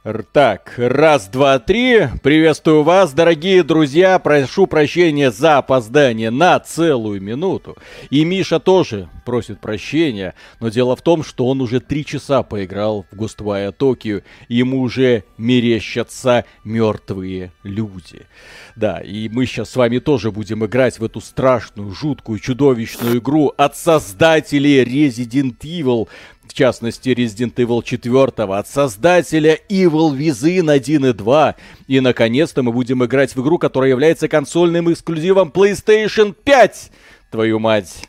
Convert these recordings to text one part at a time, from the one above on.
Так, раз, два, три. Приветствую вас, дорогие друзья. Прошу прощения за опоздание на целую минуту. И Миша тоже просит прощения. Но дело в том, что он уже 3 часа поиграл в Ghostwire Tokyo. И ему уже мерещатся мертвые люди. Да, и мы сейчас с вами тоже будем играть в эту страшную, жуткую, чудовищную игру от создателей Resident Evil. В частности, Resident Evil 4, от создателя Evil Within 1 и 2. И, наконец-то, мы будем играть в игру, которая является консольным эксклюзивом PlayStation 5. Твою мать.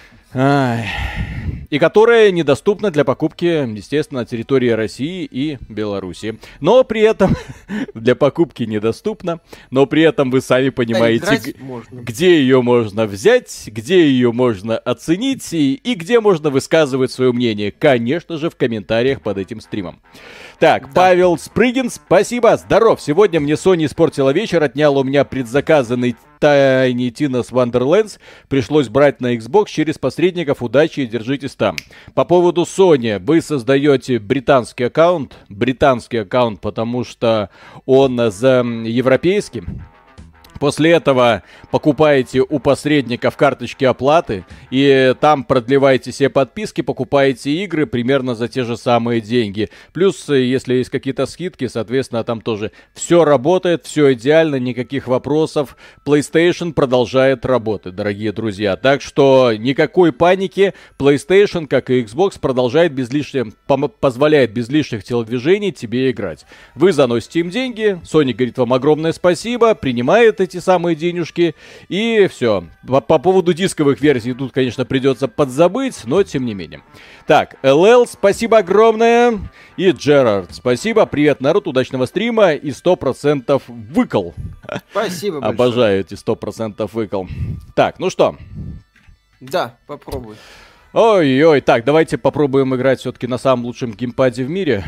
Ай. И которая недоступна для покупки, естественно, на территории России и Беларуси. Но при этом для покупки недоступна. Но при этом вы сами понимаете, где ее можно взять, где ее можно оценить и где можно высказывать свое мнение. Конечно же, в комментариях под этим стримом. Так, да. Павел Спрыгин, спасибо, здоров. Сегодня мне Sony испортила вечер, отняла у меня предзаказанный Tiny Tina's Wonderlands. Пришлось брать на Xbox через посредников. Удачи и держитесь там. По поводу Sony. Вы создаете британский аккаунт, потому что он за европейский. После этого покупаете у посредников карточки оплаты, и там продлеваете себе подписки, покупаете игры примерно за те же самые деньги. Плюс, если есть какие-то скидки, соответственно, там тоже все работает, все идеально, никаких вопросов. PlayStation продолжает работать, дорогие друзья. Так что никакой паники. PlayStation, как и Xbox, продолжает позволяет без лишних телодвижений тебе играть. Вы заносите им деньги, Sony говорит вам огромное спасибо, принимает эти самые денежки, и все. По поводу дисковых версий тут, конечно, придется подзабыть, но тем не менее. Так, ЛЛ, спасибо огромное. И Джерард, спасибо. Привет, народ, удачного стрима и 100% выкол. Спасибо большое. Обожаю эти 100% выкол. Так, ну что? Да, попробуй. Ой-ой, так, давайте попробуем играть все-таки на самом лучшем геймпаде в мире.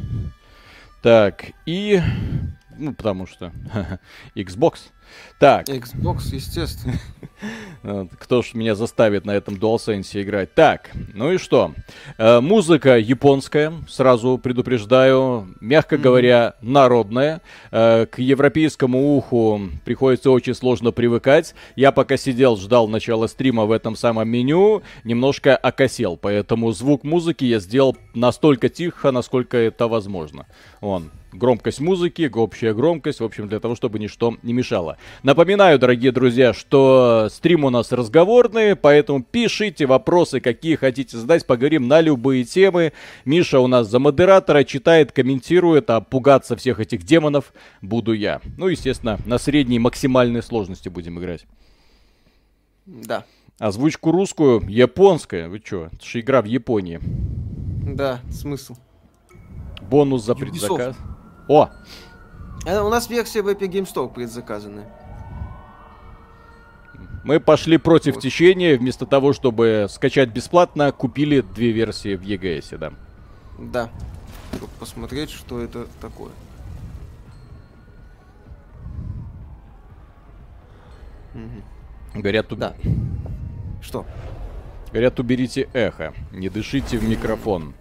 Так, и... Ну, потому что Xbox. Так. Xbox, естественно. Кто ж меня заставит на этом DualSense играть? Так, ну и что? Музыка японская, сразу предупреждаю. Мягко говоря, народная. К европейскому уху приходится очень сложно привыкать. Я пока сидел, ждал начала стрима в этом самом меню, немножко окосел. Поэтому звук музыки я сделал настолько тихо, насколько это возможно. Вон. Громкость музыки, общая громкость, в общем, для того, чтобы ничто не мешало. Напоминаю, дорогие друзья, что стрим у нас разговорный, поэтому пишите вопросы, какие хотите задать, поговорим на любые темы. Миша у нас за модератора читает, комментирует, а пугаться всех этих демонов буду я. Ну, естественно, на средней максимальной сложности будем играть. Да. Озвучку русскую, японская, вы чё, это же игра в Японии. Да, смысл. Бонус за предзаказ. О! У нас версия в Epic Game Store предзаказанная. Мы пошли против течения. Вместо того, чтобы скачать бесплатно, купили 2 версии в EGS, да. Да. Чтобы посмотреть, что это такое. Говорят, да. Что? Говорят, уберите эхо. Не дышите в микрофон.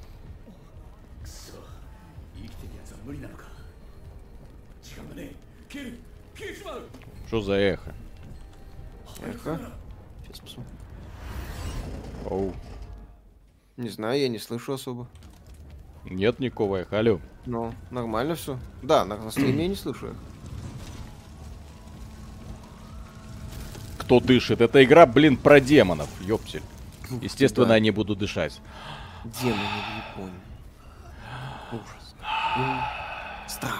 Что за эхо? Эхо? Сейчас посмотрим. Оу. Не знаю, я не слышу особо. Нет никакого эха, алло. Ну, нормально все. Да, на стриме я не слышу эхо. Кто дышит? Это игра, блин, про демонов, ёптель. Естественно, да. Они будут дышать. Демоны в Японии. Ужас. Страшно.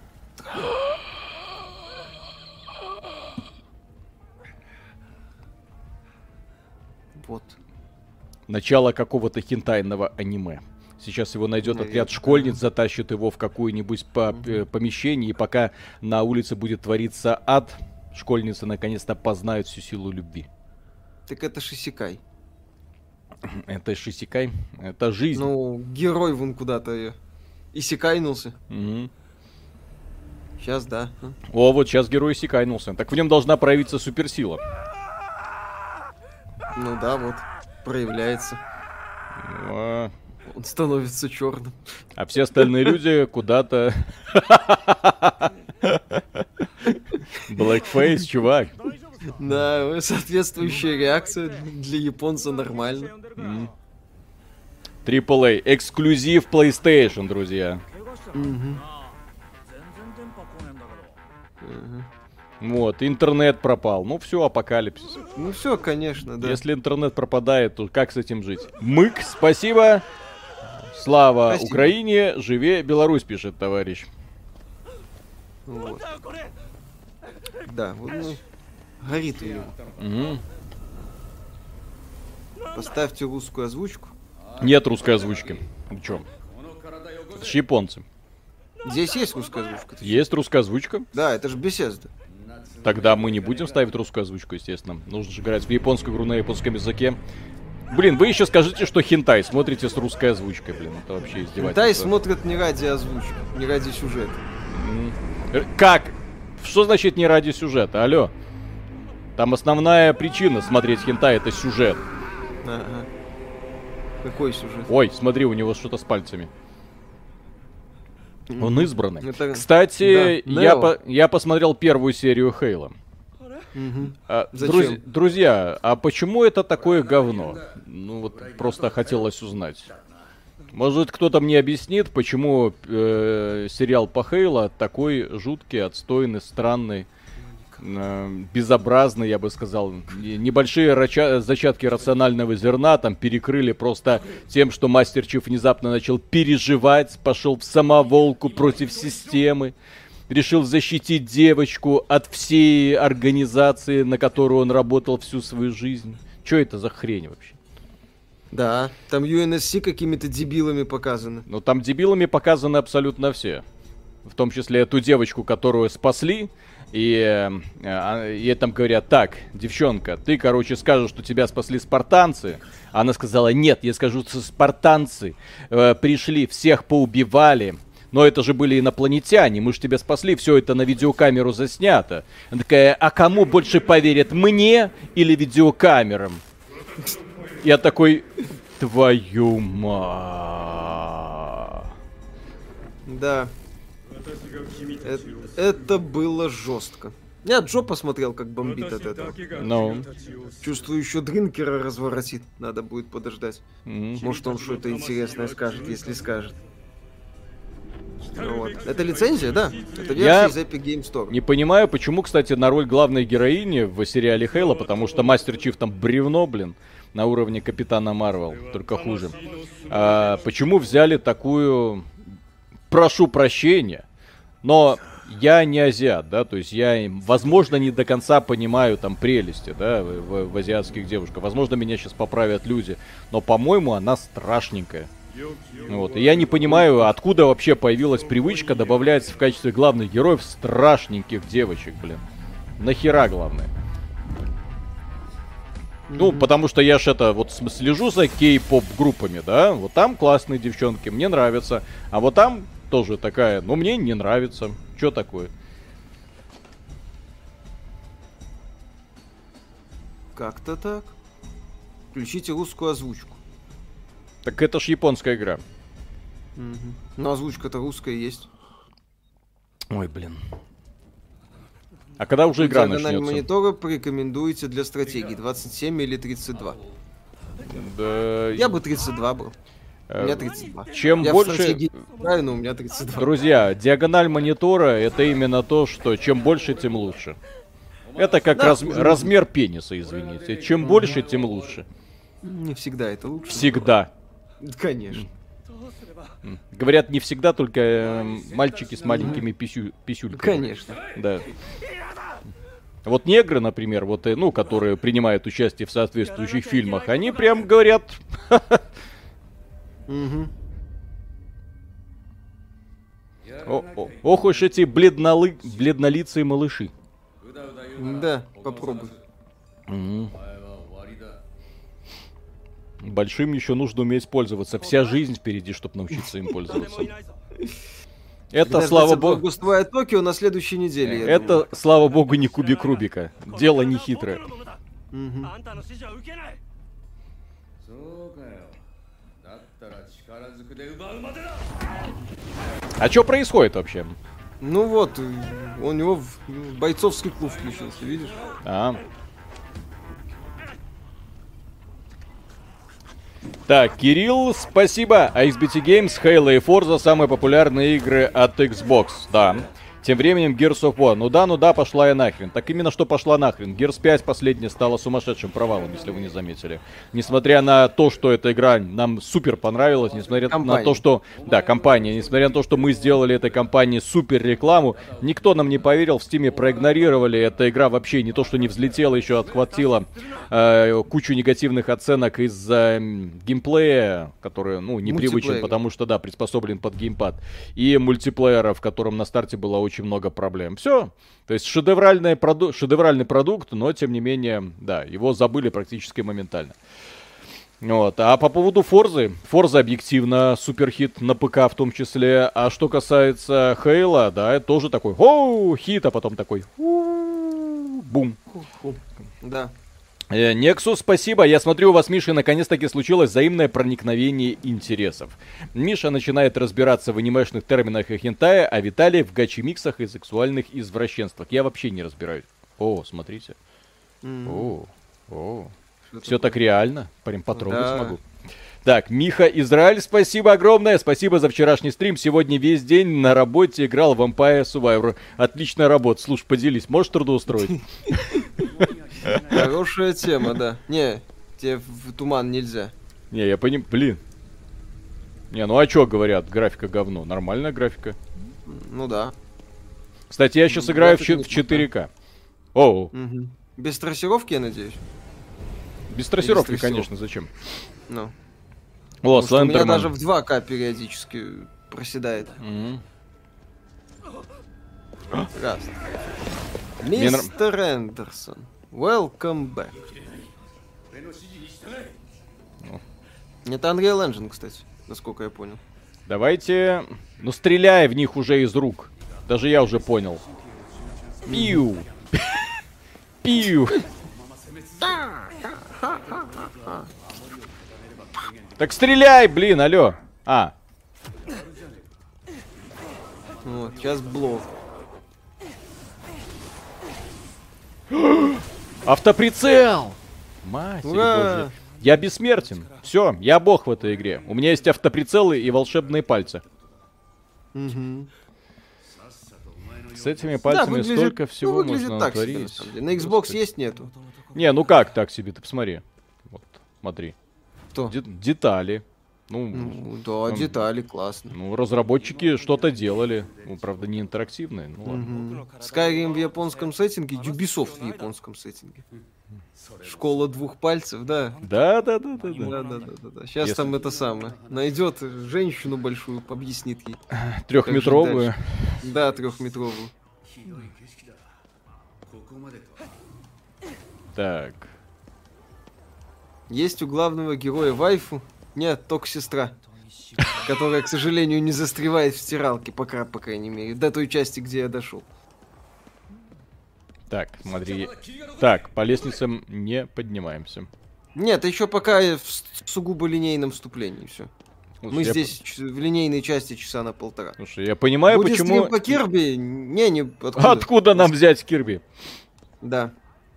Вот. Начало какого-то хентайного аниме. Сейчас его найдет отряд школьниц, затащит его в какое-нибудь помещение, и пока на улице будет твориться ад, школьницы наконец-то познают всю силу любви. Так это Шисикай. Это Шисикай? Это жизнь. Ну, герой вон куда-то исекайнулся. Угу. Сейчас, да. О, вот сейчас герой исекайнулся. Так в нем должна проявиться суперсила. Ну да, вот. Проявляется. Он становится черным. А все остальные люди куда-то... Blackface, чувак. Да, соответствующая реакция для японца нормально. AAA. Эксклюзив PlayStation, друзья. Вот, интернет пропал. Ну все, апокалипсис. Ну все, конечно, да. Если интернет пропадает, то как с этим жить? Мык, спасибо. Слава Спасибо. Украине, живе Беларусь, пишет товарищ. Вот. Да, вот, ну, горит у него. Мгм. Поставьте русскую озвучку. Нет русской озвучки. Вы чё? Это ж японцы. Здесь есть русская озвучка. Есть русская озвучка? Да, это же Bethesda. Тогда мы не будем ставить русскую озвучку, естественно. Нужно же играть в японскую игру на японском языке. Блин, вы еще скажите, что хентай смотрите с русской озвучкой, блин. Это вообще издевательство. Тай смотрят не ради озвучки, не ради сюжета. Как? Что значит не ради сюжета? Алло. Там основная причина смотреть хентай — это сюжет. Ага. Какой сюжет? Ой, смотри, у него что-то с пальцами. Он избранный. Это- Кстати, да, я посмотрел первую серию Хейла. Мгм. Друзья, Зачем? друзья, а почему это такое говно? Ну вот просто хотелось узнать. Может, кто-то мне объяснит, почему сериал по Хейла такой жуткий, отстойный, странный, безобразный, я бы сказал. Небольшие зачатки рационального зерна там перекрыли просто тем, что Мастер Чиф внезапно начал переживать, пошел в самоволку против системы, решил защитить девочку от всей организации, на которую он работал всю свою жизнь. Что это за хрень вообще? Да, там UNSC какими-то дебилами показаны. Ну, там дебилами показаны абсолютно все. В том числе ту девочку, которую спасли. И ей там говорят: так, девчонка, ты, короче, скажешь, что тебя спасли спартанцы. Она сказала: нет, я скажу, что спартанцы пришли, всех поубивали. Но это же были инопланетяне, мы же тебя спасли, все это на видеокамеру заснято. Она такая: а кому больше поверят, мне или видеокамерам? Я такой: твою мать. Да. Это было жестко. Я Джо посмотрел, как бомбит от этого. Ну, Чувствую, еще Дринкера разворотит. Надо будет подождать. м. Может, он что-то интересное скажет, если скажет. Ну вот. Это лицензия, да? Это Я версия из Epic Game Store. не понимаю, почему, кстати, на роль главной героини в сериале Хейла, потому что Мастер Чиф там бревно, блин, на уровне Капитана Марвел, только хуже. Почему взяли такую... Прошу прощения, но я не азиат, да, то есть я, возможно, не до конца понимаю там прелести, да, в азиатских девушках. Возможно, меня сейчас поправят люди, но, по-моему, она страшненькая. Вот. И я не понимаю, откуда вообще появилась привычка добавлять в качестве главных героев страшненьких девочек, блин. Нахера, главное? Ну, потому что я ж это, вот слежу за кей-поп группами, да, вот там классные девчонки, мне нравятся, а вот там тоже такая, ну, мне не нравится. Чё такое? Как-то так. Включите русскую озвучку. Так это ж японская игра. Но озвучка-то русская есть. Ой, блин. А когда уже игра Диагональ начнется? монитора порекомендуете для стратегии 27 или 32. Да, Я бы 32 брал. У меня 32. чем Я больше... в стратегии играю, но у меня 32. Друзья, диагональ монитора — это именно то, что чем больше, тем лучше. Это как Да. размер пениса, извините. Чем больше, тем лучше. Не всегда это лучше. Всегда. Конечно. Говорят, не всегда, только мальчики с маленькими писюльками. Конечно. Да. Вот негры, например, вот, ну, которые принимают участие в соответствующих фильмах, они прям говорят... Мгм. Ох уж эти бледнолицые малыши. Да, попробуй. Большим еще нужно уметь пользоваться. Вся жизнь впереди, чтобы научиться им пользоваться. Это, Когда слава ждать богу... Августовое Токио на следующей неделе. я Это, слава богу, не кубик Рубика. Дело не хитрое. думаю. Мгм. А что происходит вообще? Ну вот, у него бойцовский клуб включился, видишь? А. Так, Кирилл, спасибо. XBT Games, Halo и Forza — самые популярные игры от Xbox. Да. Тем временем Gears of War. Ну да, пошла я нахрен. Так именно что пошла нахрен. Gears 5 последняя стала сумасшедшим провалом, если вы не заметили. Несмотря на то, что эта игра нам супер понравилась, несмотря на то, что... Да, компания. Несмотря на то, что мы сделали этой компании супер рекламу, никто нам не поверил, в Стиме проигнорировали. Эта игра вообще не то, что не взлетела, еще отхватила кучу негативных оценок из-за геймплея, который, ну, непривычен, потому что, да, приспособлен под геймпад. И мультиплеера, в котором на старте было очень много проблем. Все. То есть шедевральный продукт, но тем не менее, да, его забыли практически моментально. Вот. А по поводу Форзы. Форза объективно суперхит на ПК в том числе. А что касается Хейла, да, это тоже такой хит, а потом такой бум. Да. Nexus, спасибо. Я смотрю, у вас, Миша, наконец-таки случилось взаимное проникновение интересов. Миша начинает разбираться в анимешных терминах и хентае, а Виталий в гачи-миксах и сексуальных извращенствах. Я вообще не разбираюсь. О, смотрите. Все так реально. Прям потрогать смогу. Так, Миха Израиль, спасибо огромное. Спасибо за вчерашний стрим. Сегодня весь день на работе играл в Vampire Survivor. Отличная работа. Слушай, поделись. Можешь трудоустроить? Хорошая тема, да. Не, тебе в туман нельзя. Не, я понимаю, блин. Не, ну а чё говорят, графика говно. Нормальная графика. Ну да. Кстати, я сейчас играю в 4К. Оу. Без трассировки, я надеюсь? Без трассировки, конечно, зачем? Ну. О, у меня даже в 2К периодически проседает. Раз. Мистер Эндерсон. Welcome back. Это Unreal Engine, кстати, насколько я понял. Давайте... Ну, стреляй в них уже из рук. Даже я уже понял. Пиу. Пиу. Так стреляй, блин, алло. Вот, сейчас блок. Автоприцел! Матерь божья. Я бессмертен. Все, я бог в этой игре. У меня есть автоприцелы и волшебные пальцы. С этими пальцами столько всего можно натворить. На Xbox есть, нету? Не, ну как так себе, ты посмотри. Вот, смотри. Что? Детали. Да, детали, классно. Ну, разработчики что-то делали. Ну, правда, не интерактивные. Ну, ладно. Skyrim в японском сеттинге, Ubisoft в японском сеттинге. Школа двух пальцев, да. Да. Сейчас там это самое. Найдет женщину большую, объяснит ей. 3-метровую. Да, 3-метровую. Так. Есть у главного героя вайфу? Нет, только сестра. Которая, к сожалению, не застревает в стиралке, по крайней мере. До той части, где я дошел. Так, смотри. Так, по лестницам не поднимаемся. Нет, еще пока в сугубо линейном вступлении все. Мы здесь в линейной части часа на 1,5. Слушай, я понимаю, будет почему... Стрим по Кирби? Не, Откуда нам взять Кирби? Да.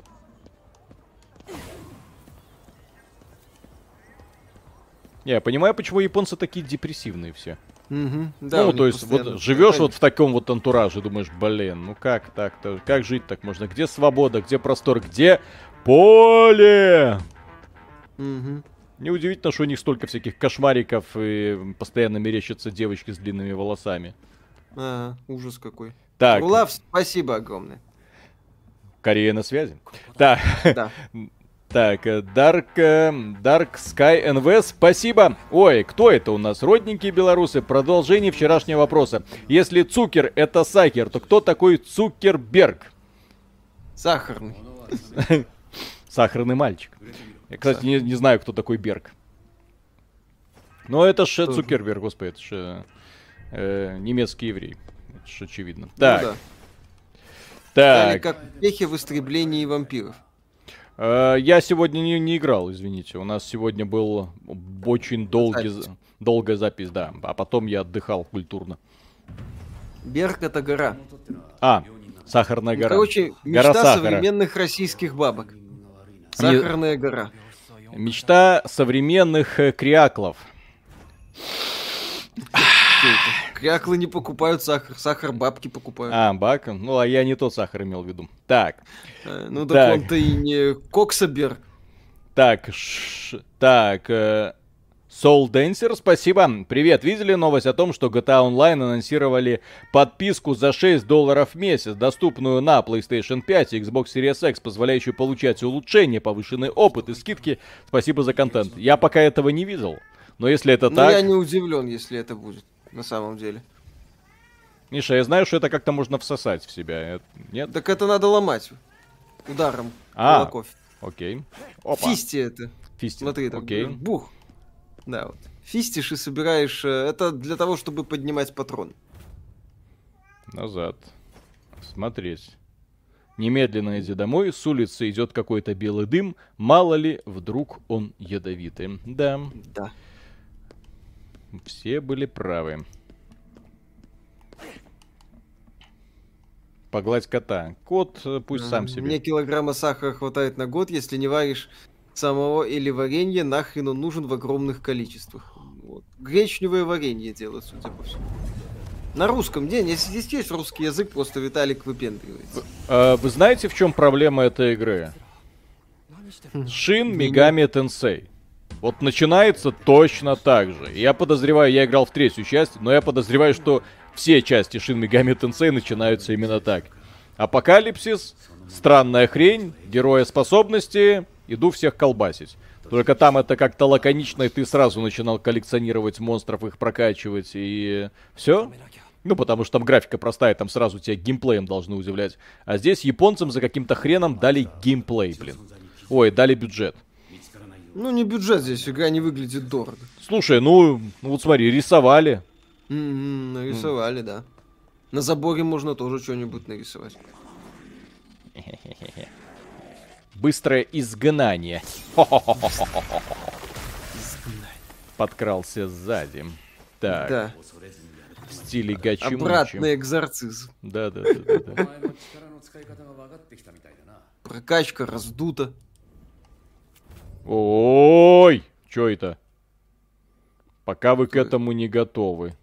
Я понимаю, почему японцы такие депрессивные все. Да, ну, то есть, вот живешь вот в таком вот антураже, думаешь, блин, ну как так-то, как жить так можно? Где свобода, где простор, где поле? Неудивительно, что у них столько всяких кошмариков и постоянно мерещатся девочки с длинными волосами. Ужас какой. Так. Улав, спасибо огромное. Корея на связи. Так. Да. Так, Dark Sky NV, спасибо. Ой, кто это у нас? Родненькие белорусы. Продолжение вчерашнего вопроса. Если Цукер это Сахер, то кто такой Цукерберг? Сахарный. Сахарный мальчик. Я, кстати, не знаю, кто такой Берг. Но это же Цукерберг, господи, это же немецкий еврей. Это же очевидно. Так. Ну, да. Так. Как успехи в истреблении вампиров. Я сегодня не играл, извините. У нас сегодня был очень долгий... долгая запись, да. А потом я отдыхал культурно. Берг — это гора. А, Сахарная гора. Короче, Гора мечта сахара. современных российских бабок. Сахарная гора. Мечта современных кряклов. Кряклы не покупают сахар, сахар бабки покупают. А, бак? Ну, а я не тот сахар имел в виду. Так. Ну так. так он-то и не Коксаберг. Так, Soul Dancer, спасибо. Привет, видели новость о том, что GTA Online анонсировали подписку за $6 в месяц, доступную на PlayStation 5 и Xbox Series X, позволяющую получать улучшения, повышенный опыт и скидки? Спасибо за контент. Я пока этого не видел, но если это так... я не удивлен, если это будет, на самом деле. Миша, я знаю, что это как-то можно всосать в себя, нет? Так это надо ломать ударом кулаков. Окей. Опа. Фисти это. Фисти. Смотри, так, Окей. бух. Да, вот. Фистишь и собираешь... Это для того, чтобы поднимать патрон. Назад. Смотреть. Немедленно иди домой. С улицы идет какой-то белый дым. Мало ли, вдруг он ядовитый. Да. Да. Все были правы. Погладь кота. Кот пусть сам себе. Мне килограмма сахара хватает на год, если не варишь самого или варенье, нахрен он нужен в огромных количествах. Вот. Гречневое варенье делают, судя по всему. На русском, здесь есть русский язык, просто Виталик выпендривается. Вы знаете, в чем проблема этой игры? Shin Megami Tensei. Вот начинается точно так же. Я подозреваю, я играл в третью часть, но я подозреваю, что все части Shin Megami Tensei начинаются именно так. Апокалипсис, странная хрень, героя способности, иду всех колбасить. Только там это как-то лаконично, и ты сразу начинал коллекционировать монстров, их прокачивать, и все. Ну, потому что там графика простая, там сразу тебя геймплеем должны удивлять. А здесь японцам за каким-то хреном дали геймплей, блин. Ой, дали бюджет. Ну, не бюджет здесь, игра не выглядит дорого. Слушай, ну вот смотри, рисовали. Нарисовали, да. На заборе можно тоже что-нибудь нарисовать. Быстрое изгнание. Подкрался сзади. Так. Да. В стиле гачи-мучи. Обратный экзорцизм. Да. Прокачка раздута. Ой, что это? Пока вы к этому не готовы.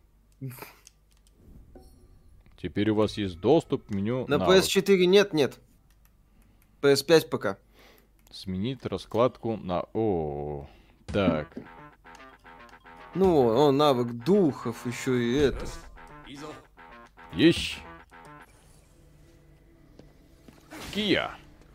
Теперь у вас есть доступ к меню На навык. PS4 нет. PS5 пока. Сменить раскладку на... Так. Ну, навык духов, еще и это. Есть. Кия.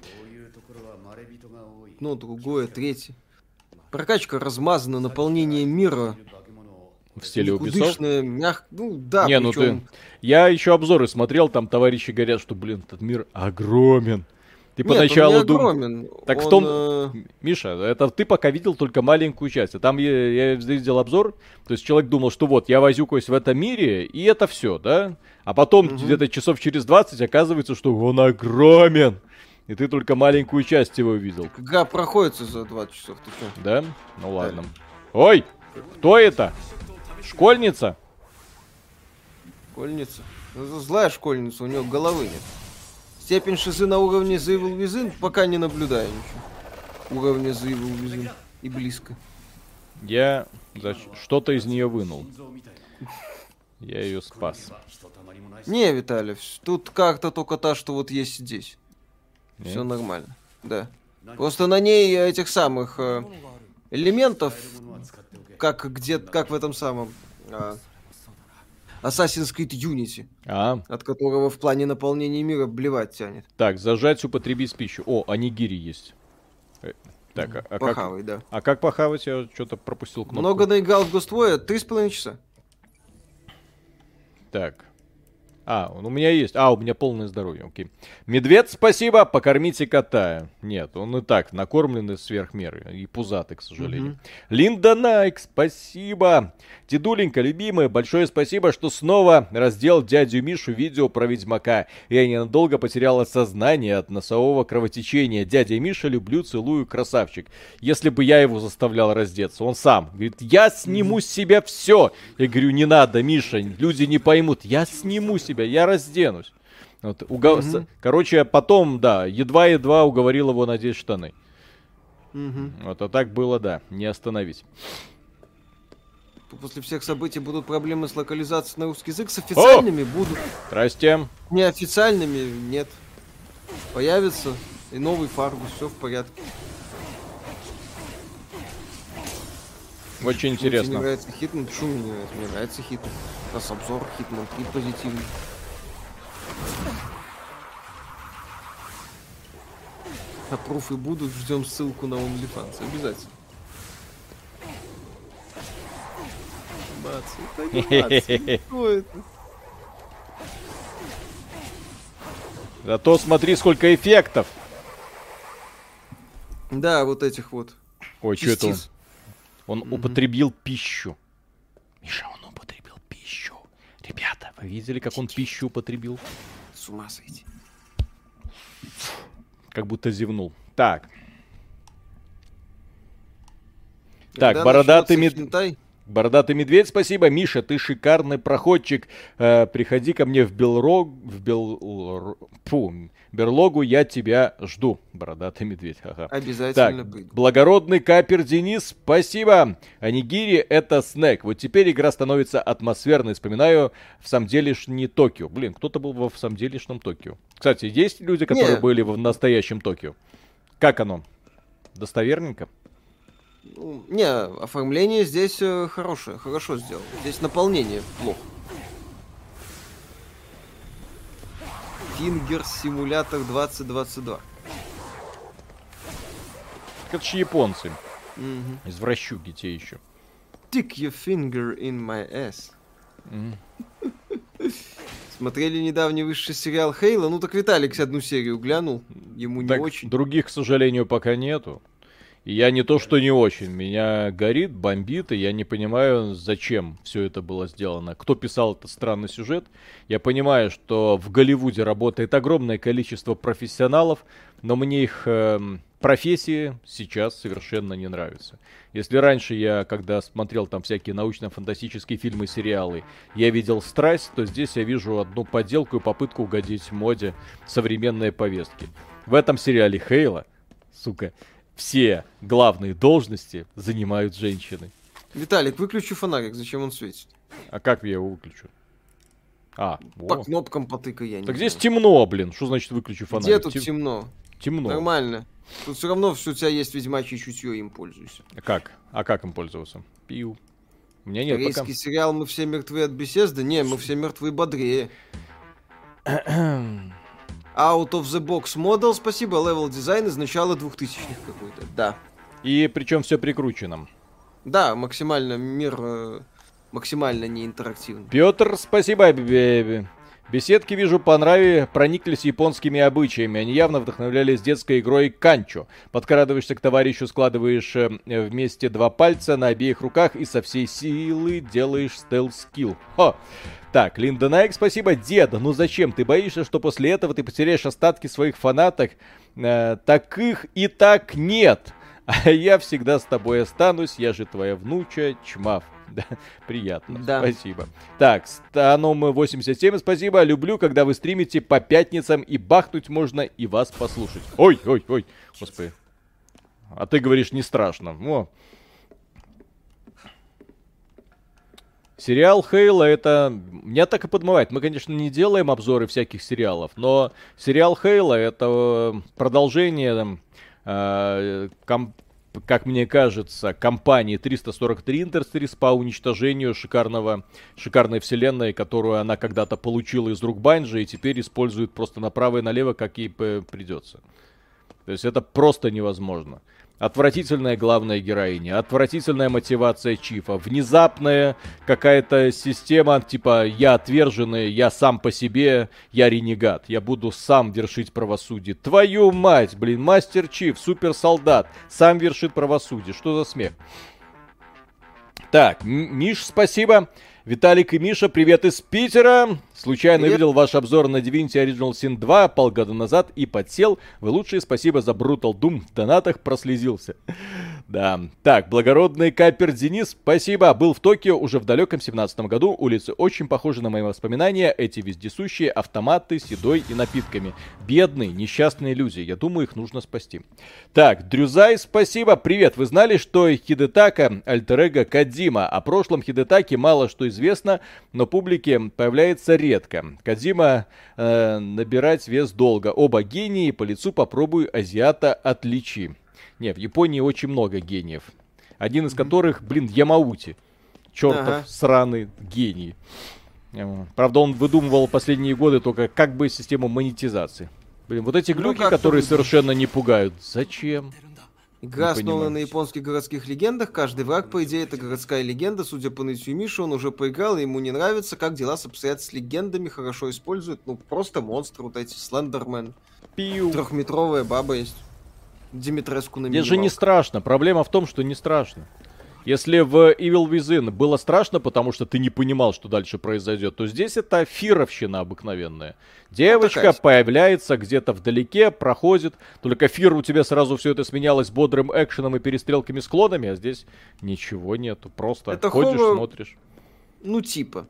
Ну, другое, третье. Прокачка размазана, наполнение мира. В стиле Ubisoft? Никудышное, ну да, Не, причем... Я еще обзоры смотрел, там товарищи говорят, что, блин, этот мир огромен. Ты поначалу он не думал... огромен. Так он, в том... Миша, это ты пока видел только маленькую часть. А там я видел обзор, то есть человек думал, что вот, я возюкаюсь в этом мире, и это все, да? А потом где-то часов через 20 оказывается, что он огромен. И ты только маленькую часть его видел. Игра проходится за 20 часов, ты что? Да? Ну ладно. Ой, кто это? Школьница? Школьница. Ну, злая школьница, у нее головы нет. Степень шизы на уровне The Evil Within пока не наблюдаю ничего. Уровня The Evil Within и близко. Я что-то из нее вынул. Я ее спас. Не, Виталий, тут как-то только та, что вот есть здесь. Нет? Все нормально, да. Просто на ней этих самых элементов, как в этом самом Assassin's Creed Unity, от которого в плане наполнения мира блевать тянет. Так, зажать, употребить пищу. О, анигири есть. Так, Похавай, да. А как похавать? Я что-то пропустил кнопку. Много наиграл в Ghostwire, 3,5 часа. Так. У меня есть. У меня полное здоровье, окей. Медведь, спасибо, покормите кота. Нет, он и так накормленный сверх меры. И пузатый, к сожалению. Линда Найк, спасибо. Дедуленька, любимая, большое спасибо, что снова раздел дядю Мишу видео про Ведьмака. Я ненадолго потеряла сознание от носового кровотечения. Дядя Миша, люблю, целую, красавчик. Если бы я его заставлял раздеться, он сам говорит, я сниму с себя все. Я говорю, не надо, Миша, люди не поймут. Я сниму себя, я разденусь. Вот, короче, потом, да, едва-едва уговорил его надеть штаны. Вот, а так было, да, не остановить. После всех событий будут проблемы с локализацией на русский язык. С официальными будут. Здрасте. Неофициальными нет. Появится и новый Фаргус, все в порядке. Очень интересно. Мне нравится Хитман, почему мне не нравится? Мне нравится Хитман. У нас обзор Хитман 3 позитивный. А пруфы будут, ждем ссылку на OnlyFans. Обязательно. Что это? Зато смотри, сколько эффектов. Да, вот этих вот. Ой, что это он употребил пищу. Миша, он употребил пищу. Ребята, вы видели, как он пищу употребил? С ума сойти. Как будто зевнул. Так, бородатый медведь. Бородатый медведь, спасибо. Миша, ты шикарный проходчик. Приходи ко мне в берлогу, я тебя жду. Бородатый медведь. Ага. Обязательно так, благородный капер Денис, спасибо. Анигири это снэк. Вот теперь игра становится атмосферной. Вспоминаю в самом делешний Токио. Блин, кто-то был в самом делешном Токио. Кстати, есть люди, которые были в настоящем Токио? Как оно? Достоверненько? Не, оформление здесь хорошее, хорошо сделано. Здесь наполнение плохо. Фингер Симулятор 2022. Это ж японцы. Извращуги те еще. Stick your finger in my ass. Смотрели недавний высший сериал Хейла? Ну так Виталик одну серию глянул. Ему не очень. Других, к сожалению, пока нету. И я не то, что не очень. Меня горит, бомбит, и я не понимаю, зачем все это было сделано. Кто писал этот странный сюжет? Я понимаю, что в Голливуде работает огромное количество профессионалов, но мне их профессии сейчас совершенно не нравятся. Если раньше я, когда смотрел там всякие научно-фантастические фильмы, сериалы, я видел страсть, то здесь я вижу одну подделку и попытку угодить моде современной повестки. В этом сериале Хейла, сука, все главные должности занимают женщины. Виталик, выключи фонарик, зачем он светит? А как я его выключу? По кнопкам потыкай, я не Так знаю. здесь темно, блин. Что значит выключу фонарик? Где тут темно? Темно. Нормально. Тут все равно, что у тебя есть ведьмачье чутье, им пользуйся. А как им пользоваться? Пиу. У меня нет корейский пока. Сериал «Мы все мертвы от Бесезды». Не, мы все мертвы бодрее. Out of the Box Model, спасибо, левел дизайн из начала 2000-х какой-то, да. И причем все прикручено. Да, максимально мир, максимально неинтерактивный. Петр, спасибо, беседки, вижу, прониклись японскими обычаями. Они явно вдохновлялись детской игрой Канчо. Подкрадываешься к товарищу, складываешь вместе два пальца на обеих руках и со всей силы делаешь стелс-скилл. Хо! Так, Линда Найк, спасибо. Деда, ну зачем? Ты боишься, что после этого ты потеряешь остатки своих фанаток? Так их и так нет. А я всегда с тобой останусь. Я же твоя внуча, чмав. Да, приятно, да. Спасибо. Так, Станом 87, спасибо. Люблю, когда вы стримите по пятницам, и бахнуть можно, и вас послушать. Ой, господи. А ты говоришь, не страшно. О. Сериал Хейла, это меня так и подмывает. Мы, конечно, не делаем обзоры всяких сериалов, но сериал Хейла это продолжение как мне кажется, компании 343 Industries по уничтожению шикарной вселенной, которую она когда-то получила из рук Банжи и теперь использует просто направо и налево, как ей придется. То есть это просто невозможно. Отвратительная главная героиня, отвратительная мотивация Чифа, внезапная какая-то система, типа я отверженный, я сам по себе, я ренегат, я буду сам вершить правосудие. Твою мать, блин, мастер Чиф, суперсолдат, сам вершит правосудие, что за смех? Так, Миш, спасибо. Виталик и Миша, привет из Питера. Случайно Привет. видел ваш обзор на Divinity Original Sin 2 полгода назад и подсел. Вы лучшие, спасибо за Brutal Doom. В донатах прослезился. Да. Так, благородный Капер Денис, спасибо. Был в Токио уже в далеком 17-м году. Улицы очень похожи на мои воспоминания. Эти вездесущие автоматы с едой и напитками. Бедные, несчастные люди. Я думаю, их нужно спасти. Так, Дрюзай, спасибо. Привет. Вы знали, что Хидетака альтер-эго Кодзима? О прошлом Хидетаки мало что известно, но публике появляется редко. Кодзима набирать вес долго. Оба гении, по лицу попробуй азиата отличи. Не, в Японии очень много гениев. Один из которых, блин, Ямаути. Чертов сраный гений. Правда, он выдумывал последние годы только как бы систему монетизации. Блин, вот эти глюки, которые совершенно не пугают. Зачем? Игра основана на японских городских легендах. Каждый враг, по идее, это городская легенда. Судя по нытью Миши, он уже поиграл, и ему не нравится, как дела обстоят с легендами. Хорошо используют. Ну, просто монстры, вот эти, Слендермен. Трехметровая баба есть. Димитреску на Это же не страшно. Проблема в том, что не страшно. Если в Evil Within было страшно, потому что ты не понимал, что дальше произойдет, то здесь это фировщина обыкновенная. Девочка появляется где-то вдалеке, проходит. Только фир у тебя сразу все это сменялось бодрым экшеном и перестрелками с клонами, а здесь ничего нету. Просто это ходишь, смотришь. Ну, типа.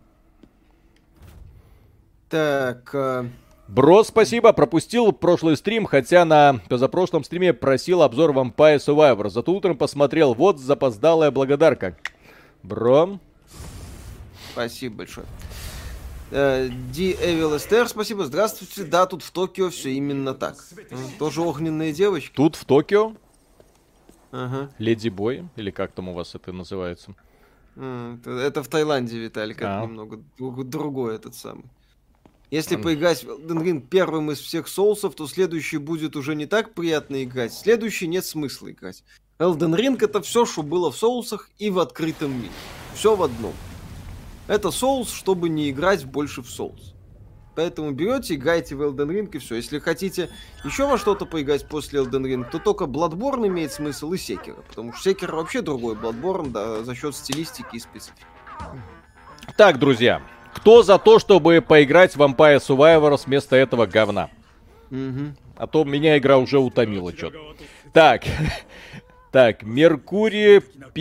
Так... Бро, спасибо, пропустил прошлый стрим, хотя на позапрошлом стриме просил обзор Vampire Survivor. Зато утром посмотрел, вот запоздалая благодарка. Бро. Спасибо большое. Ди Эвил Эстер, спасибо, здравствуйте. Да, тут в Токио все именно так. Тоже огненные девочки. Тут в Токио? Ага. Леди Бой, или как там у вас это называется? Это в Таиланде, Виталик, это немного другой этот самый. Если поиграть в Elden Ring первым из всех соусов, то следующий будет уже не так приятно играть. Следующий нет смысла играть. Elden Ring это все, что было в соусах и в открытом мире. Все в одном. Это соус, чтобы не играть больше в соус. Поэтому берете, играете в Elden Ring и все. Если хотите еще во что-то поиграть после Elden Ring, то только Bloodborne имеет смысл и Sekiro. Потому что Sekiro вообще другой Bloodborne, да, за счет стилистики и специфики. Так, друзья. Кто за то, чтобы поиграть в Vampire Survivors вместо этого говна? А то меня игра уже утомила что-то. Так. Так, Меркурий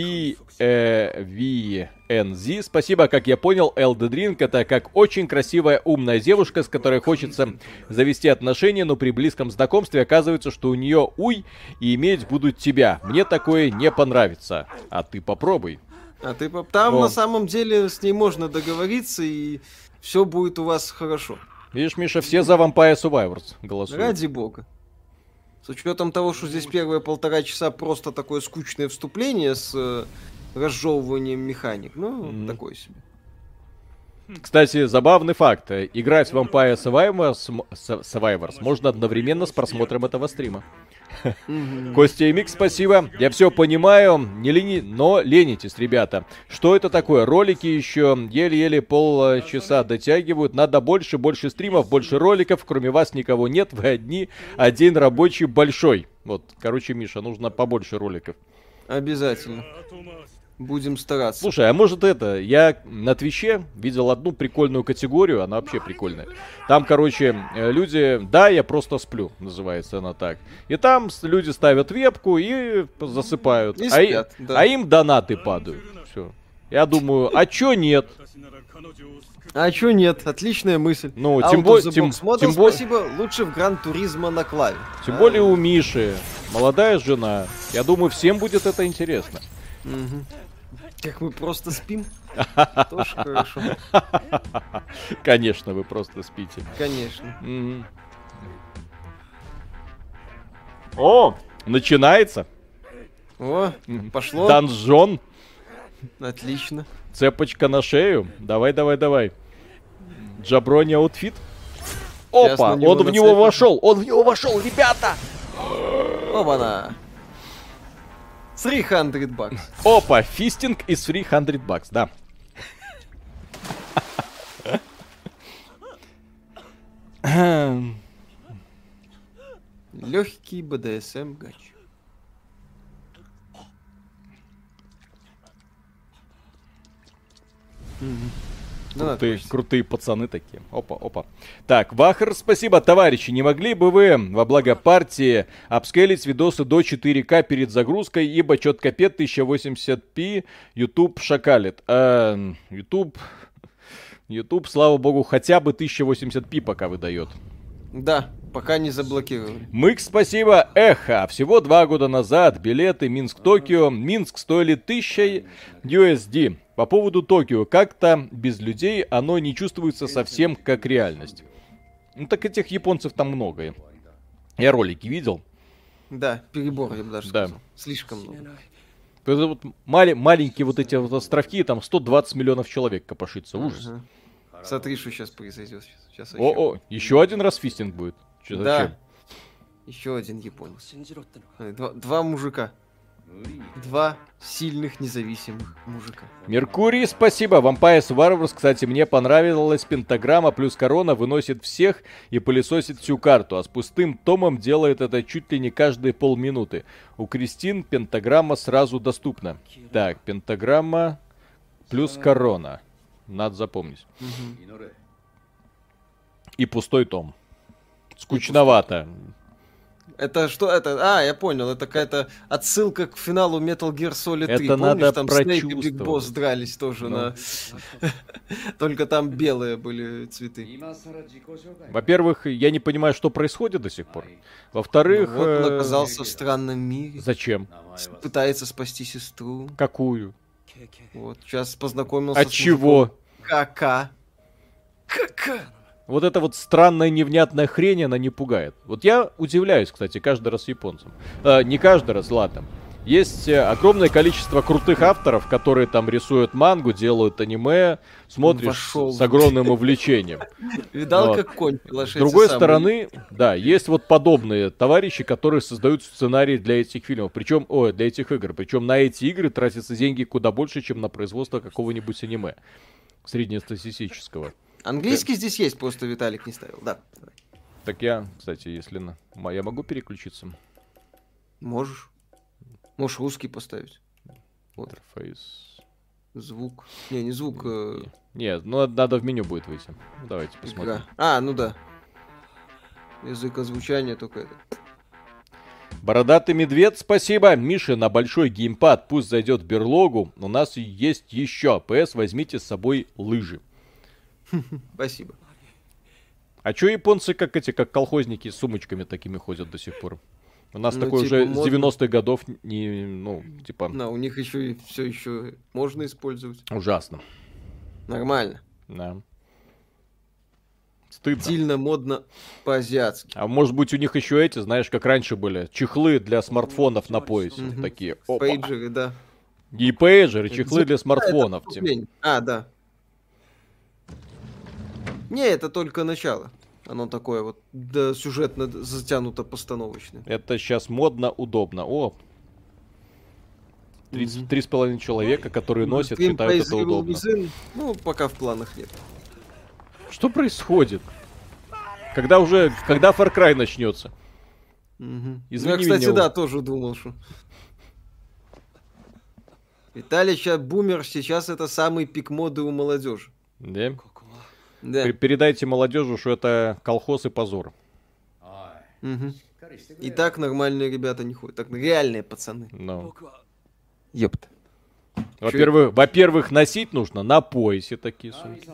PVNZ. Спасибо, как я понял, Elden Ring это как очень красивая, умная девушка, с которой хочется завести отношения, но при близком знакомстве оказывается, что у нее уй и иметь будут тебя. Мне такое не понравится. А ты попробуй. Там на самом деле с ней можно договориться, и все будет у вас хорошо. Видишь, Миша, все за Vampire Survivors голосуют. Ради бога. С учетом того, что здесь первые 1,5 часа просто такое скучное вступление с разжевыванием механик. Ну, такое себе. Кстати, забавный факт. Играть в Vampire Survivors можно одновременно с просмотром этого стрима. Костя и Мик, спасибо. Я все понимаю, но ленитесь, ребята. Что это такое? Ролики еще еле-еле полчаса дотягивают. Надо больше стримов, больше роликов. Кроме вас никого нет. Вы одни. Один рабочий большой. Вот, короче, Миша, нужно побольше роликов. Обязательно. Будем стараться. Слушай, а может я на Твиче видел одну прикольную категорию, она вообще прикольная. Там, короче, люди, да, я просто сплю, называется она так. И там люди ставят вебку и засыпают. И спят, да. А им донаты падают. Все. Я думаю, а чё нет? А чё нет? Отличная мысль. Ну, тем более... Спасибо, лучше в Гран Туризмо на клаве. Тем более у Миши молодая жена. Я думаю, всем будет это интересно. Как мы просто спим? Тоже хорошо. Конечно, вы просто спите. Конечно. О, начинается. О, пошло. Данжон. Отлично. Цепочка на шею. Давай. Джаброни аутфит. Опа, он в него вошел, ребята. Опа-на. 300 баксов. Опа, фистинг из 300 бакс, да. Легкий БДСМ гач. Крутые пацаны такие. Опа, опа. Так, Вахар, спасибо, товарищи. Не могли бы вы во благо партии апскейлить видосы до 4К перед загрузкой, ибо четкопед 1080p YouTube шакалит. YouTube, слава богу, хотя бы 1080p пока выдает. Да, пока не заблокировали. Мык, спасибо. Эхо. Всего 2 года назад билеты Минск-Токио. Минск стоили 1000 USD. По поводу Токио. Как-то без людей оно не чувствуется совсем как реальность. Ну так этих японцев там много. Я ролики видел. Да, перебор, я бы даже сказал. Слишком много. Это вот маленькие вот эти вот островки, там 120 миллионов человек копошится. Ужас. Смотри, что сейчас произойдет. Сейчас еще один раз фистинг будет. Да. Зачем? Еще один японец. Два мужика. 2 сильных независимых мужика. Меркурий, спасибо. Vampire Warriors, кстати, мне понравилась пентаграмма плюс корона выносит всех и пылесосит всю карту, а с пустым томом делает это чуть ли не каждые полминуты. У Кристин пентаграмма сразу доступна. Так, пентаграмма плюс корона. Надо запомнить. И пустой том. Скучновато. Это что? Это, я понял. Это какая-то отсылка к финалу Metal Gear Solid 3. Это помнишь, надо там Снейк и Биг Босс дрались тоже на... Только там белые были цветы. Во-первых, я не понимаю, что происходит до сих пор. Во-вторых... Вот он оказался в странном мире. Зачем? Пытается спасти сестру. Какую? Вот, сейчас познакомился с чего? Кака. Вот эта вот странная невнятная хрень, она не пугает. Вот я удивляюсь, кстати, каждый раз японцам. Не каждый раз, ладно. Есть огромное количество крутых авторов, которые там рисуют мангу, делают аниме, смотришь с огромным увлечением. Видал, вот. Как кончилось. С другой стороны, да, есть вот подобные товарищи, которые создают сценарии для этих фильмов, причем, для этих игр. Причем на эти игры тратятся деньги куда больше, чем на производство какого-нибудь аниме среднестатистического. Английский здесь есть, просто Виталик не ставил, да. Так я, кстати, если я могу переключиться? Можешь. Можешь русский поставить. Вот. Интерфейс. Звук. Не звук. Нет, надо в меню будет выйти. Давайте посмотрим. Игра. Ну да. Язык озвучания только это. Бородатый медведь, спасибо. Миша на большой геймпад пусть зайдет в берлогу. У нас есть еще. ПС, возьмите с собой лыжи. Спасибо. А чё японцы как колхозники с сумочками такими ходят до сих пор? У нас такое уже с 90-х годов у них еще все еще можно использовать. Ужасно. Нормально. Да. Стыдно. Стильно, модно, по-азиатски. А может быть у них еще эти, знаешь, как раньше были, чехлы для смартфонов на поясе. Такие. Опа. Пейджеры, да. И пейджеры, чехлы для смартфонов. Да. Не, это только начало. Оно такое вот сюжетно затянуто постановочно. Это сейчас модно, удобно. 3,5 человека, которые носят, считают это удобно. Ну, пока в планах нет. Что происходит? Когда Far Cry начнется? Я, кстати, да, тоже думал, что... Виталий, сейчас бумер, сейчас это самый пик моды у молодежи. Да? Да. Передайте молодежи, что это колхоз и позор. И так нормальные ребята не ходят. Так реальные пацаны. Ёпта. Во-первых, носить нужно на поясе такие сумки.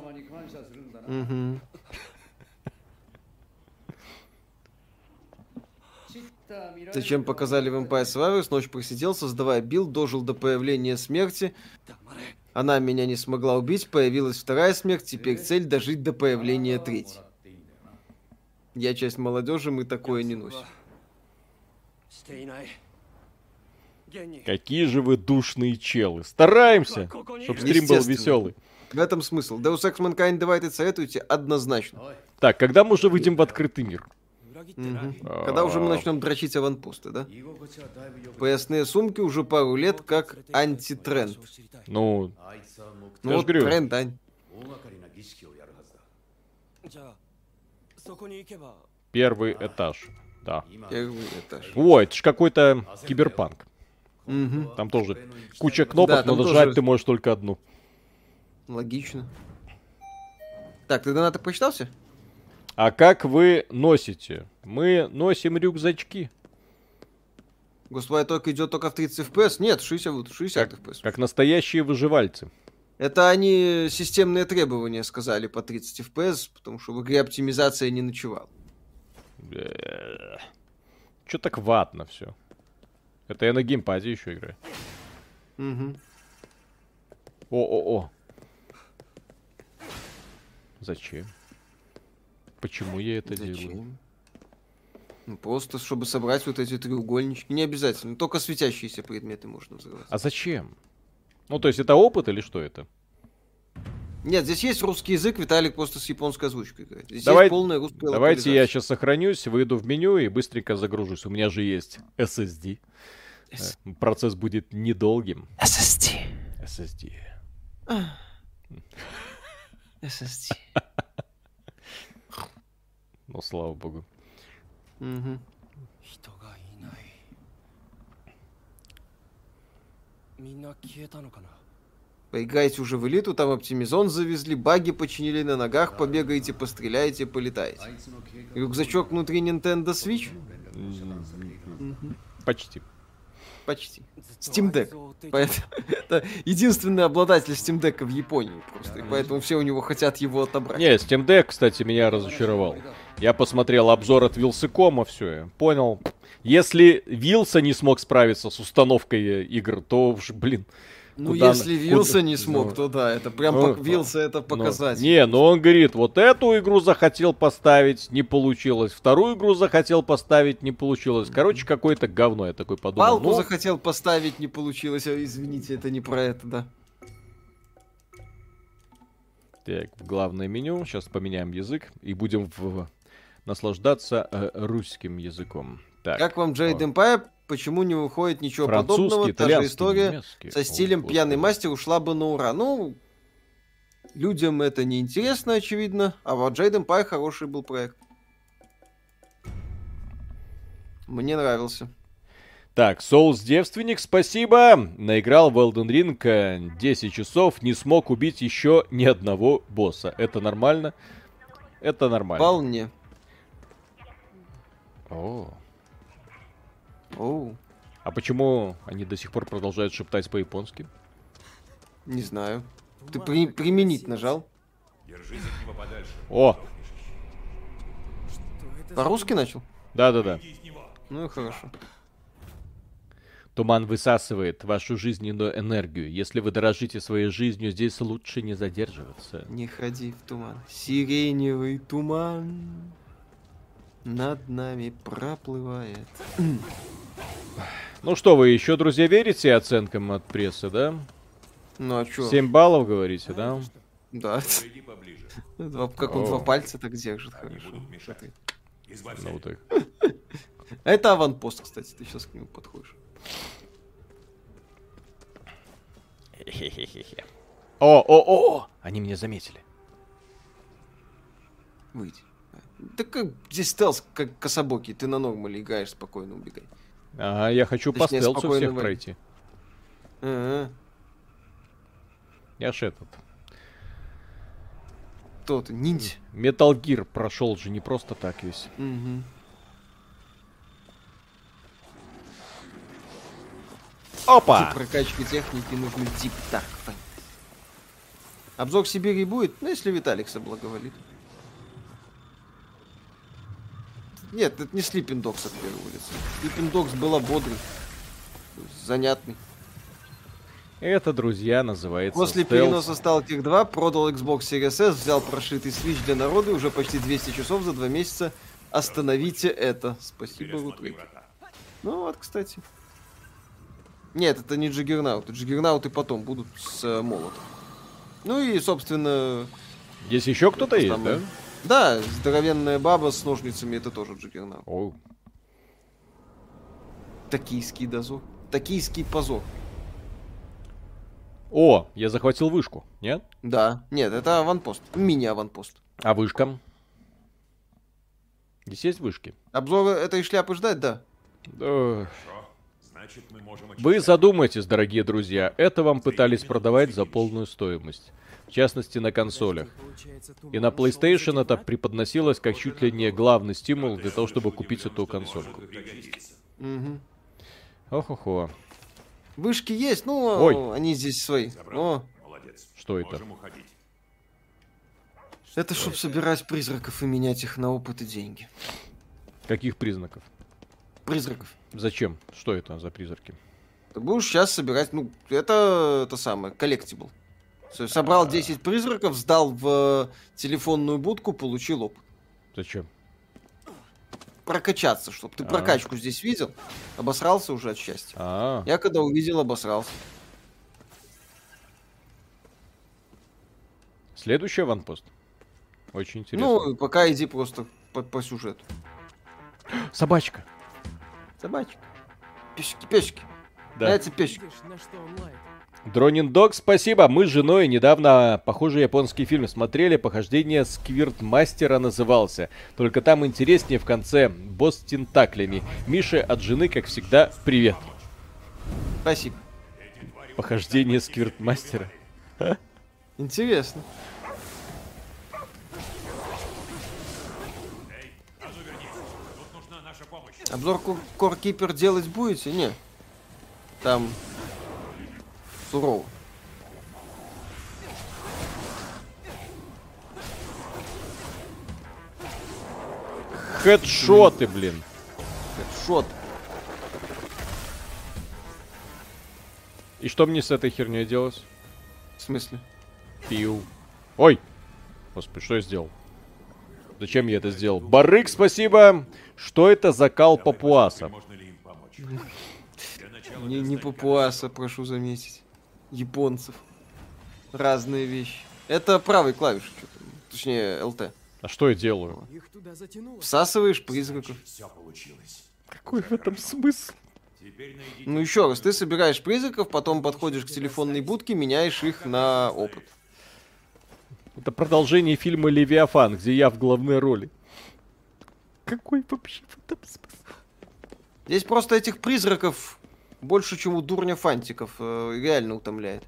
Зачем показали Vampire Warriors? Ночь просидел, создавая билд, дожил до появления смерти. Она меня не смогла убить, появилась вторая смерть, теперь цель дожить до появления третьей. Я часть молодежи, мы такое не носим. Какие же вы душные челы. Стараемся, чтобы стрим был веселый. В этом смысл. Deus Ex Mankind Divided советуйте однозначно. Так, когда мы уже выйдем в открытый мир? Когда уже мы начнем дрочить аванпосты, да? Поясные сумки уже пару лет как антитренд. Ну, Ну я ж вот говорю. тренд, Ань. Первый этаж. Да. Первый этаж. Ой, это ж какой-то киберпанк. Мгм. Там тоже куча кнопок, Да, там но тоже- нажать ты можешь только одну. Логично. Так, ты донаты посчитался? А как вы носите? Мы носим рюкзачки. Господи, только идет только в 30 FPS? Нет, 60 FPS. Как настоящие выживальцы. Это они системные требования сказали по 30 FPS, потому что в игре оптимизация не ночевала. Че так ватно все? Это я на геймпаде еще играю. Угу. О-о-о. Зачем? Почему я это делаю? Зачем? Ну, просто, чтобы собрать вот эти треугольнички. Не обязательно. Только светящиеся предметы можно взрывать. А зачем? Ну, то есть это опыт или что это? Нет, здесь есть русский язык, Виталик просто с японской озвучкой играет. Здесь Давай- есть полная русская Давайте я локализация. сейчас сохранюсь, выйду в меню и быстренько загружусь. У меня же есть SSD. Процесс будет недолгим. SSD. SSD. SSD. Ну, слава богу. Мгм. Поиграйте уже в элиту, там оптимизон завезли, баги починили на ногах, побегаете, постреляете, полетаете. Рюкзачок внутри Nintendo Switch? Почти. Почти. Steam Deck. Поэтому это единственный обладатель Steam Deck в Японии просто. И поэтому все у него хотят его отобрать. Не, Steam Deck, кстати, меня разочаровал. Я посмотрел обзор от Вилсакома, все, понял. Если Вилса не смог справиться с установкой игр, то уж, блин. Ну, куда если куда- Вилса не смог, ну, то да, это прям ну, Вилса это показатель. Не, но он говорит, вот эту игру захотел поставить, не получилось. Вторую игру захотел поставить, не получилось. Короче, какое-то говно, я такой подумал. Палку ну, захотел поставить, не получилось. А, извините, это не про это, да. Так, в главное меню. Сейчас поменяем язык и будем наслаждаться русским языком. Так, Как вам Jade Empire? Почему не выходит ничего французский, подобного? Та же итальянский, история немецкий. со О, стилем господи. пьяный мастер ушла бы на ура. Ну, людям это не интересно, очевидно. А вот Jade Empire хороший был проект. Мне нравился. Так, Souls девственник, спасибо. Наиграл в Elden Ring 10 часов, не смог убить еще ни одного босса. Это нормально? Это нормально. Вполне. О. Оу, А почему они до сих пор продолжают шептать по-японски? не знаю. Ты применить нажал? О, По-русски начал? да-да-да. Ну и хорошо. Туман высасывает вашу жизненную энергию. Если вы дорожите своей жизнью, здесь лучше не задерживаться. Не ходи в туман. Сиреневый туман над нами проплывает. Ну что, вы еще, друзья, верите оценкам от прессы, да? Ну а чё? 7 баллов, говорите, да? Да. Как он О. два пальца так держит, хорошо. Смотри. Ну, вот так. А это аванпост, кстати, ты сейчас к нему подходишь. О! Они меня заметили. Выйди. Да как здесь стелс, как кособокий, ты на нормале играешь, спокойно убегай. Ага, я хочу по Точнее, стелсу спокойно всех выйди. пройти. Ага. Я ж этот. Кто ты? Ниндзя? Metal Gear прошел же не просто так весь. Угу. Опа! Для прокачки техники нужны Deep Dark Fantasy. Обзор Сибири будет, ну если Виталик соблаговолит. Нет, это не Sleeping Dogs от первого лица. Sleeping Dogs была бодрый, занятный. Это, друзья, называется После стелс. переноса Stalker 2 продал Xbox Series S, взял прошитый Switch для народа и уже почти 200 часов за 2 месяца. Остановите это. Спасибо, Рутрик. Ну вот, кстати. Нет, это не Джиггернауты. Джиггернауты потом будут с молотом. Ну и, собственно... Здесь еще кто-то есть, да? основной. Да, здоровенная баба с ножницами, это тоже Джиггернаут. О, Токийский дозор. Токийский позор. О, я захватил вышку, нет? Да. Нет, это аванпост. Мини-аванпост. А вышка? Здесь есть вышки? Обзор этой шляпы ждать, да. Значит, мы можем Вы задумайтесь, дорогие друзья, это вам пытались продавать за полную стоимость. В частности, на консолях. И на PlayStation это преподносилось как чуть ли не главный стимул для того, чтобы купить эту консольку. Угу. Ох-охо. Вышки есть, ну, Ой. они здесь свои. О, Молодец. Что это? Можем уходить. это чтоб собирать призраков и менять их на опыт и деньги. Каких признаков? Призраков. Зачем? Что это за призраки? Ты будешь сейчас собирать, ну, это самое, коллектибл. Собрал 10 призраков, сдал в телефонную будку, получил опыт. Зачем? Прокачаться, чтобы ты прокачку здесь видел, обосрался уже от счастья. А, Я когда увидел, обосрался. следующий аванпост. Очень интересно. Ну, пока иди просто по сюжету. Собачка. Собачка. Песики, песики. Да. Нравится песики. Видишь, на что он лает? Дронин Дог, спасибо. Мы с женой недавно похожий японский фильм смотрели. «Похождение Сквиртмастера» назывался. Только там интереснее в конце. Босс с тентаклями. Мише от жены, как всегда, привет. Спасибо. «Похождение Сквиртмастера». Интересно. Тут нужна наша помощь. Обзор Core Keeper делать будете? Не. Там сурово. Хедшоты, блин. Шот. И что мне с этой херней делать? В смысле? Пиу. Ой! Господи, что я сделал? Зачем я это сделал? Барык, спасибо! Что это за кал папуаса? Можно ли им помочь? Для начала Не папуаса, прошу заметить. Японцев. Разные вещи. Это правый клавиш, что-то. Точнее, ЛТ. А что я делаю? Их туда затянуло. Всасываешь призраков. все получилось. Какой в этом смысл? Теперь найдите. Ну еще раз, ты собираешь призраков, потом подходишь к телефонной будке, меняешь их на опыт. Это продолжение фильма «Левиафан», где я в главной роли. Какой вообще в этом смысл? Здесь просто этих призраков больше, чем у дурня фантиков. Реально утомляет.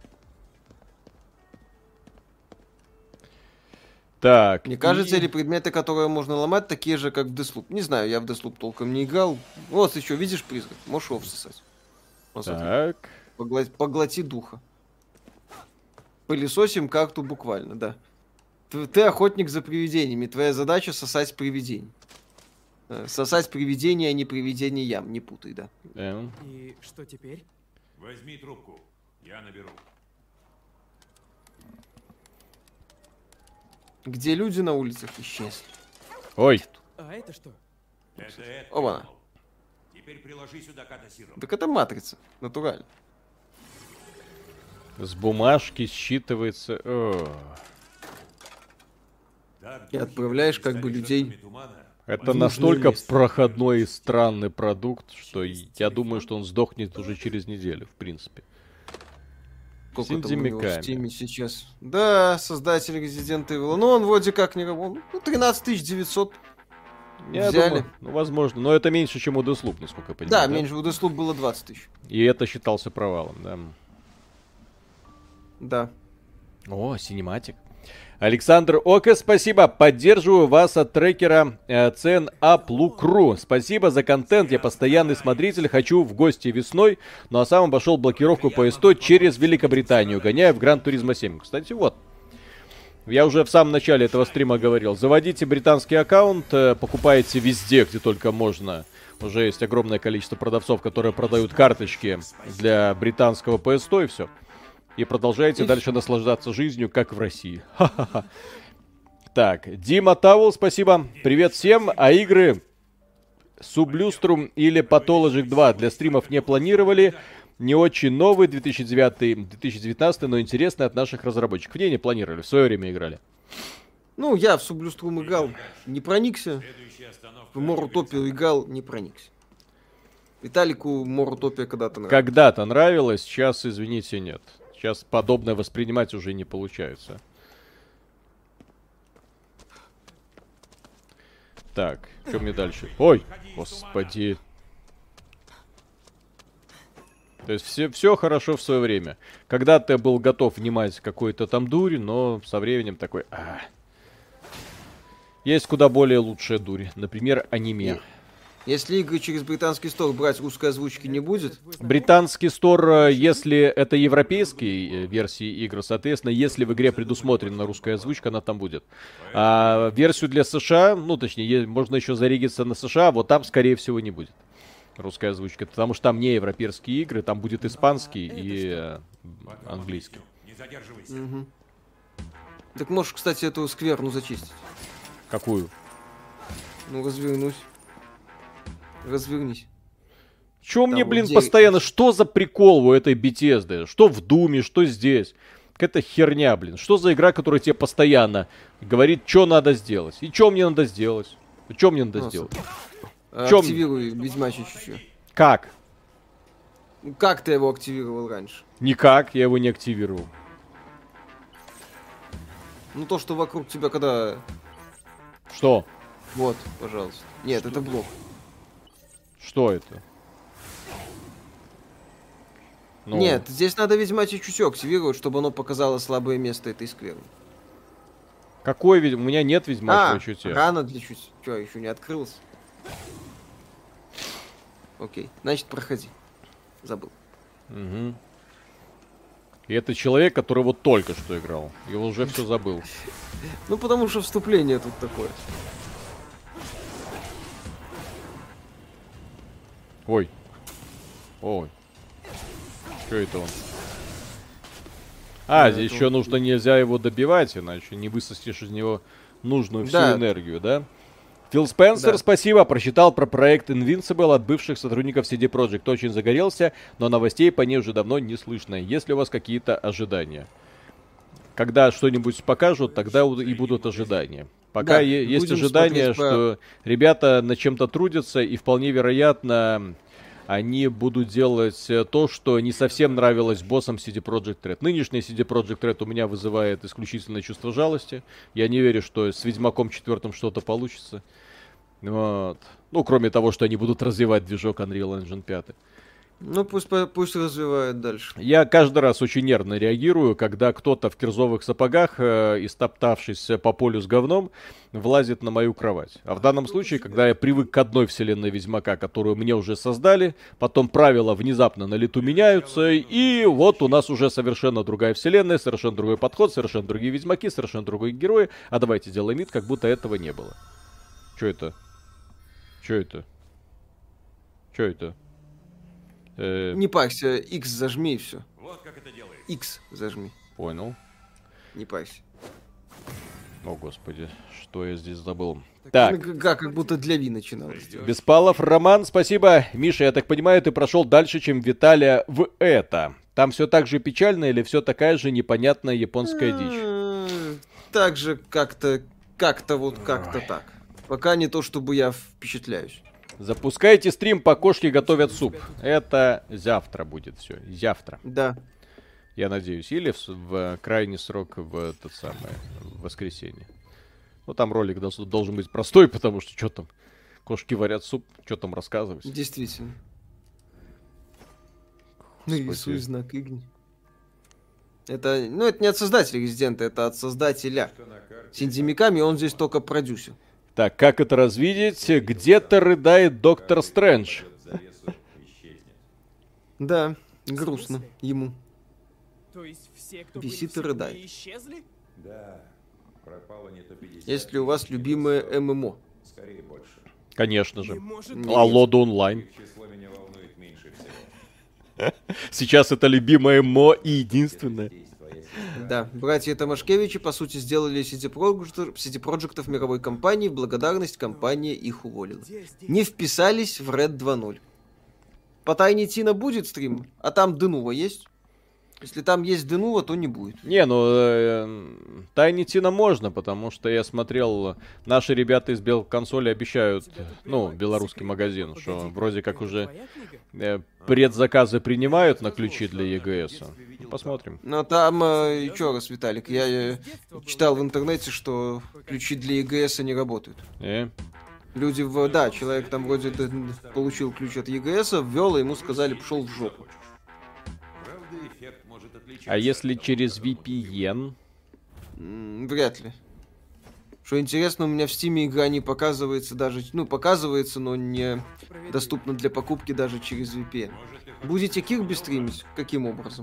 Так. Не кажется ли предметы, которые можно ломать, такие же, как в Deathloop? Не знаю, я в Deathloop толком не играл. Вот еще, видишь призрак? Можешь его всосать. Вот смотри. Так. Поглоти духа. Пылесосим карту буквально, да. Ты охотник за привидениями. Твоя задача сосать привидений. Сосать привидения, а не привидениям. Не путай, да. И что теперь? Возьми трубку. Я наберу. Где люди на улицах исчезли. Ой. А это что? Это Эд Оба. придумал. Теперь приложи сюда катасиру. Так это матрица. Натурально. С бумажки считывается... Так, И духи, отправляешь как бы стали людей. жертвами тумана. Это нужное настолько место. проходной и странный продукт, что я думаю, что он сдохнет уже через неделю, в принципе. Сколько там у Синдзи него в Миками. Steam сейчас? Да, создатель Resident Evil. Но он вроде как не работал. Ну, 13 900 Я взяли. думаю, ну, возможно. Но это меньше, чем у Deathloop, насколько я понимаю. Да, меньше у Deathloop было 20 тысяч. И это считался провалом, да. Да. О, синематик. Александр Оке, спасибо. Поддерживаю вас от трекера цен Аплукру. Спасибо за контент. Я постоянный смотритель. Хочу в гости весной. Ну а сам обошел блокировку PS100 через Великобританию, гоняя в Гран Туризмо 7. Кстати, вот. Я уже в самом начале этого стрима говорил. Заводите британский аккаунт, покупаете везде, где только можно. Уже есть огромное количество продавцов, которые продают карточки для британского PS100 и все. И продолжаете дальше наслаждаться жизнью, как в России. Ха-ха-ха. Так, Дима Тавул, спасибо. Привет всем. А игры Sublustrum или Pathologic 2 для стримов не планировали. Не очень новый, 2009-2019, но интересный от наших разработчиков. Не планировали, в свое время играли. Ну, я в Сублюструм играл, не проникся. Следующая остановка. В Морутопию играл, не проникся. Виталику Морутопия когда-то нравилась. Когда-то нравилось, сейчас, извините, нет. Сейчас подобное воспринимать уже не получается. Так, что мне дальше? Ой, господи. То есть все хорошо в свое время. Когда-то я был готов внимать какой-то там дури, но со временем такой... Есть куда более лучшая дурь. Например, аниме. Если игры через британский стор брать, русской озвучки не будет. Британский стор, если это европейские версии игр, соответственно, если в игре предусмотрена русская озвучка, она там будет. А версию для США, ну точнее, можно еще зарегиться на США, вот там, скорее всего, не будет русская озвучка, потому что там не европейские игры, там будет испанский и английский. Не задерживайся. Мгм. Так можешь, кстати, эту скверну зачистить. Какую? Ну, развернусь. Развернись. Чё мне, вот блин, девять. постоянно, что за прикол у этой Bethesda? Что в Думе, что здесь? Какая-то херня, блин. Что за игра, которая тебе постоянно говорит, что надо сделать? И что мне надо сделать? Что мне надо Ну, сделать? Чём? Активируй ведьмачье чутье. Как? Ну, как ты его активировал раньше? Никак, я его не активировал. Ну, то, что вокруг тебя, когда... Что? Вот, пожалуйста. Нет, это блок. Что это? Ну, Нет, здесь надо ведьмачье чутье активировать, чтобы оно показало слабое место этой скверны. Какой ведь? У меня нет ведьмачьего чутья. рано для чутья. Чё, еще не открылся? Окей, значит, проходи. Забыл. Мгм. И это человек, который вот только что играл. И уже все забыл. Ну, потому что вступление тут такое. Ой. Ой. Что это он? Да, Здесь это еще он. нужно, нельзя его добивать, иначе не высосешь из него нужную всю Да. энергию, да? Фил Спенсер, Да. спасибо, прочитал про проект Invincible от бывших сотрудников CD Projekt. Очень загорелся, но новостей по ней уже давно не слышно. Есть ли у вас какие-то ожидания? Когда что-нибудь покажут, тогда и будут ожидания. Пока Да, есть будем ожидание, смотреть по- что ребята над чем-то трудятся, и вполне вероятно, они будут делать то, что не совсем нравилось боссам CD Projekt Red. Нынешний CD Projekt Red у меня вызывает исключительное чувство жалости. Я не верю, что с Ведьмаком 4 что-то получится. Вот. Ну, кроме того, что они будут развивать движок Unreal Engine 5. Ну, пусть развивает дальше. Я каждый раз очень нервно реагирую, когда кто-то в кирзовых сапогах, истоптавшись по полю с говном, влазит на мою кровать. А в данном случае, когда я привык к одной вселенной Ведьмака, которую мне уже создали, потом правила внезапно на лету меняются, и вот у нас уже совершенно другая вселенная, совершенно другой подход, совершенно другие Ведьмаки, совершенно другие герои, а давайте сделаем вид, как будто этого не было. Чё это? Чё это? Чё это? Не парься, X зажми и все. Вот как это делается. X зажми, Понял. не парься. О, господи, что я здесь забыл. Так, Ну, как будто для Ви начиналось. Беспалов Роман, спасибо. Миша, я так понимаю, ты прошел дальше, чем Виталия в это. Там все так же печально или все такая же непонятная японская дичь? Так же как-то так. Пока не то, чтобы я впечатляюсь. Запускайте стрим, по кошке готовят суп. Это завтра будет все. Завтра. Да. Я надеюсь. Или в крайний срок в тот самый в воскресенье. Ну, там ролик должен быть простой, потому что там? Кошки варят суп, что там рассказывать? Действительно. Ну, рисуй знак Игни. Это не от создателя Резидента, это от создателя. Синдзи Миками, он здесь только продюсер. Так, как это развидеть? Где-то рыдает доктор Стрэндж. Да, грустно ему. То есть все, кто Висит были и в рыдает. Сеуле, исчезли? Да, пропало не то 50. Есть ли у вас любимое ММО? Скорее больше. Конечно же. Не может Нет. быть. Лода онлайн. Их число меня волнует меньше всего. Сейчас это любимое мо и единственное. Здесь твоя сестра. Да, братья Томашкевичи, по сути, сделали CD Projekt в мировой компании, в благодарность компания их уволила. Не вписались в Red 2.0. По Тайни Тина будет стрим, а там Денува есть? Если там есть Денува, то не будет. Не, ну Тайни Тина можно, потому что я смотрел, наши ребята из Белконсоли обещают, ну, белорусский магазин, что вроде как уже предзаказы принимают на ключи для ЕГС. Посмотрим. Но там, еще раз, Виталик, я читал в интернете, что ключи для ЕГС не работают. Люди, да, человек там вроде получил ключ от ЕГС, ввел, и ему сказали, пошел в жопу. Правда, эффект может отличаться. А если через VPN? Вряд ли. Что интересно, у меня в Steam игра не показывается даже, ну, показывается, но не доступна для покупки даже через VPN. Будете Кирби стримить? Каким образом?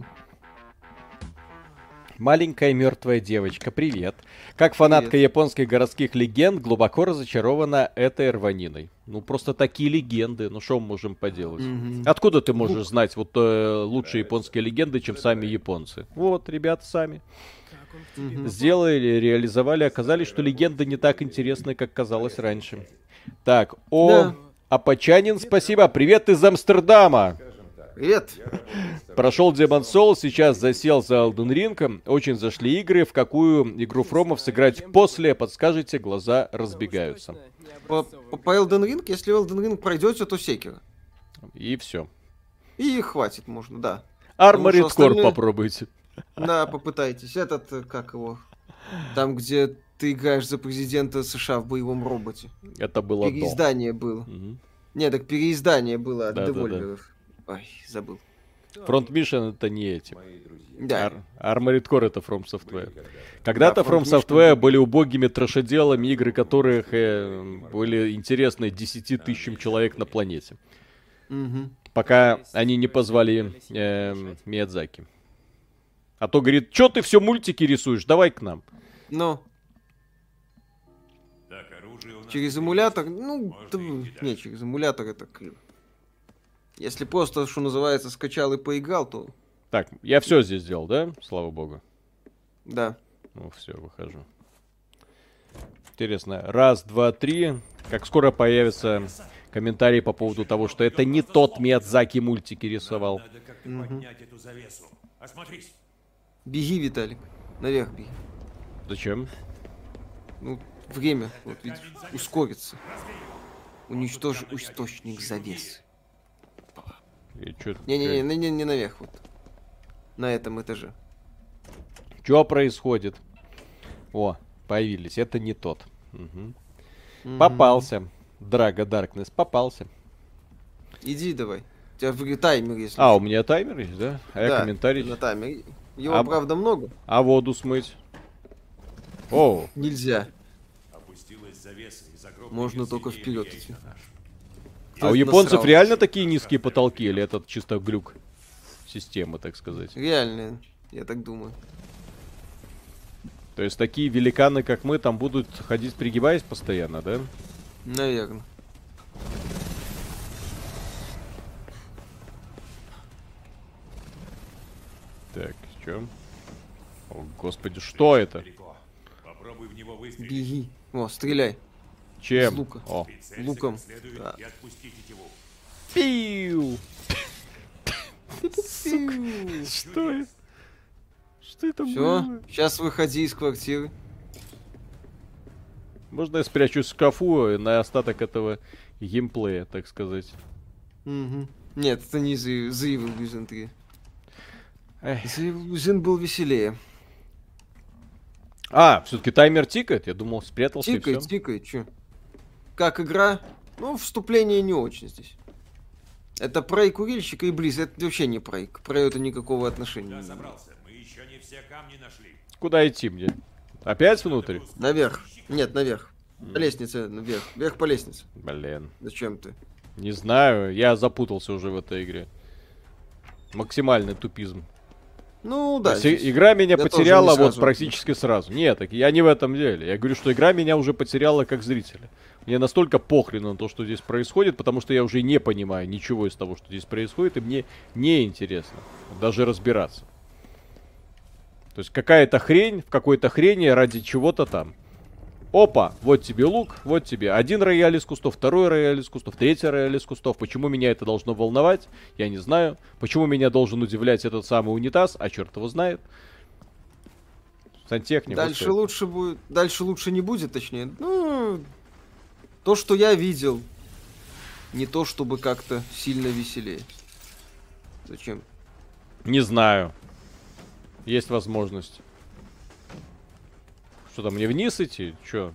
Маленькая мертвая девочка, привет. Как фанатка японских городских легенд, глубоко разочарована этой рваниной. Ну, просто такие легенды, ну что мы можем поделать? Откуда ты можешь знать вот лучшие японские легенды, чем сами японцы? Вот, ребята сами. Сделали, реализовали, оказались, что легенды не так интересны, как казалось раньше. Так, Апачанин, спасибо. Привет из Амстердама. Привет. Прошел Demon Souls, сейчас засел за Elden Ring. Очень зашли игры. В какую игру Фромов сыграть после? Подскажите, глаза разбегаются. По Elden Ring, если Elden Ring пройдете, то Sekiro. И все. И хватит, можно, да. Armored Core попробуйте. Да, попытайтесь. Этот, как его? Там, где ты играешь за президента США в боевом роботе. Это было переиздание было. Не, так переиздание было от Devolver'ов. Ой, забыл. Front Mission это не эти. Да. Armored Core это From Software. Когда-то From Software были убогими трэшеделами, игры которых были интересны 10 тысячам человек на планете. Пока они не позвали Миядзаки. А то говорит, что ты все мультики рисуешь, давай к нам. Ну. Через эмулятор, ну, не, через эмулятор это криво. Если просто, что называется, скачал и поиграл, то... Так, я все здесь сделал, да? Слава богу. Да. Ну, все, выхожу. Интересно. Раз, два, три. Как скоро появятся комментарии по поводу того, что это не тот Миядзаки мультики рисовал. Беги, Виталик. Наверх беги. Зачем? Ну, время, вот видишь, ускорится. Уничтожь источник завесы. Не наверх, вот. На этом этаже. Что происходит? О, появились. Это не тот. Попался. Драго Даркнесс попался. Иди давай. У тебя таймер есть. У меня таймер есть, да? А я да, комментарий. На таймере. Его, правда, много. А воду смыть? О. Нельзя. Можно только вперед идти. А у японцев реально такие низкие потолки, или это чисто глюк системы, так сказать? Реально, я так думаю. То есть такие великаны, как мы, там будут ходить, пригибаясь постоянно, да? Наверное. Так, что? О, господи, что это? Попробуй в него выстрелить. Беги. О, стреляй. Чем? С лука. О. Луком. Да. Пиу! Что это? Что это было? Все, сейчас выходи из квартиры. Можно я спрячусь в шкафу на остаток этого геймплея, так сказать? Нет, это не The Evil Within 3. The Evil Within был веселее. Все-таки таймер тикает? Я думал, спрятался тикает, и все. Тикает, чё? Как игра? Ну, вступление не очень здесь. Это про курильщика и Близ. Это вообще не про Про это никакого отношения. Мы еще не все камни нашли. Куда идти мне? Опять внутрь? Наверх. Нет, наверх. По лестнице наверх. Вверх по лестнице. Блин. Зачем ты? Не знаю, я запутался уже в этой игре. Максимальный тупизм. Ну да. Игра меня потеряла вот практически сразу. Нет, так я не в этом деле. Я говорю, что игра меня уже потеряла как зрителя. Мне настолько похрен на то, что здесь происходит, потому что я уже не понимаю ничего из того, что здесь происходит, и мне не интересно даже разбираться. То есть какая-то хрень в какой-то хрени ради чего-то там. Опа, вот тебе лук, вот тебе один рояль из кустов, второй рояль из кустов, третий рояль из кустов. Почему меня это должно волновать? Я не знаю. Почему меня должен удивлять этот самый унитаз? А черт его знает. Сантехник. Дальше лучше будет. Дальше лучше не будет, точнее. Ну, то, что я видел. Не то, чтобы как-то сильно веселее. Зачем? Не знаю. Есть возможность. Что там, мне вниз идти? Чё?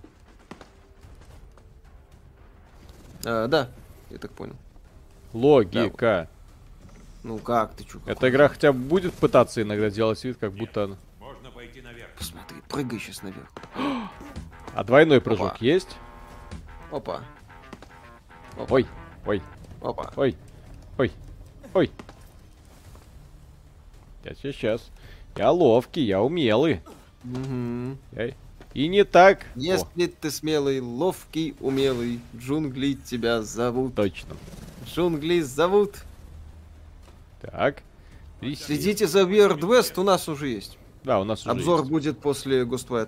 Да, я так понял. Логика. Ну как ты, чё? Эта игра хотя бы будет пытаться иногда делать вид, как будто она... Можно пойти наверх. Посмотри, прыгай сейчас наверх. А двойной прыжок Опа. есть? Опа. Ой, ой, Опа. ой, ой, ой. Я сейчас. Я ловкий, я умелый. Угу. И не так. О, Если ты смелый, ловкий, умелый, джунгли тебя зовут. точно. Джунгли зовут. Так. Присесть. Следите за Weird West, у нас уже есть. Да, у нас уже Обзор есть. будет после Ghostwire.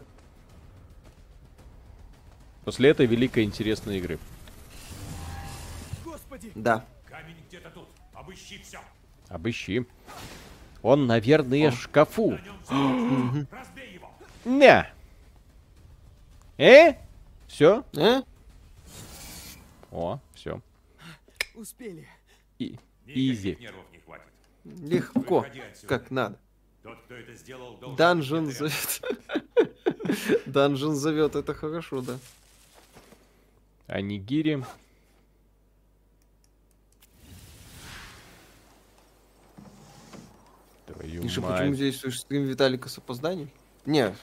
После этой великой интересной игры. Господи! Да. Камень где-то тут. Обыщи все. Обыщи. Он, наверное, в шкафу. Разбей его. Не. Все? О, все. Успели. Изи. Никаких нервов не хватит. Легко. Выходи отсюда. Как надо. Тот, кто это сделал, должен... Данжен быть рядом. зовет. Данжен зовет, это хорошо, да. Анигири. Твою Миша, мать. почему действуешь стрим Виталика с опозданием? Не.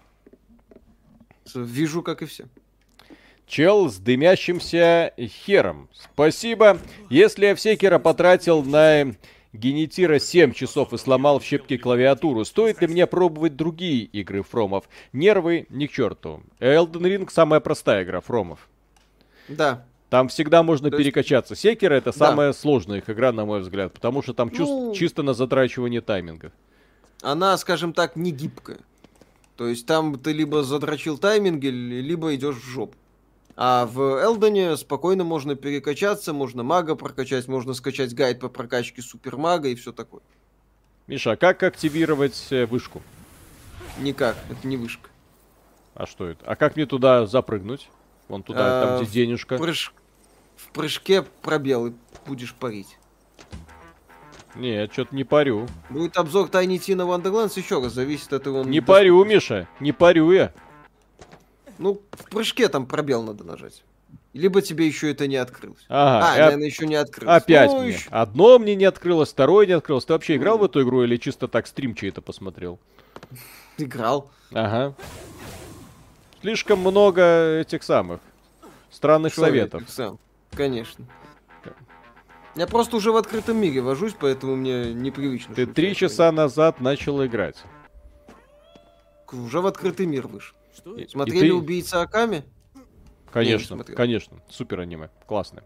Вижу, как и все. Чел с дымящимся хером. Спасибо. Если я в секера потратил на генетира 7 часов и сломал в щепки клавиатуру, стоит ли мне пробовать другие игры фромов? Нервы ни к черту. Elden Ring самая простая игра фромов. Да. Там всегда можно То есть- перекачаться. Секера это Да. самая сложная их игра, на мой взгляд, потому что там Ну- чисто на затрачивание тайминга. Она, скажем так, не гибкая. То есть там ты либо задрочил тайминги, либо идешь в жопу. А в Элдоне спокойно можно перекачаться, можно мага прокачать, можно скачать гайд по прокачке супермага и все такое. Миша, а как активировать вышку? Никак, это не вышка. А что это? А как мне туда запрыгнуть? Вон туда, там где денежка. В прыжке пробел и будешь парить. Нет, что-то не парю. Будет обзор Tiny Tina Wonderlands еще раз, зависит от его... Не парю, Миша, не парю я. Ну, в прыжке там пробел надо нажать. Либо тебе еще это не открылось. Ага, наверное, еще не открылось. опять Ну, мне. ещё- Одно мне не открылось, второе не открылось. Ты вообще играл в эту игру или чисто так стрим чей-то посмотрел? Играл. Ага. Слишком много этих самых странных Что я советов. как сам? Конечно. Я просто уже в открытом мире вожусь, поэтому мне непривычно. Ты что 3 у тебя часа назад начал играть. уже в открытый мир вышел. Что? И Смотрели ты- «Убийца Аками»? Конечно, смотрел. конечно. Супер аниме. Классное.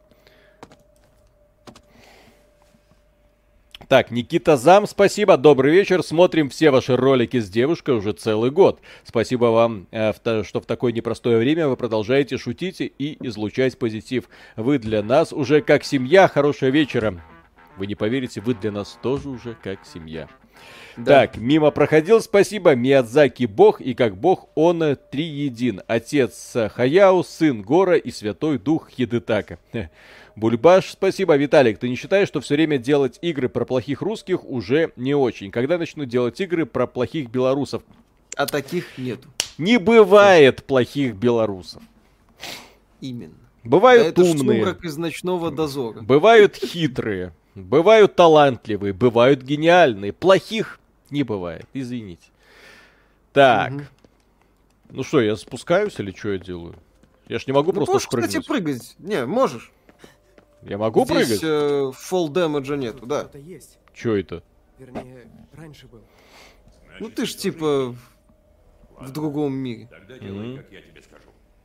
Так, Никита Зам, спасибо, добрый вечер. Смотрим все ваши ролики с девушкой уже целый год. Спасибо вам, что в такое непростое время вы продолжаете шутить и излучать позитив. Вы для нас уже как семья. Хорошего вечера. Вы не поверите, вы для нас тоже уже как семья. Да. Так, мимо проходил, спасибо. Миядзаки бог, и как бог он триедин. Отец Хаяо, сын Гора и святой дух Хидетака. Бульбаш, спасибо. Виталик, ты не считаешь, что все время делать игры про плохих русских уже не очень? Когда начнут делать игры про плохих белорусов? А таких нету. Не бывает плохих белорусов. Именно. Бывают это умные, Шнурок из «Ночного дозора». бывают хитрые, бывают талантливые, бывают гениальные. Плохих не бывает, извините. Так. Мгм. Ну что, я спускаюсь или что я делаю? Я ж не могу Ну, просто можешь, спрыгнуть. кстати, прыгать. Не, можешь. Я могу Здесь прыгать? fall damage нету, Тут да. кто-то есть. Чё это? Вернее, раньше был. Ну ты ж типа в другом мире. Тогда делай, как я тебе скажу.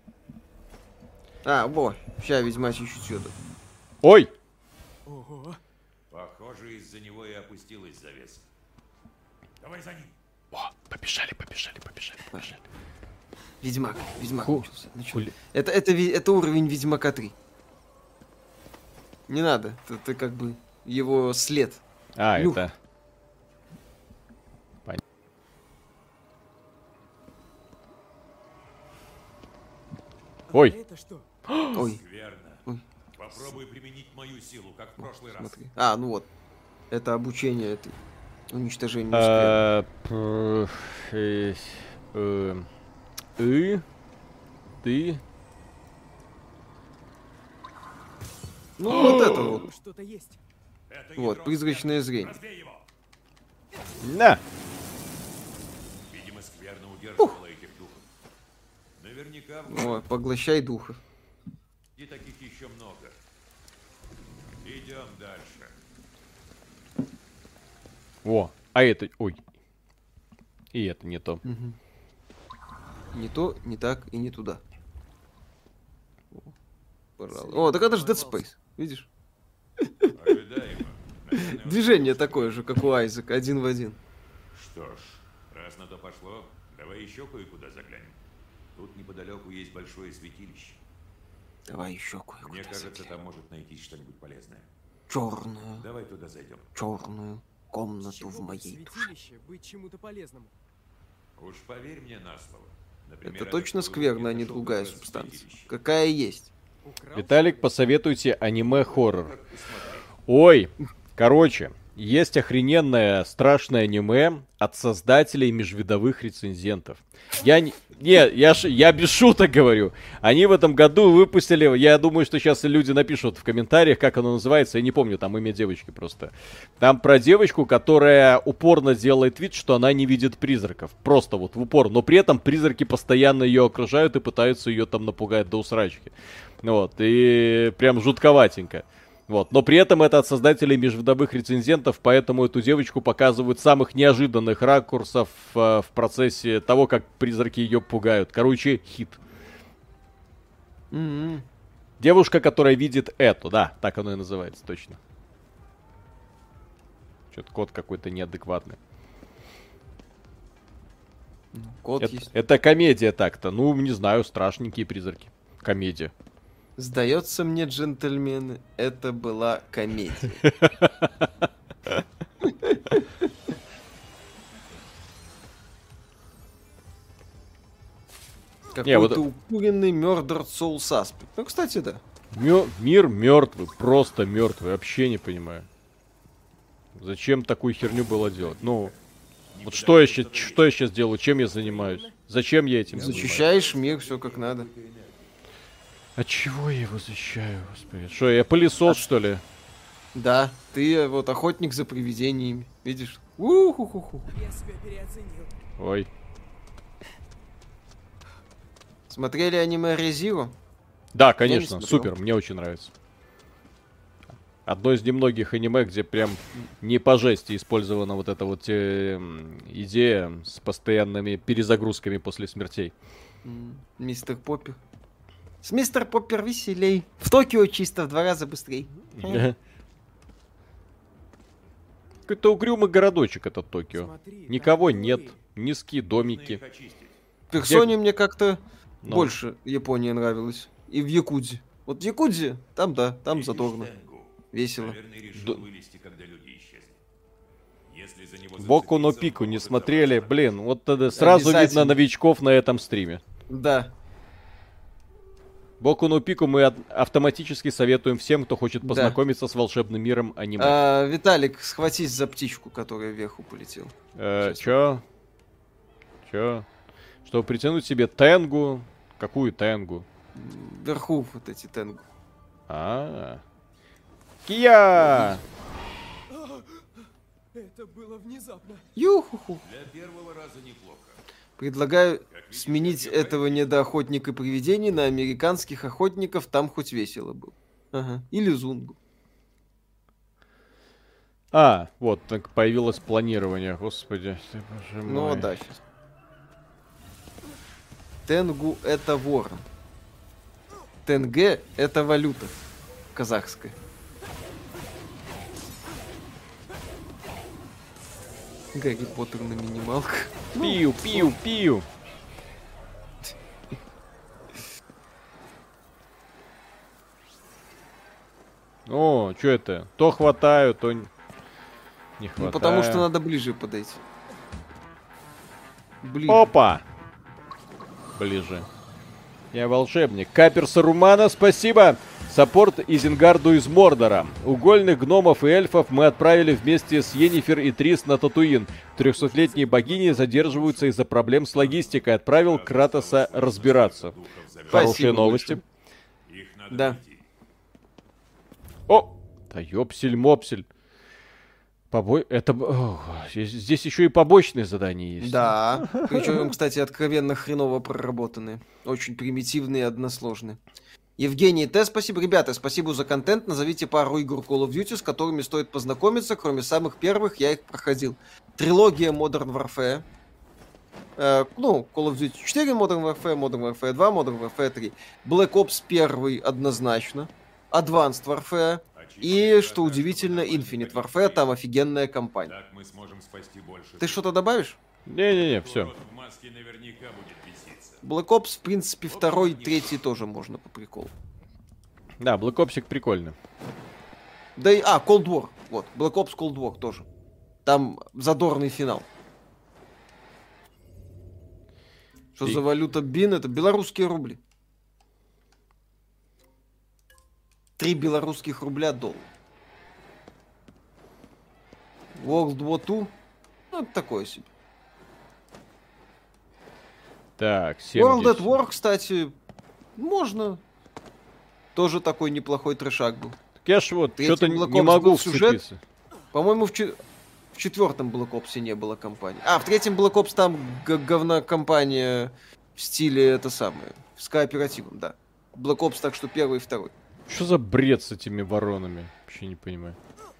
Во, ща ведьма чуть-чуть сюда. Ой! Ого. Похоже, из-за него и опустилась завеса. Давай за ним. О, побежали, побежали, побежали, побежали. Ведьмак Ху- начался. Ну чё? хули- Это уровень Ведьмака 3. Не надо, это как бы его след. А, Нюх. это... А Ой. это что? Ой, Скверно. Ой. Попробуй применить мою силу, как в прошлый раз. смотри. А, ну вот. Это обучение этой уничтожению скверны. Ты... Ну, вот это вот. Что-то есть. Это Вот, ядро призрачное скверны. зрение. Разбей его. На! Видимо, скверно удерживала этих духов. Наверняка в О, поглощай духов. городе таких еще много. Идем дальше. О, а это... Ой. И это не то. Не то, не так и не туда. О, пожалуй. О, так это же Dead Space. Видишь? Ожидаемо. Наверное, Движение такое же, как у Айзека, один в один. Что ж, раз на то пошло, давай еще кое-куда заглянем. Тут неподалеку есть большое святилище. Давай еще Мне кое-куда кажется, там может найтись что-нибудь полезное. Черную, Давай туда зайдем. черную С комнату чего в бы моей душе. святилище быть чему-то полезному? Уж поверь мне на слово. Например, Это точно этот скверно, а я не нашел другая такое субстанция. святилище. Какая есть. Украл, Виталик, что ли? посоветуйте аниме-хоррор. Как посмотреть. Ой, короче, есть охрененное страшное аниме от создателей межвидовых рецензентов. Я без шуток говорю. Они в этом году выпустили, я думаю, что сейчас люди напишут в комментариях, как оно называется, я не помню, там имя девочки просто. Там про девочку, которая упорно делает вид, что она не видит призраков. Просто вот в упор. Но при этом призраки постоянно ее окружают и пытаются ее там напугать до усрачки. Вот, и прям жутковатенько. Вот. Но при этом это от создателей межвидовых рецензентов, поэтому эту девочку показывают с самых неожиданных ракурсов в процессе того, как призраки ее пугают. Короче, хит. М-м. Девушка, которая видит эту, да, так оно и называется, точно. Что-то код какой-то неадекватный. Кот Это, есть. это комедия так-то. Ну, не знаю, страшненькие призраки. Комедия. Сдается мне, джентльмены, это была комедия. Какой-то укуренный Murdered Soul Suspect. Ну, кстати, да. Мир мертвый, просто мертвый. Вообще не понимаю. Зачем такую херню было делать? Ну, вот что я сейчас делаю? Чем я занимаюсь? Зачем я этим занимаюсь? Защищаешь мир, все как надо. А чего я его защищаю, господи? Что, я пылесос, что ли? Да, ты вот охотник за привидениями. Видишь? У-ху-ху-ху. Я себя переоценил. Ой. Смотрели аниме Re:Zero? Да, не конечно, смотрел. супер, мне очень нравится. Одно из немногих аниме, где прям не по жести использована вот эта вот идея с постоянными перезагрузками после смертей. Мистер Поппер. С Мистер Поппер веселей. В Токио чисто в 2 раза быстрей. Какой-то угрюмый городочек этот Токио. Смотри, Никого там нет, бури. низкие Нужно домики. их очистить. В Персоне мне как-то Ну. больше Япония нравилась. И в Якудзе. Вот в Якудзе, там да, там Видишь задорно. Тенгу? Весело. Наверное, решил Да. вылезти, когда люди исчезли. Если за него Боку но зацепиться, пику он не может смотрели. забраться. Блин, вот тогда сразу видно Обязательно. новичков на этом стриме. Да. Боку но пику мы автоматически советуем всем, кто хочет Да. познакомиться с волшебным миром аниме. Виталик, схватись за птичку, которая вверху полетела. сейчас. Чё? Чтобы притянуть себе тенгу. Какую тенгу? Вверху вот эти тенгу. Кия! Это было внезапно. Юхуху. Для первого раза неплохо. Предлагаю сменить этого недоохотника привидений на американских охотников, там хоть весело было. Ага. Или Зунгу. Вот, так появилось планирование, господи. Ты, боже Ну мой. да, сейчас. Тенгу это ворон. Тенге это валюта казахская. Гарри Поттер на минималках. Пиу. О, что это? То хватаю, то не хватаю. Ну, потому что надо ближе подойти. Ближе. Опа! Ближе. Я волшебник. Капер Сарумана, спасибо! Саппорт Изенгарду из Мордора. Угольных гномов и эльфов мы отправили вместе с Йеннифер и Трис на Татуин. 300-летние богини задерживаются из-за проблем с логистикой. Отправил Кратоса разбираться. Хорошие новости. Их надо Да. найти. О! Да ёпсель-мопсель. Это... Ох, здесь еще и побочные задания есть. Да. Причем, кстати, откровенно хреново проработанные. Очень примитивные и односложные. Евгений Т. Спасибо. Ребята, спасибо за контент. Назовите пару игр Call of Duty, с которыми стоит познакомиться. Кроме самых первых, я их проходил. Трилогия Modern Warfare. Call of Duty 4, Modern Warfare 2, Modern Warfare 3. Black Ops 1 однозначно. Advanced Warfare. И, что удивительно, Infinite Warfare. Там офигенная кампания. Так мы сможем спасти больше. Ты что-то добавишь? Не-не-не, все. Урод в маске наверняка будет беситься. Black Ops, в принципе, 2 и 3 тоже можно по приколу. Да, Black Opsик прикольно. Да и... Cold War. Вот, Black Ops Cold War тоже. Там задорный финал. Что И- за валюта БИН? Это белорусские рубли. 3 белорусских рубля доллар. World War II? Ну, это такое себе. Так, World 70. at War, кстати, можно. Тоже такой неплохой трешак был. Так я ж вот Третий что-то Black не Ops могу был сюжет. вцепиться. По-моему, в четвертом Black Ops не было кампании. В третьем Black Ops там говна компания в стиле это самое. С кооперативом, да. Black Ops, так что первый и второй. Что за бред с этими воронами? Вообще не понимаю.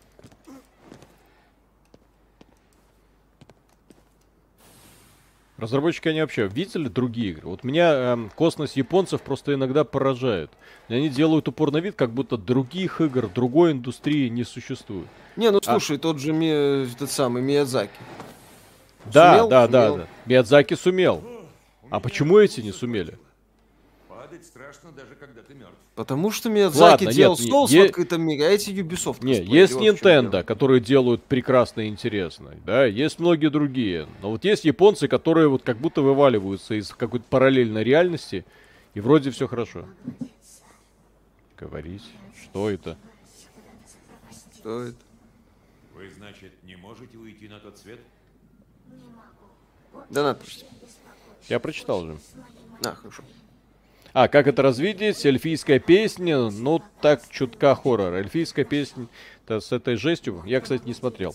Разработчики, они вообще видели другие игры? Вот меня космос японцев просто иногда поражает. И они делают упор на вид, как будто других игр, другой индустрии не существует. Не, ну слушай, тот же этот самый Миядзаки. Да, Сумел? да, Сумел. да. Миядзаки сумел. А почему эти не сумели? Падать страшно, даже когда ты мертв. Потому что Миядзаки Ладно, делал нет, соус е- в открытом мире, а эти Ubisoft. Не, косплеили, есть вот в чем Nintendo, дело. которые делают прекрасно и интересно, да, есть многие другие. Но вот есть японцы, которые вот как будто вываливаются из какой-то параллельной реальности, и вроде все хорошо. Говорить, что это? Что это? Вы, значит, не можете уйти на тот свет? Да надо. Просто. Я прочитал же. Хорошо. Как это развидеть? Эльфийская песня, ну так чутка хоррор. Эльфийская песня с этой жестью, я, кстати, не смотрел.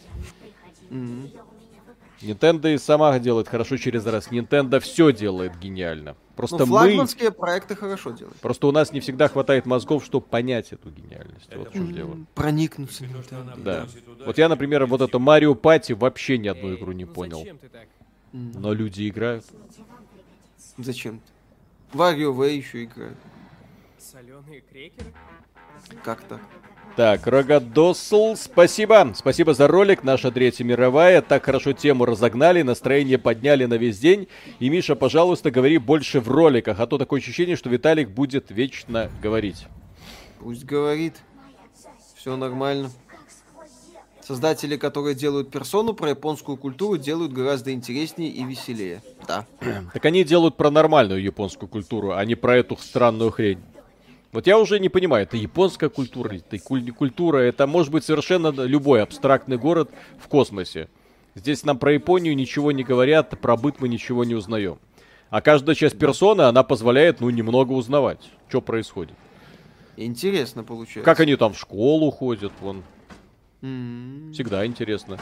Nintendo и сама делает хорошо через раз. Nintendo все делает гениально. Просто Ну, флагманские проекты хорошо делают. Просто у нас не всегда хватает мозгов, чтобы понять эту гениальность. Вот в чем дело. Проникнуться. Да. Вот я, например, вот эту Марио Пати вообще ни одну игру не Ну понял. зачем ты так? Но люди играют. Зачем? WarioWare еще играют. Соленые крекеры? Как так? Так, Рогадосл, спасибо. Спасибо за ролик. Наша Третья мировая. Так хорошо тему разогнали, настроение подняли на весь день. И, Миша, пожалуйста, говори больше в роликах. А то такое ощущение, что Виталик будет вечно говорить. Пусть говорит. Все нормально. Создатели, которые делают персону про японскую культуру, делают гораздо интереснее и веселее. Да. Так они делают про нормальную японскую культуру, а не про эту странную хрень. Вот я уже не понимаю, это японская культура, это не культура, это может быть совершенно любой абстрактный город в космосе. Здесь нам про Японию ничего не говорят, про быт мы ничего не узнаем. А каждая часть персоны, она позволяет, немного узнавать, что происходит. Интересно получается. Как они там в школу ходят, вон. М. Всегда интересно.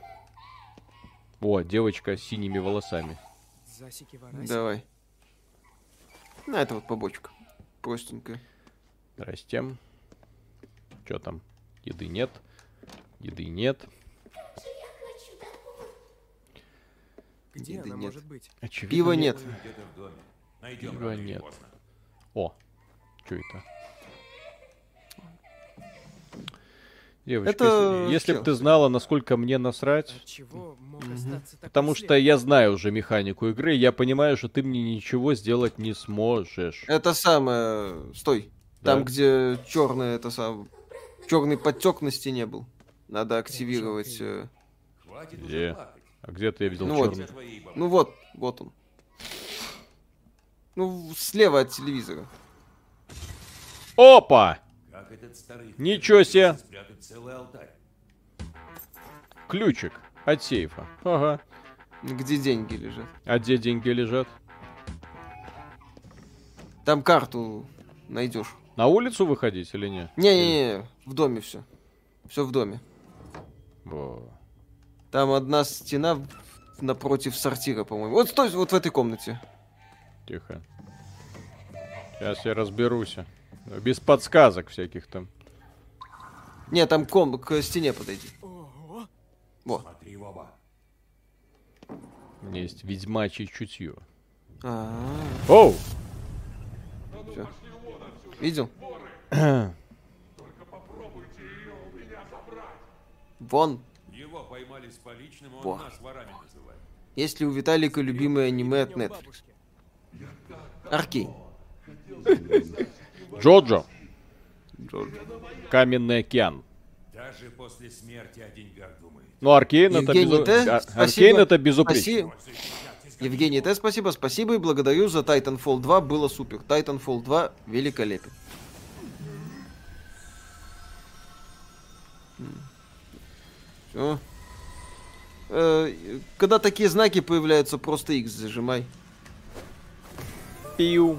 О, девочка с синими волосами. Засеки вараси. Давай. Это вот побочка. Простенькая. Здрасте. Что там? Еды нет. Еды нет. Где Еды она нет. может быть? Очевидно, Пива нет. Где-то в доме. Найдем Пива рано или нет. поздно. О, что это? Девочка, Это если бы чё? ты знала, насколько мне насрать, От чего мог остаться такой потому след? что я знаю уже механику игры, я понимаю, что ты мне ничего сделать не сможешь. Это самое... Стой. Да? Там, где черное это самое... Черный подтек на стене был. Надо активировать. Хватит Где? уже плакать. А где-то я видел Ну вот. черный. Твоей бабы. Ну вот он. Ну, слева от телевизора. Опа! Как этот старый Ничего себе. спрятать целый алтарь. Ключик от сейфа. Ага. Где деньги лежат. А где деньги лежат? Там карту найдешь. На улицу выходить или нет? Не-не-не, в доме все. Все в доме. Во. Там одна стена напротив сортира, по-моему. Вот стой, вот в этой комнате. Тихо. Сейчас я разберусь. Без подсказок всяких там. Не, там к стене подойди. Ого. Вот. Смотри в оба. У меня есть ведьмачье чутье. А-а-а. Оу! Всё. Видел? Вон. Его поймали с поличным, он Во. нас ворами называет. Есть ли у Виталика любимое аниме от Днём Netflix? бабушки. Аркейн. Джоджо. Каменный океан. Даже после смерти о деньгах думает. Ну, Аркейн это, Евгений Т, Аркейн спасибо. это безупречно. Евгений Т, спасибо и благодарю за Titanfall 2, было супер. Titanfall 2 великолепен. Всё. Когда такие знаки появляются, просто X зажимай. Пиу.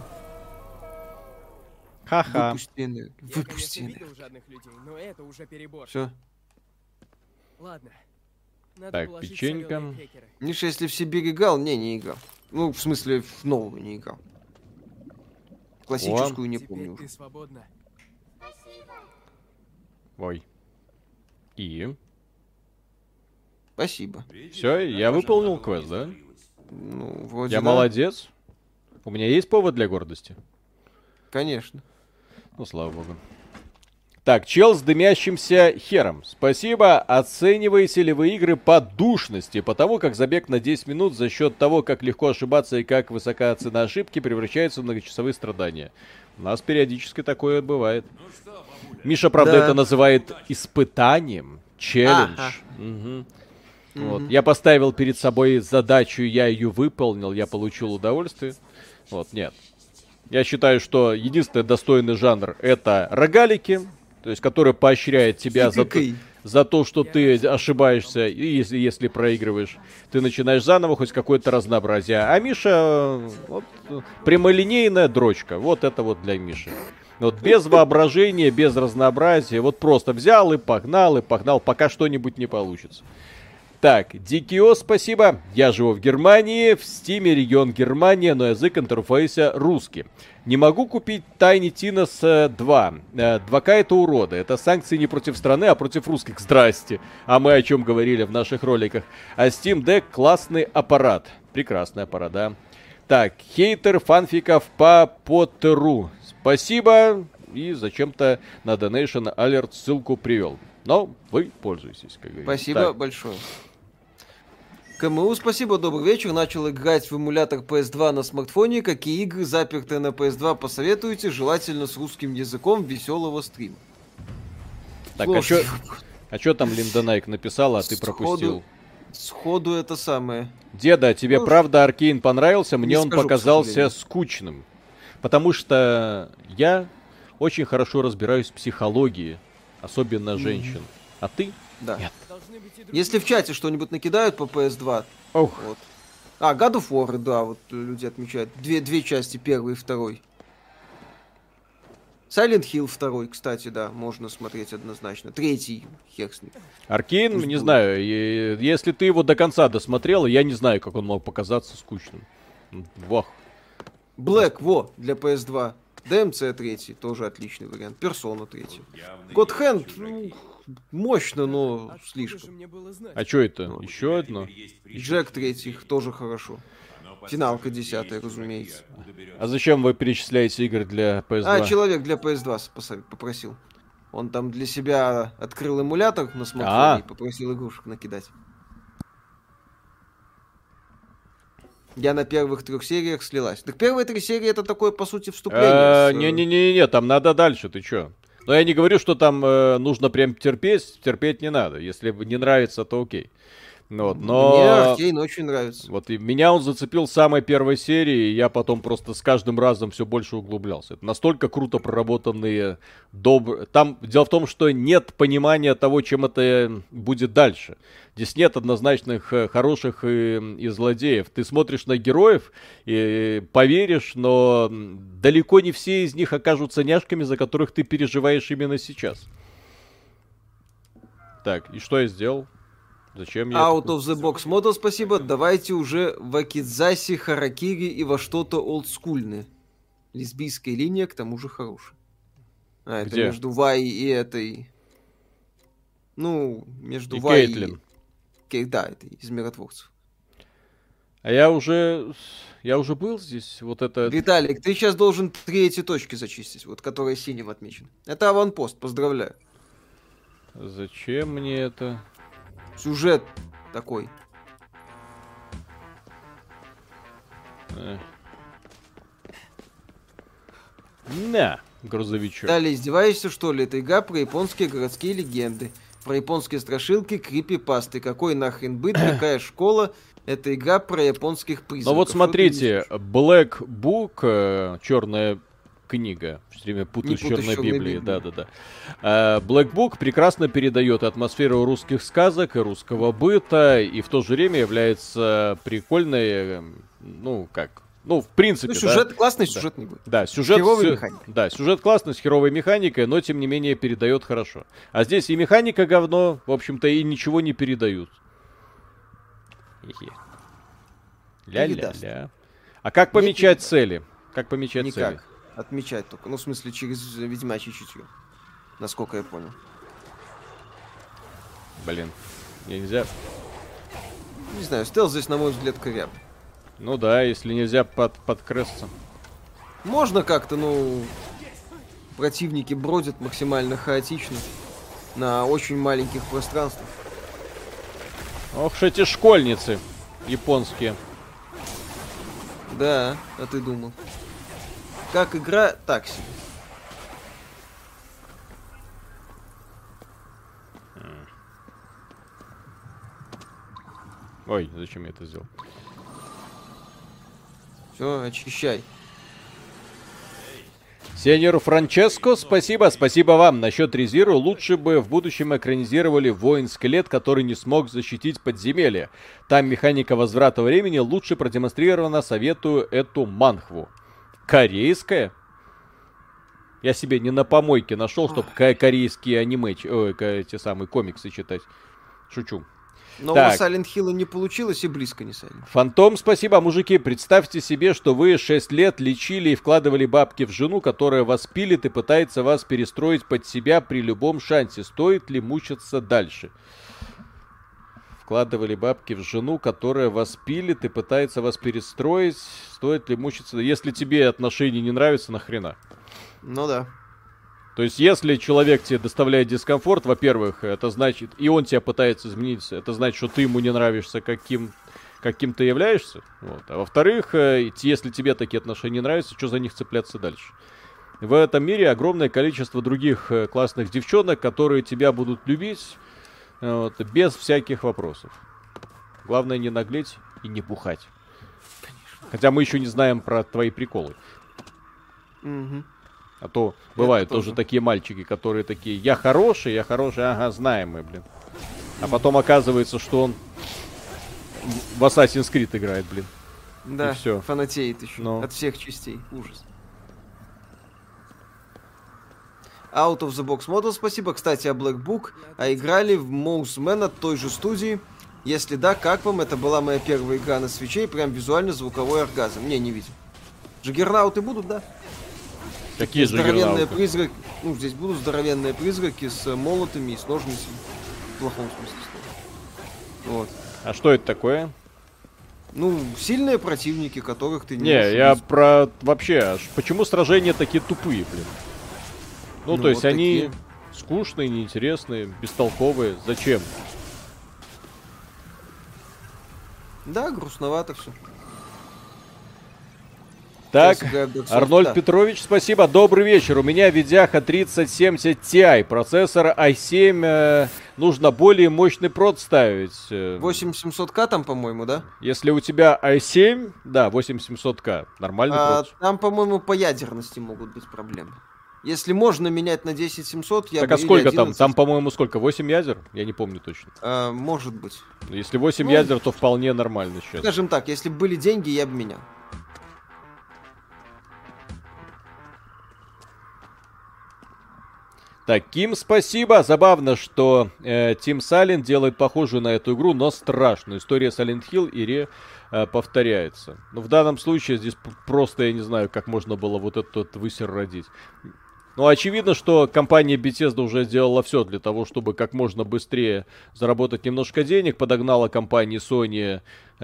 Ха-ха. Выпусти энергию. Я, Выпусти конечно, энергию. видел жадных людей, но это уже перебор. Все. Ладно. Надо Так, положить печенька. солёные крекеры. Миша, если в Сибирь играл, не играл. Ну, в смысле, в новую не играл. Классическую не Теперь помню ты уже. свободна. Ой. И? Спасибо. Все, я выполнил квест, да? Ну, вроде Я да. молодец. У меня есть повод для гордости? Конечно. Ну, слава богу. Так, чел с дымящимся хером. Спасибо. Оцениваете ли вы игры по душности? Потому как забег на 10 минут за счет того, как легко ошибаться и как высока цена ошибки, превращается в многочасовые страдания. У нас периодически такое бывает. Миша, правда, Да. это называет испытанием. Челлендж. Ага. Мгм. Вот. Я поставил перед собой задачу, я ее выполнил, я получил удовольствие. Вот, нет. Я считаю, что единственный достойный жанр это рогалики, то есть который поощряет тебя за то, что ты ошибаешься, и если проигрываешь, ты начинаешь заново, хоть какое-то разнообразие. А Миша, вот, прямолинейная дрочка, вот это вот для Миши. Вот без воображения, без разнообразия, вот просто взял и погнал, пока что-нибудь не получится. Так, Дикио, спасибо. Я живу в Германии, в Стиме регион Германия, но язык интерфейса русский. Не могу купить Tiny Tinas 2. 2К это уроды. Это санкции не против страны, а против русских. Здрасте. А мы о чем говорили в наших роликах. А Steam Deck классный аппарат. Прекрасный аппарат, да. Так, хейтер фанфиков по Поттеру. Спасибо. И зачем-то на Donation Alert ссылку привел. Но вы пользуетесь, как говорится. Спасибо Так. большое. КМУ, спасибо, добрый вечер. Начал играть в эмулятор PS2 на смартфоне. Какие игры, запертые на PS2, посоветуете? Желательно с русским языком, веселого стрима. Так, Слушай, а чё там Линда Найк написала, а ты пропустил? Сходу это самое. Деда, тебе Ну, правда Аркейн понравился? Мне он скажу, к показался сожалению. скучным. Потому что я очень хорошо разбираюсь в психологии, особенно женщин. А ты? Да. Нет. Должны быть и другие. Если в чате что-нибудь накидают по PS2, Ох, вот. А, God of War, да, вот люди отмечают. Две части, первый и второй. Silent Hill второй, кстати, да, можно смотреть однозначно. Третий, хер с ним. Аркейн, Пусть не будет. знаю, если ты его до конца досмотрел, я не знаю, как он мог показаться скучным. Вах. Black, во, для PS2. DMC третий, тоже отличный вариант. Persona третий. Явно God есть Hand, чужаки. мощно, но Откуда слишком. же мне было знать? А чё это? Ну, Еще одно? Теперь есть признаки Джек третий, тоже хорошо. Но Финалка послушайте, 10-я, есть чужаки, разумеется. откуда берется? А зачем вы перечисляете игры для PS2? А, человек для PS2 попросил. Он там для себя открыл эмулятор на смартфоне и попросил игрушек накидать. Я на первых 3 сериях слилась. Так первые 3 серии это такое, по сути, вступление. Не-не-не, там надо дальше, ты чё? Но я не говорю, что там нужно прям терпеть не надо. Если не нравится, то окей. Вот, но... Мне Аркейн очень нравится. Вот и меня он зацепил с самой первой серии, и я потом просто с каждым разом все больше углублялся. Это настолько круто проработанные Там дело в том, что нет понимания того, чем это будет дальше. Здесь нет однозначных хороших и злодеев. Ты смотришь на героев и поверишь, но далеко не все из них окажутся няшками, за которых ты переживаешь именно сейчас. Так, и что я сделал? Зачем я... Out of the box модел, спасибо. Давайте уже в Акидзаси, Харакири и во что-то олдскульное. Лесбийская линия, к тому же, хорошая. Это Где? между Вай и этой... Ну, между И Вай Кейтлин. Да, это из Миротворцев. А я уже был здесь, вот это... Виталик, ты сейчас должен 3 эти точки зачистить, вот которые синим отмечены. Это аванпост, поздравляю. Зачем мне это? Сюжет такой. На, грузовичок. Далее, издеваешься, что ли? Это игра про японские городские легенды. Про японские страшилки, крипипасты. Какой нахрен быт, какая школа? Это игра про японских призраков. Ну вот смотрите, Black Book, черная книга, все время путаю с черной Библией, да-да-да. Black Book прекрасно передает атмосферу русских сказок и русского быта, и в то же время является прикольной, в принципе, сюжет да, классный, сюжет не будет. Да, сюжет, херовой механикой. Да, сюжет классный, с херовой механикой, но тем не менее передает хорошо. А здесь и механика говно, в общем-то, и ничего не передают. Ля-ля-ля. А как помечать цели? Как помечать Никак. цели? Отмечать только. Ну, в смысле, через ведьмачье чутье. Насколько я понял. Блин, нельзя. Не знаю, стелс здесь, на мой взгляд, коряб. Ну да, если нельзя подкрасться. Можно как-то, противники бродят максимально хаотично на очень маленьких пространствах. Ох ж эти школьницы японские. Да, а ты думал. Как игра, так себе. Ой, зачем я это сделал? Все, очищай. Сеньор Франческо, спасибо вам. Насчет Резиру лучше бы в будущем экранизировали воин-скелет, который не смог защитить подземелье. Там механика возврата времени лучше продемонстрирована, советую эту манхву. Корейская? Я себе не на помойке нашел, чтобы корейские аниме, те самые комиксы читать. Шучу. Но Так. у Silent Hill не получилось и близко не Silent. Фантом, спасибо. Мужики, представьте себе, что вы 6 лет лечили и вкладывали бабки в жену, которая вас пилит и пытается вас перестроить под себя при любом шансе. Стоит ли мучиться дальше? Вкладывали бабки в жену, которая вас пилит и пытается вас перестроить. Стоит ли мучиться? Если тебе отношения не нравятся, нахрена? Ну да. То есть, если человек тебе доставляет дискомфорт, во-первых, это значит, и он тебя пытается изменить, это значит, что ты ему не нравишься, каким ты являешься. Вот. А во-вторых, если тебе такие отношения не нравятся, что за них цепляться дальше? В этом мире огромное количество других классных девчонок, которые тебя будут любить, вот, без всяких вопросов. Главное не наглеть и не бухать. Хотя мы еще не знаем про твои приколы. Угу. А то бывают тоже. тоже такие мальчики, которые такие, я хороший, ага, знаем мы, блин. А потом оказывается, что он в Assassin's Creed играет, блин. Да, И всё. фанатеет еще. Ну. От всех частей. Ужас. Out of the Box Model, спасибо. Кстати, о Black Book. А играли в Mouse Man от той же студии? Если да, как вам? Это была моя первая игра на свече, и прям визуально звуковой оргазм. Не видел. Джаггернауты будут, да? Какие же Здоровенные призраки. Ну, здесь будут здоровенные призраки с молотами и с ножницами. В плохом смысле слова. Вот. А что это такое? Ну, сильные противники, которых ты не Не, можешь я убить. про вообще, почему сражения такие тупые, блин? Ну, Ну, то есть вот они такие. скучные, неинтересные, бестолковые. Зачем? Да, грустновато все. Так, Если играть в Dark Souls, Арнольд да. Петрович, спасибо. Добрый вечер. У меня Видяха 3070 Ti. Процессор i7. Нужно более мощный прод ставить. 8700К там, по-моему, да? Если у тебя i7, да, 8700К. Нормальный прод. Там, по-моему, по ядерности могут быть проблемы. Если можно менять на 10700, я Так бы а или сколько там? 11. Там, по-моему, сколько? 8 ядер? Я не помню точно. Может быть. Если 8 Ну, ядер, то вполне нормально сейчас. Скажем так, если бы были деньги, я бы менял. Так, Ким, спасибо. Забавно, что Team Silent делает похожую на эту игру, но страшную. История Silent Hill и повторяется. Но в данном случае здесь просто, я не знаю, как можно было вот этот высер родить. Ну, очевидно, что компания Bethesda уже сделала все для того, чтобы как можно быстрее заработать немножко денег. Подогнала компании Sony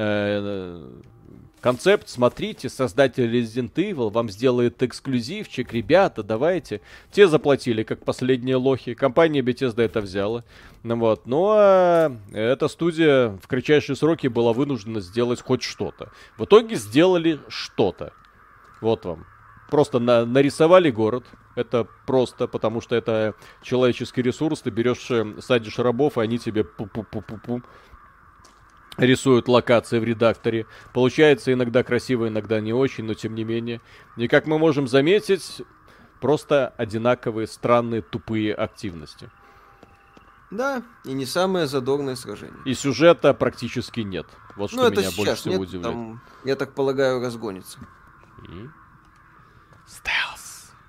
концепт. Смотрите, создатель Resident Evil вам сделает эксклюзивчик. Ребята, давайте. Те заплатили, как последние лохи. Компания Bethesda это взяла. Ну, вот. Но эта студия в кратчайшие сроки была вынуждена сделать хоть что-то. В итоге сделали что-то. Вот вам. Просто нарисовали город. Это просто, потому что это человеческий ресурс. Ты берешь, садишь рабов, и они тебе пу-пу-пу-пу-пу рисуют локации в редакторе. Получается иногда красиво, иногда не очень, но тем не менее. И как мы можем заметить, просто одинаковые, странные, тупые активности. Да, и не самое задорное сражение. И сюжета практически нет. Вот что Ну, это меня больше сейчас всего нет, удивляет. там, я так полагаю, разгонится. И... Стелс.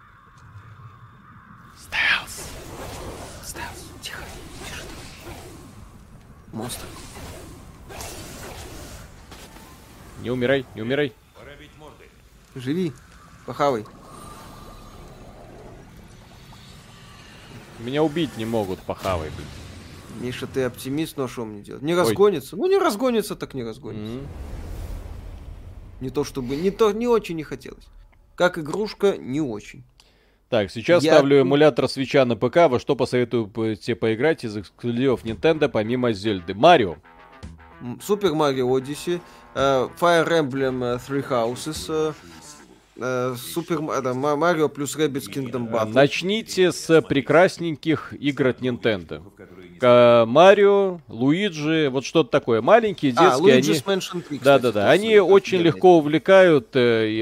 Стелс. Стелс, тихо, тише. Монстр. Не умирай, не умирай. Пора бить морды. Живи, похавай. Меня убить не могут, похавай, блин. Миша, ты оптимист, но что мне делать? Не разгонится? Ну, не разгонится, так не разгонится. М. Не то чтобы, не очень не хотелось. Как игрушка, не очень. Так, сейчас Я- ставлю эмулятор свеча на ПК. Во что посоветую тебе поиграть из эксклюзивов Nintendo помимо Зельды? Марио. Супер Марио Одиссе, Fire Emblem Three Houses, Марио плюс Rabbids Kingdom Battle. Начните с прекрасненьких игр от Nintendo. Марио, Луиджи, вот что-то такое. Маленькие, детские, Luigi's они... Mansion 3, Да-да-да, кстати, они тоже очень офигенная. легко увлекают,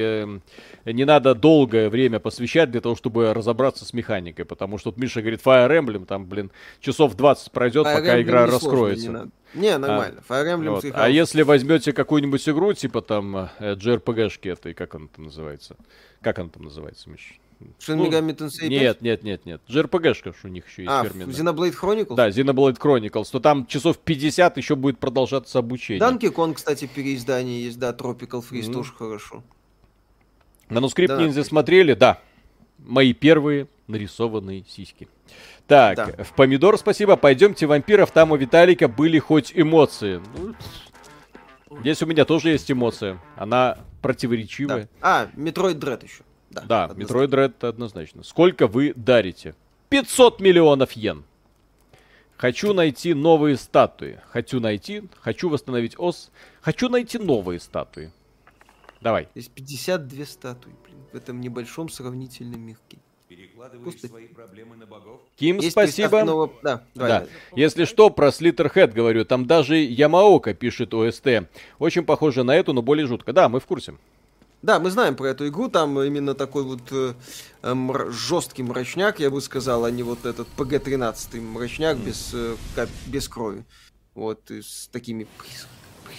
не надо долгое время посвящать для того, чтобы разобраться с механикой, потому что тут Миша говорит Fire Emblem, там, блин, часов 20 пройдет, Fire пока Emblem игра несложно, раскроется. не надо. Не, нормально. Fire Emblem Вот. Three А Houses. если возьмете какую-нибудь игру, типа там JRPG-шки этой, как она там называется? Как она там называется, Миш? Shin ну, Megami Tensei 5? Нет. JRPG-шка, что у них еще есть термин. Xenoblade Chronicles? Да, Xenoblade Chronicles, то там часов 50 еще будет продолжаться обучение. Donkey Kong, кстати, переиздание есть, да, Tropical Freeze тоже хорошо. Манускрипт Да. ниндзя смотрели? Да. Мои первые нарисованные сиськи. Так, Да. в помидор спасибо. Пойдемте вампиров. Там у Виталика были хоть эмоции. Ну, здесь у меня тоже есть эмоция. Она противоречивая. Да. Metroid Dread еще. Да, однозначно. Metroid Dread однозначно. Сколько вы дарите? 500 миллионов йен. Хочу найти новые статуи. Хочу восстановить ос. Хочу найти новые статуи. Давай. Есть 52 статуи, блин, в этом небольшом сравнительном мирке. Перекладываешь Господи. свои проблемы на богов? Ким, Есть спасибо. приставка нового- Да, Да. давай. Если что, про Slitterhead говорю, там даже Ямаока пишет ОСТ. Очень похоже на эту, но более жутко. Да, мы в курсе. Да, мы знаем про эту игру, там именно такой вот жесткий мрачняк, я бы сказал, а не вот этот PG-13 мрачняк без крови. Вот, и с такими призраками.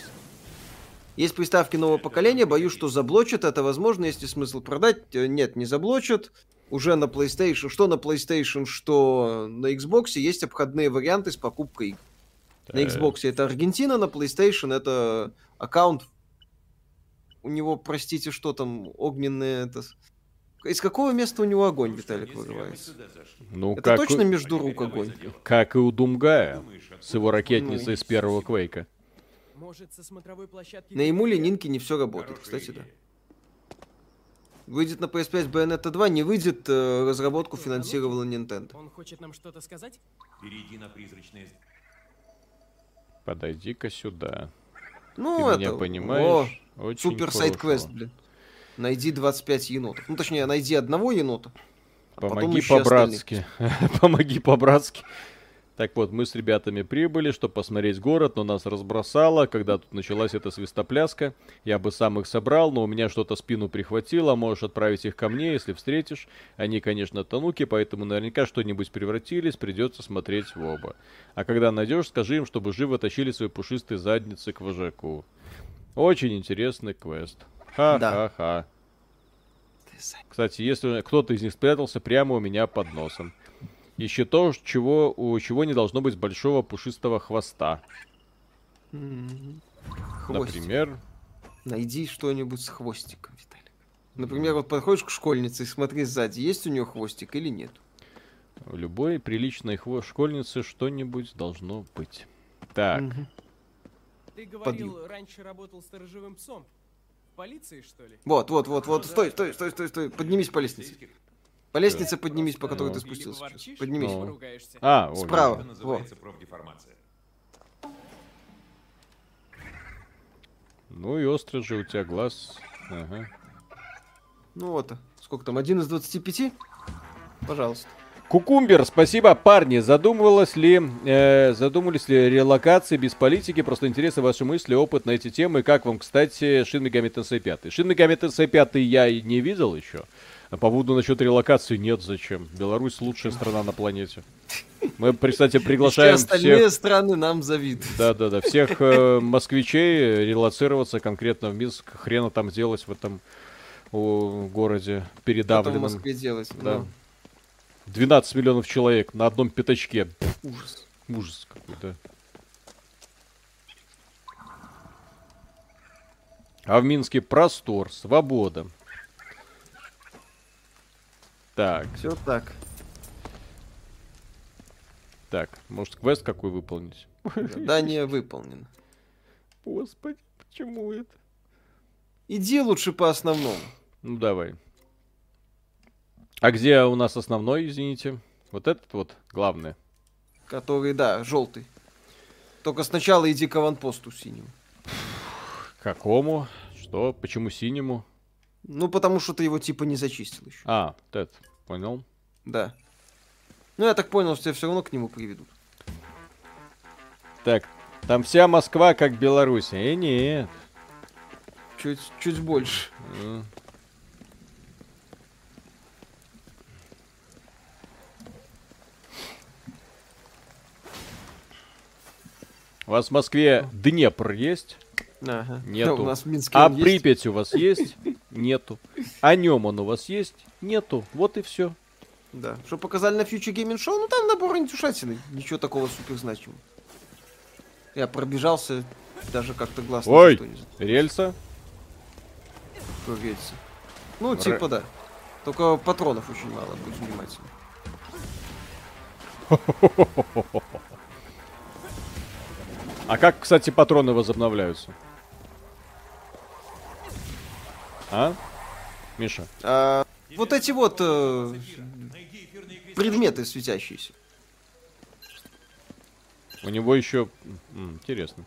Есть приставки нового поколения, боюсь, что заблочат, это возможно, есть ли смысл продать? Нет, не заблочат. Уже на PlayStation, что на PlayStation, что на Xbox есть обходные варианты с покупкой игр. На Xbox это Аргентина, на PlayStation это аккаунт. У него, простите, что там, огненные... Это... Из какого места у него огонь, Виталик, вырывается? Ну, Это точно между рук огонь? как и у Думгая с его ракетницей с первого Квейка. Может, со смотровой площадки... На эмуле Нинки не все работает, кстати, да. Выйдет на PS5 Bayonetta 2, не выйдет, разработку финансировала Nintendo. Он хочет нам что-то сказать? Перейди на призрачные... Подойди-ка сюда. Ну, Ты это... меня понимаешь? Очень Супер хорошего. сайт-квест, блин. Найди 25 енотов. Ну, точнее, найди одного енота, а потом Помоги ищи остальных. по-братски. Помоги по-братски. Так вот, мы с ребятами прибыли, чтобы посмотреть город, но нас разбросало, когда тут началась эта свистопляска. Я бы сам их собрал, но у меня что-то спину прихватило. Можешь отправить их ко мне, если встретишь. Они, конечно, тануки, поэтому наверняка что-нибудь превратились, придется смотреть в оба. А когда найдешь, скажи им, чтобы живо тащили свои пушистые задницы к вожаку. Очень интересный квест. Ха-ха-ха. Кстати, если кто-то из них спрятался прямо у меня под носом. Ищи то, у чего не должно быть большого пушистого хвоста. Хвостик. Например... Найди что-нибудь с хвостиком, Виталик. Например, вот подходишь к школьнице и смотри сзади, есть у нее хвостик или нет. У любой приличной школьницы что-нибудь должно быть. Так. Ты говорил, раньше работал сторожевым псом. В полиции, что ли? Вот. Стой. Поднимись по лестнице. По лестнице поднимись, по которой ты спустился. Сейчас. Поднимись. А, Справа. Это называется профдеформация. Ну и острый же у тебя глаз. Ага. Ну вот. Сколько там? 1 из 25? Пожалуйста. Кукумбер, спасибо, парни. Задумывались ли релокации без политики? Просто интересны ваши мысли, опыт на эти темы. Как вам, кстати, Shin Megami Tensei 5? Shin Megami Tensei 5 я и не видел еще. А по поводу насчет релокации нет, зачем? Беларусь лучшая страна на планете. Мы, кстати, приглашаем все остальные всех... страны нам завидуют. Да, всех москвичей релоцироваться конкретно в Минск. Хрена там делать в этом городе передавленном. Что там в Москве делать? Да. Ну. 12 миллионов человек на одном пятачке. Ужас. Ужас какой-то. А в Минске простор, свобода. Так. Все так. Так, может квест какой выполнить? Задание выполнено. Господи, почему это? Иди лучше по основному. Ну давай. А где у нас основной, извините? Вот этот вот, главное. Который, да, желтый. Только сначала иди к аванпосту синему. Какому? Что? Почему синему? Ну, потому что ты его типа не зачистил еще. А, вот этот, понял. Да. Ну, я так понял, что тебя все равно к нему приведут. Так, там вся Москва как Беларусь. Нет. Чуть больше. У вас в Москве Днепр есть? Ага. Нету. У нас в Минске А он есть. Припять у вас есть? Нету. А Неман у вас есть? Нету. Вот и все. Да. Что показали на Future Gaming Show, ну там набор индюшатины. Ничего такого супер значимого. Я пробежался, даже как-то глаз ни за Ой, что не знаю. рельса? Что рельсы. Ну, типа да. Только патронов очень мало, будь внимательным. А как, кстати, патроны возобновляются? А? Миша? Вот эти вот предметы светящиеся. У него еще... Интересно.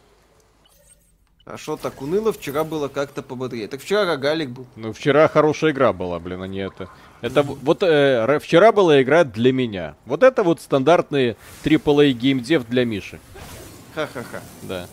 А что так уныло? Вчера было как-то пободрее. Так вчера рогалик был. Ну, вчера хорошая игра была, блин, а не это. Это вот вчера была игра для меня. Вот это вот стандартный AAA геймдев для Миши. Ха-ха-ха. Да.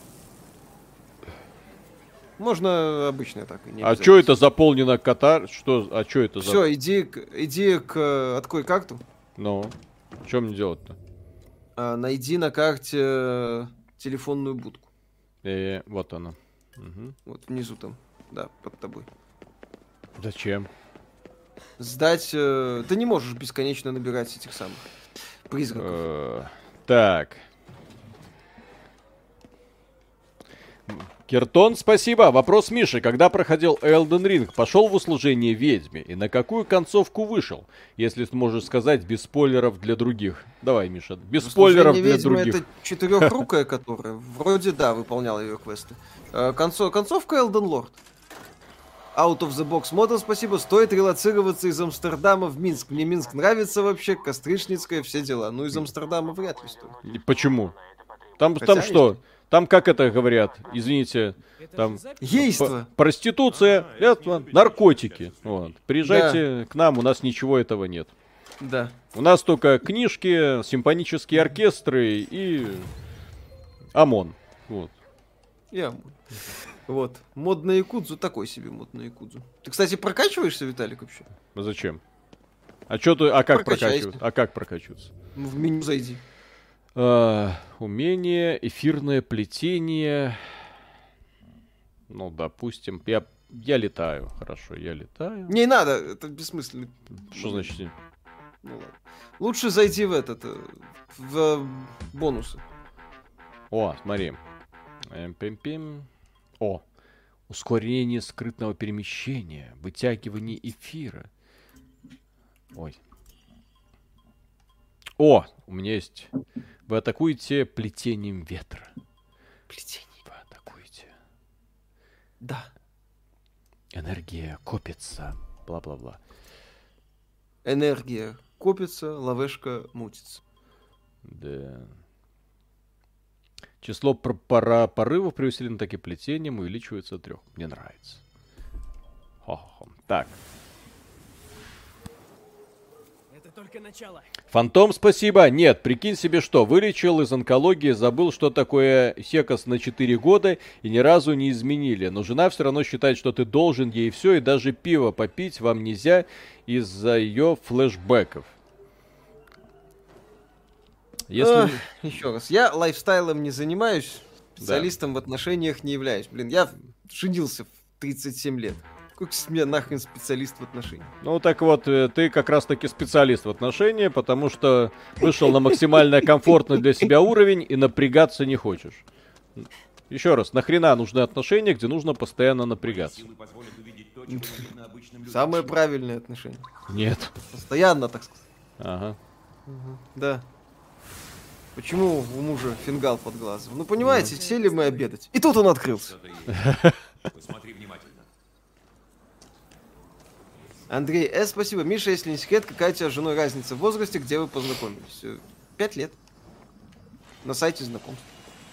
Можно обычно так. Не А что это заполнено катар? Что? А что это за... Все, иди к открой карту. Ну, что мне делать-то? Найди на карте телефонную будку. Вот она. Угу. Вот внизу там. Да, под тобой. Зачем? Сдать... ты не можешь бесконечно набирать этих самых призраков. Так. Киртон, спасибо. Вопрос Миши. Когда проходил Elden Ring, пошел в услужение ведьме? И на какую концовку вышел? Если сможешь сказать, без спойлеров для других. Давай, Миша, без спойлеров для других. Это четырехрукая, которая вроде, да, выполняла ее квесты. Концовка Elden Lord. Out of the Box Model, спасибо. Стоит релоцироваться из Амстердама в Минск. Мне Минск нравится вообще, Костришницкая, все дела. Ну, из Амстердама вряд ли стоит. Почему? Там Хотя что? Там как это говорят? Извините, Это там же запись. Ейство. проституция, это наркотики. Вот. Приезжайте к нам, у нас ничего этого нет. Да. У нас только книжки, симфонические оркестры и ОМОН. Вот. Я. Вот. Мод на якудзу такой себе мод на якудзу. Ты, кстати, прокачиваешься, Виталик, вообще? А зачем? А что ты, а как Прокачайся. прокачиваться? А как прокачиваться? Ну, в меню зайди. Умение, эфирное плетение. Ну, допустим, я летаю. Хорошо, я летаю. Не надо, это бессмысленно. Что значит? Ну ладно. Лучше зайти в этот, в бонусы. О, смотри. Пим-пим. О, ускорение скрытного перемещения, вытягивание эфира. Ой. О, у меня есть. Вы атакуете плетением ветра. Плетение. Вы атакуете. Да. Энергия копится. Бла-бла-бла. Энергия копится, лавешка мутится. Да. Число порывов при усиленном атаке плетением увеличивается до 3. Мне нравится. Хо-хо-хо. Так. Это только начало. Фантом, спасибо. Нет, прикинь себе что, вылечил из онкологии, забыл, что такое секас на 4 года и ни разу не изменили. Но жена все равно считает, что ты должен ей все, и даже пиво попить вам нельзя из-за ее флешбеков. Если... Еще раз, я лайфстайлом не занимаюсь, специалистом в отношениях не являюсь. Блин, я женился в 37 лет. Какой с меня нахрен специалист в отношениях? Ну так вот, ты как раз таки специалист в отношениях, потому что вышел на максимально комфортный для себя уровень и напрягаться не хочешь. Еще раз, нахрена нужны отношения, где нужно постоянно напрягаться? Силы позволят увидеть то, чего не видно обычным людям. Самое правильное отношение. Нет. Постоянно, так сказать. Ага. Да. Почему у мужа фингал под глазом? Ну, понимаете, сели мы обедать. И тут он открылся. Что-то есть. Посмотри внимательно. Андрей спасибо. Миша, если не секрет, какая у тебя с женой разница в возрасте, где вы познакомились? 5 лет. На сайте знакомств.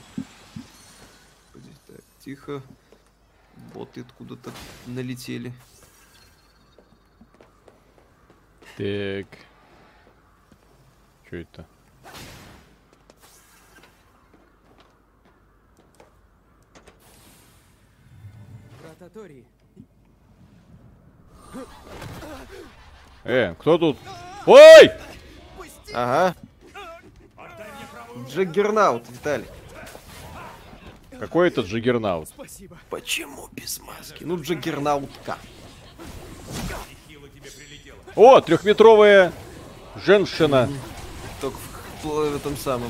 Так, тихо. Боты откуда-то налетели. Так. Что это? Протатории. Кто тут? Ой! Ага. Джаггернаут, Виталий. Какой это джиггернаут? Спасибо. Почему без маски? Ну, Джаггернаутка. О, 3-метровая женщина. Только в этом самом.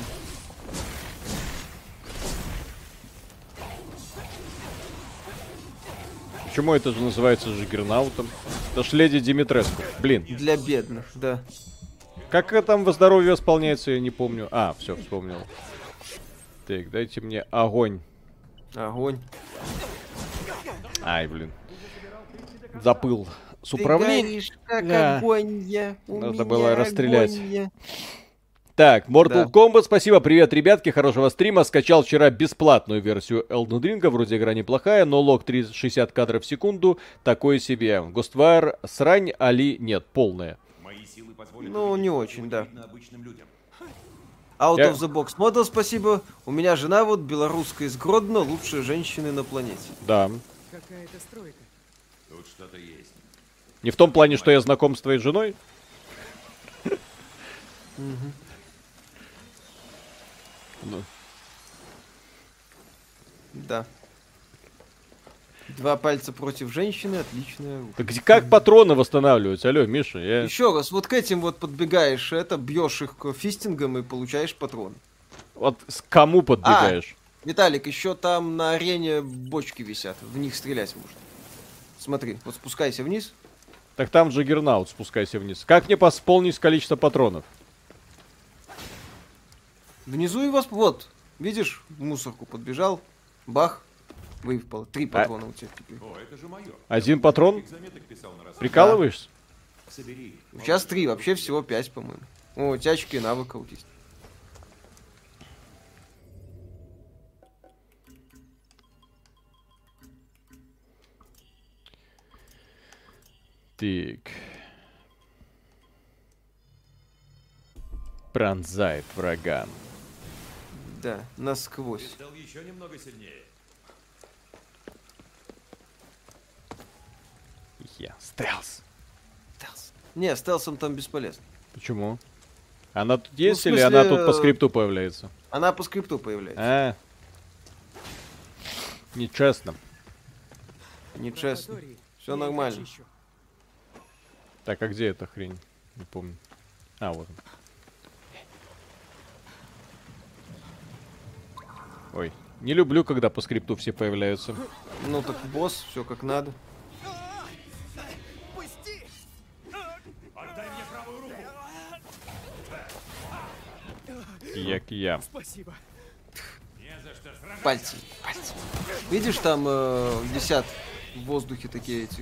Почему это же называется джиггернаутом? Это ж леди Димитреску. Блин, Для бедных, да. как там во здоровье восполняется, я не помню. А, все, вспомнил. Так, дайте мне огонь. Огонь. Ай, блин. Запыл с Ты управлением. горишь, как Да. огонь я. У Надо меня было расстрелять. огонь я. Так, Mortal Да. Kombat, спасибо, привет, ребятки, хорошего стрима. Скачал вчера бесплатную версию Elden Ring, вроде игра неплохая, но лог 360 кадров в секунду, такое себе. Ghostwire срань, али нет, полная. Мои силы позволят Ну, увидеть не то, очень, чего не да. видно обычным людям. Out Я- of the box model, спасибо. У меня жена вот белорусская из Гродно, лучшие женщины на планете. Да. Какая-то стройка. Тут что-то есть. Не в том плане, что я знаком с твоей женой. Ну, Да. 2 пальца против женщины, отличная рука. так как патроны восстанавливать? Алло, Миша, я... Еще раз, вот к этим вот подбегаешь, бьешь их фистингом и получаешь патрон. Вот с кому подбегаешь? Виталик, еще там на арене бочки висят, в них стрелять можно. Смотри, вот спускайся вниз. Так там джиггернаут, спускайся вниз. Как мне восполнить количество патронов? Внизу и вас, вот, видишь, в мусорку подбежал, бах, выпало. 3 патрона у тебя теперь. О, это же мое. 1 патрон? Таких заметок писал на раз. Прикалываешься? Собери их. Сейчас 3, вообще всего 5, по-моему. О, у тебя очки навыка вот есть. Так. Пронзает врага. Да, насквозь. Стал еще немного сильнее. Стелс. Стелс. Не, стелсом там бесполезно. Почему? Она тут есть в смысле, или она тут по скрипту появляется? Она по скрипту появляется. А. Нечестно. Нечестно. Лаборатории. Все Я их нормально. очищу. Так, а где эта хрень? Не помню. А, вот он. Ой, не люблю, когда по скрипту все появляются. Ну так босс, все как надо. Отдай мне правую руку. Кия-кия. Спасибо. Не за что. Сражайся. Пальцы. Видишь, там висят в воздухе такие эти.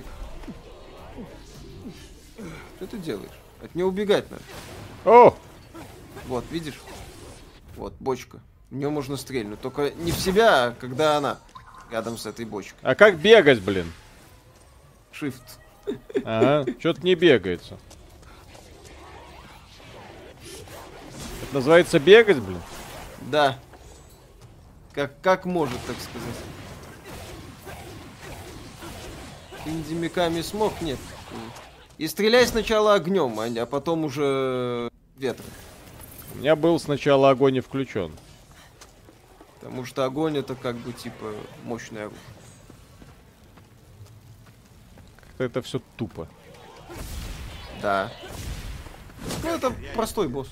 Что ты делаешь? От нее убегать надо. О! Вот, видишь? Вот, бочка. В нее можно стрельнуть. Только не в себя, а когда она рядом с этой бочкой. А как бегать, блин? Shift. Ага, что-то не бегается. Это называется бегать, блин? Да. Как может, так сказать. Инди Миками смог? Нет. И стреляй сначала огнем, а потом уже ветром. У меня был сначала огонь не включен. Потому что огонь это как бы типа мощное оружие. Как-то это все тупо. Да. Ну это простой босс.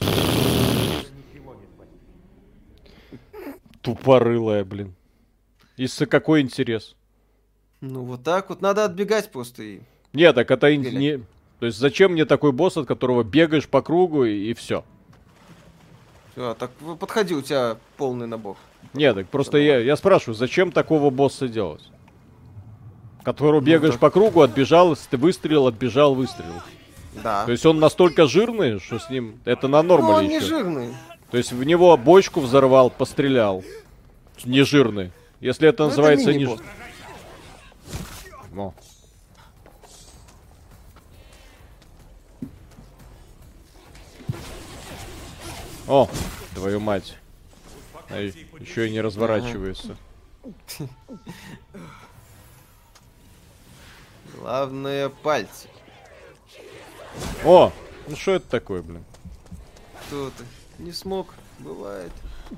Тупорылая, блин. Из-за какой интерес? Ну вот так вот. Надо отбегать просто и... Нет, так это Или- не... То есть зачем мне такой босс, от которого бегаешь по кругу и все? Всё, так подходи, у тебя полный набор. Нет, так просто я спрашиваю, зачем такого босса делать? Которого бегаешь так- по кругу, отбежал, ты выстрелил, отбежал, выстрелил. Да. То есть он настолько жирный, что с ним... Это на Ну, он нормале не еще. жирный. То есть в него бочку взорвал, пострелял. Не жирный. Если это Ну, называется не мини-босс. О. О, твою мать. Еще и не разворачивается. Главное пальцы. О, ну что это такое, блин? Кто ты? Не смог. Бывает.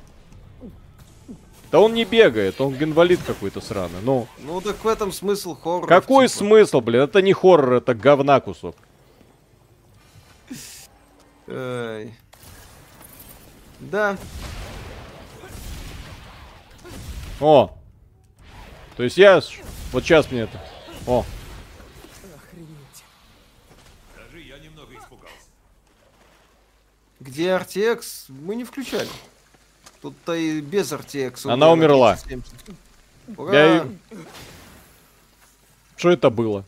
Да он не бегает, он инвалид какой-то сраный. Ну, Ну так в этом смысл хоррора. какой типа. смысл, блин? Это не хоррор, это говна кусок. Ай. Да. О, то есть я... Вот сейчас мне это... О, Охренеть. Даже я немного испугался. Где RTX мы не включали. Тут-то и без RTX. Она умерла. Ура! Я и- что это было?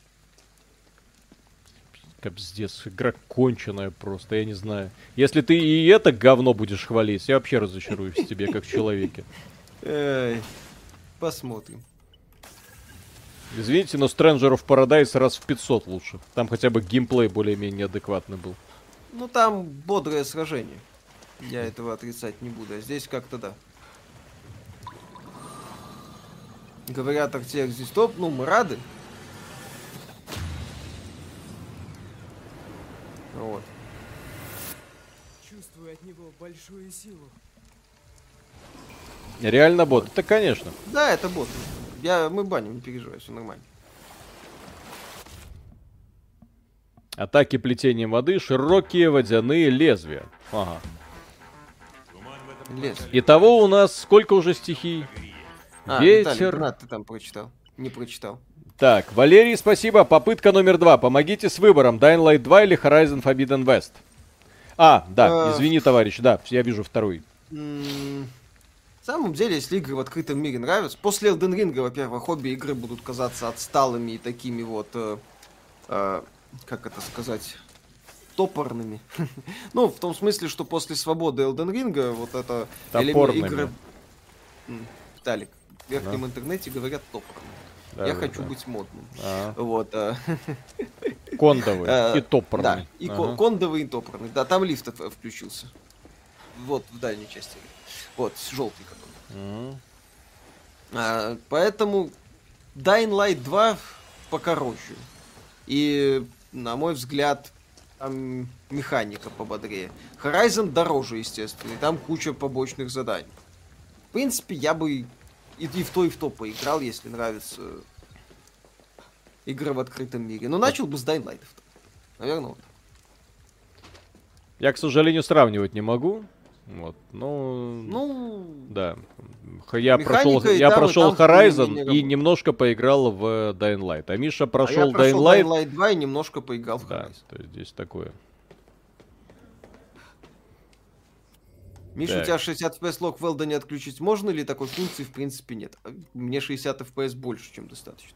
Капздец, игра конченая просто, я не знаю. Если ты и это говно будешь хвалить, я вообще разочаруюсь в тебе, как в человеке. Эй, посмотрим. Извините, но Stranger of Paradise раз в 500 лучше. Там хотя бы геймплей более-менее адекватный был. Ну там бодрое сражение. Я этого отрицать не буду. А здесь как-то да. Говорят, RTX здесь топ. Ну, мы рады. Вот. Чувствую от него большую силу. Реально бот? Это конечно. Да, это бот. Мы баним, не переживай, все нормально. Атаки плетением воды, широкие водяные лезвия. Ага. Туман в этом Лес. Итого у нас сколько уже стихий? Виталий, Ветер. гранат ты там прочитал. Не прочитал. Так, Валерий, спасибо. Попытка номер 2. Помогите с выбором. Dying Light 2 или Horizon Forbidden West? А, да, извини, товарищ. Да, я вижу второй. В самом деле, если игры в открытом мире нравятся, после Elden Ring, во-первых, обе игры будут казаться отсталыми и такими вот, как это сказать, топорными. Ну, в том смысле, что после свободы Elden Ring вот это Топорными. игры... Виталик, в верхнем интернете говорят топорными. Да, Я да, хочу да. быть модным. А. Вот. Кондовый и топорный. Да, и Ага. кондовый и топорный. Да, там лифт включился. Вот, в дальней части. Вот, желтый который. Поэтому Dying Light 2 покороче. И, на мой взгляд, там механика пободрее. Horizon дороже, естественно, и там куча побочных заданий. В принципе, я бы и в то поиграл, если нравятся игры в открытом мире. Но начал бы с Dying Light. Наверное, вот. Я, к сожалению, сравнивать не могу. Вот, ну, да. Я прошел Horizon и немножко поиграл в Dying Light. А Миша прошел Dying Light 2 и немножко поиграл в Horizon. Да, то есть здесь такое. Миша, Так. у тебя 60 FPS лог в Элдоне отключить можно ли? Такой функции в принципе нет. Мне 60 FPS больше, чем достаточно.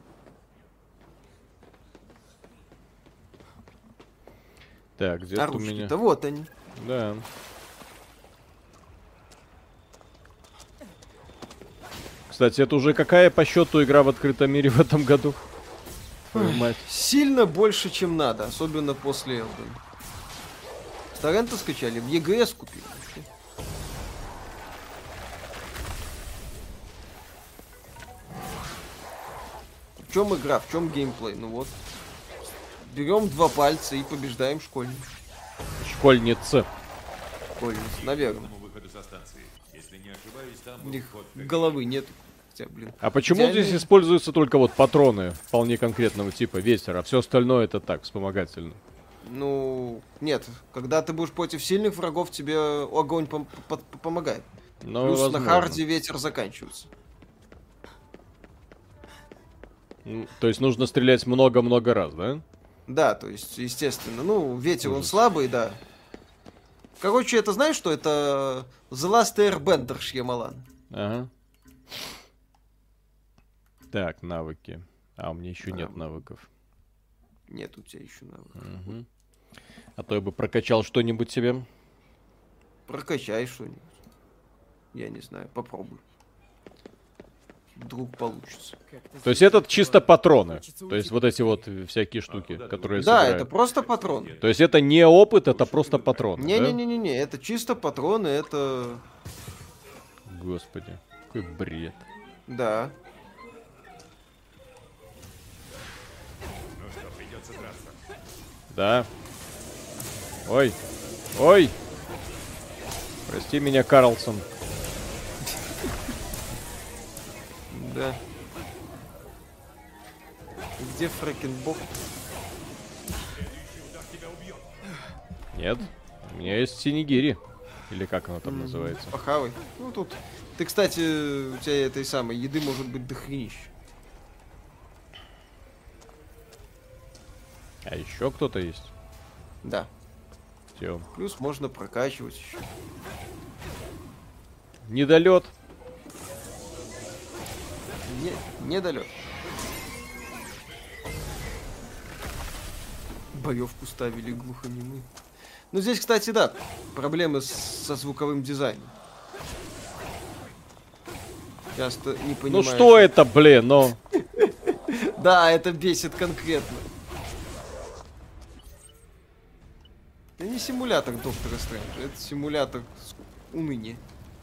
Так, где-то у меня... ручки-то вот они. Да. Кстати, это уже какая по счету игра в открытом мире в этом году? Твою мать. Сильно больше, чем надо, особенно после Элдона. С торрента скачали, в EGS купили. В чем игра, в чем геймплей? Ну вот. Берем 2 пальца и побеждаем школьников. Школьница. Школьниц, наверное. Выходу со станции. Если не ошибаюсь, там У был них вход в головы нет. Хотя, блин. А почему Идеальный- здесь используются только вот патроны вполне конкретного типа ветер, а все остальное это так, вспомогательно? Ну, нет. Когда ты будешь против сильных врагов, тебе огонь помогает. Ну, Плюс возможно. на харде ветер заканчивается. То есть нужно стрелять много-много раз, да? Да, то есть, естественно. Ну, ветер он Ужас. слабый, да. Короче, это знаешь что? Это The Last Airbender Шьямалан. Ага. Так, навыки. А, у меня еще нет навыков. Нет у тебя еще навыков. Мгм. А то я бы прокачал что-нибудь себе. Прокачай что-нибудь. Я не знаю, попробуй. Вдруг получится. То есть это чисто патроны. То есть вот эти вот всякие штуки, которые Да, собираю. это просто патроны. То есть это не опыт, это просто патроны, да? Не-не-не-не, это чисто патроны, это... Господи, какой бред. Да. Да. Ой. Ой. Прости меня, Карлсон. Да. Где Фрэкенбок? Нет. У меня есть синегири. Или как оно там называется. Похавай. Ну тут. Ты, кстати, у тебя этой самой еды может быть дохренища. А еще кто-то есть? Да. Где он? Плюс можно прокачивать еще. Недолет. Недолет. Боевку ставили глухонемы. Ну здесь, кстати, да, проблемы со звуковым дизайном. Часто не Ну понимаешь. что это, блин, ну. Да, это бесит конкретно. Это не симулятор Доктора Стрэнджа, это симулятор уныния.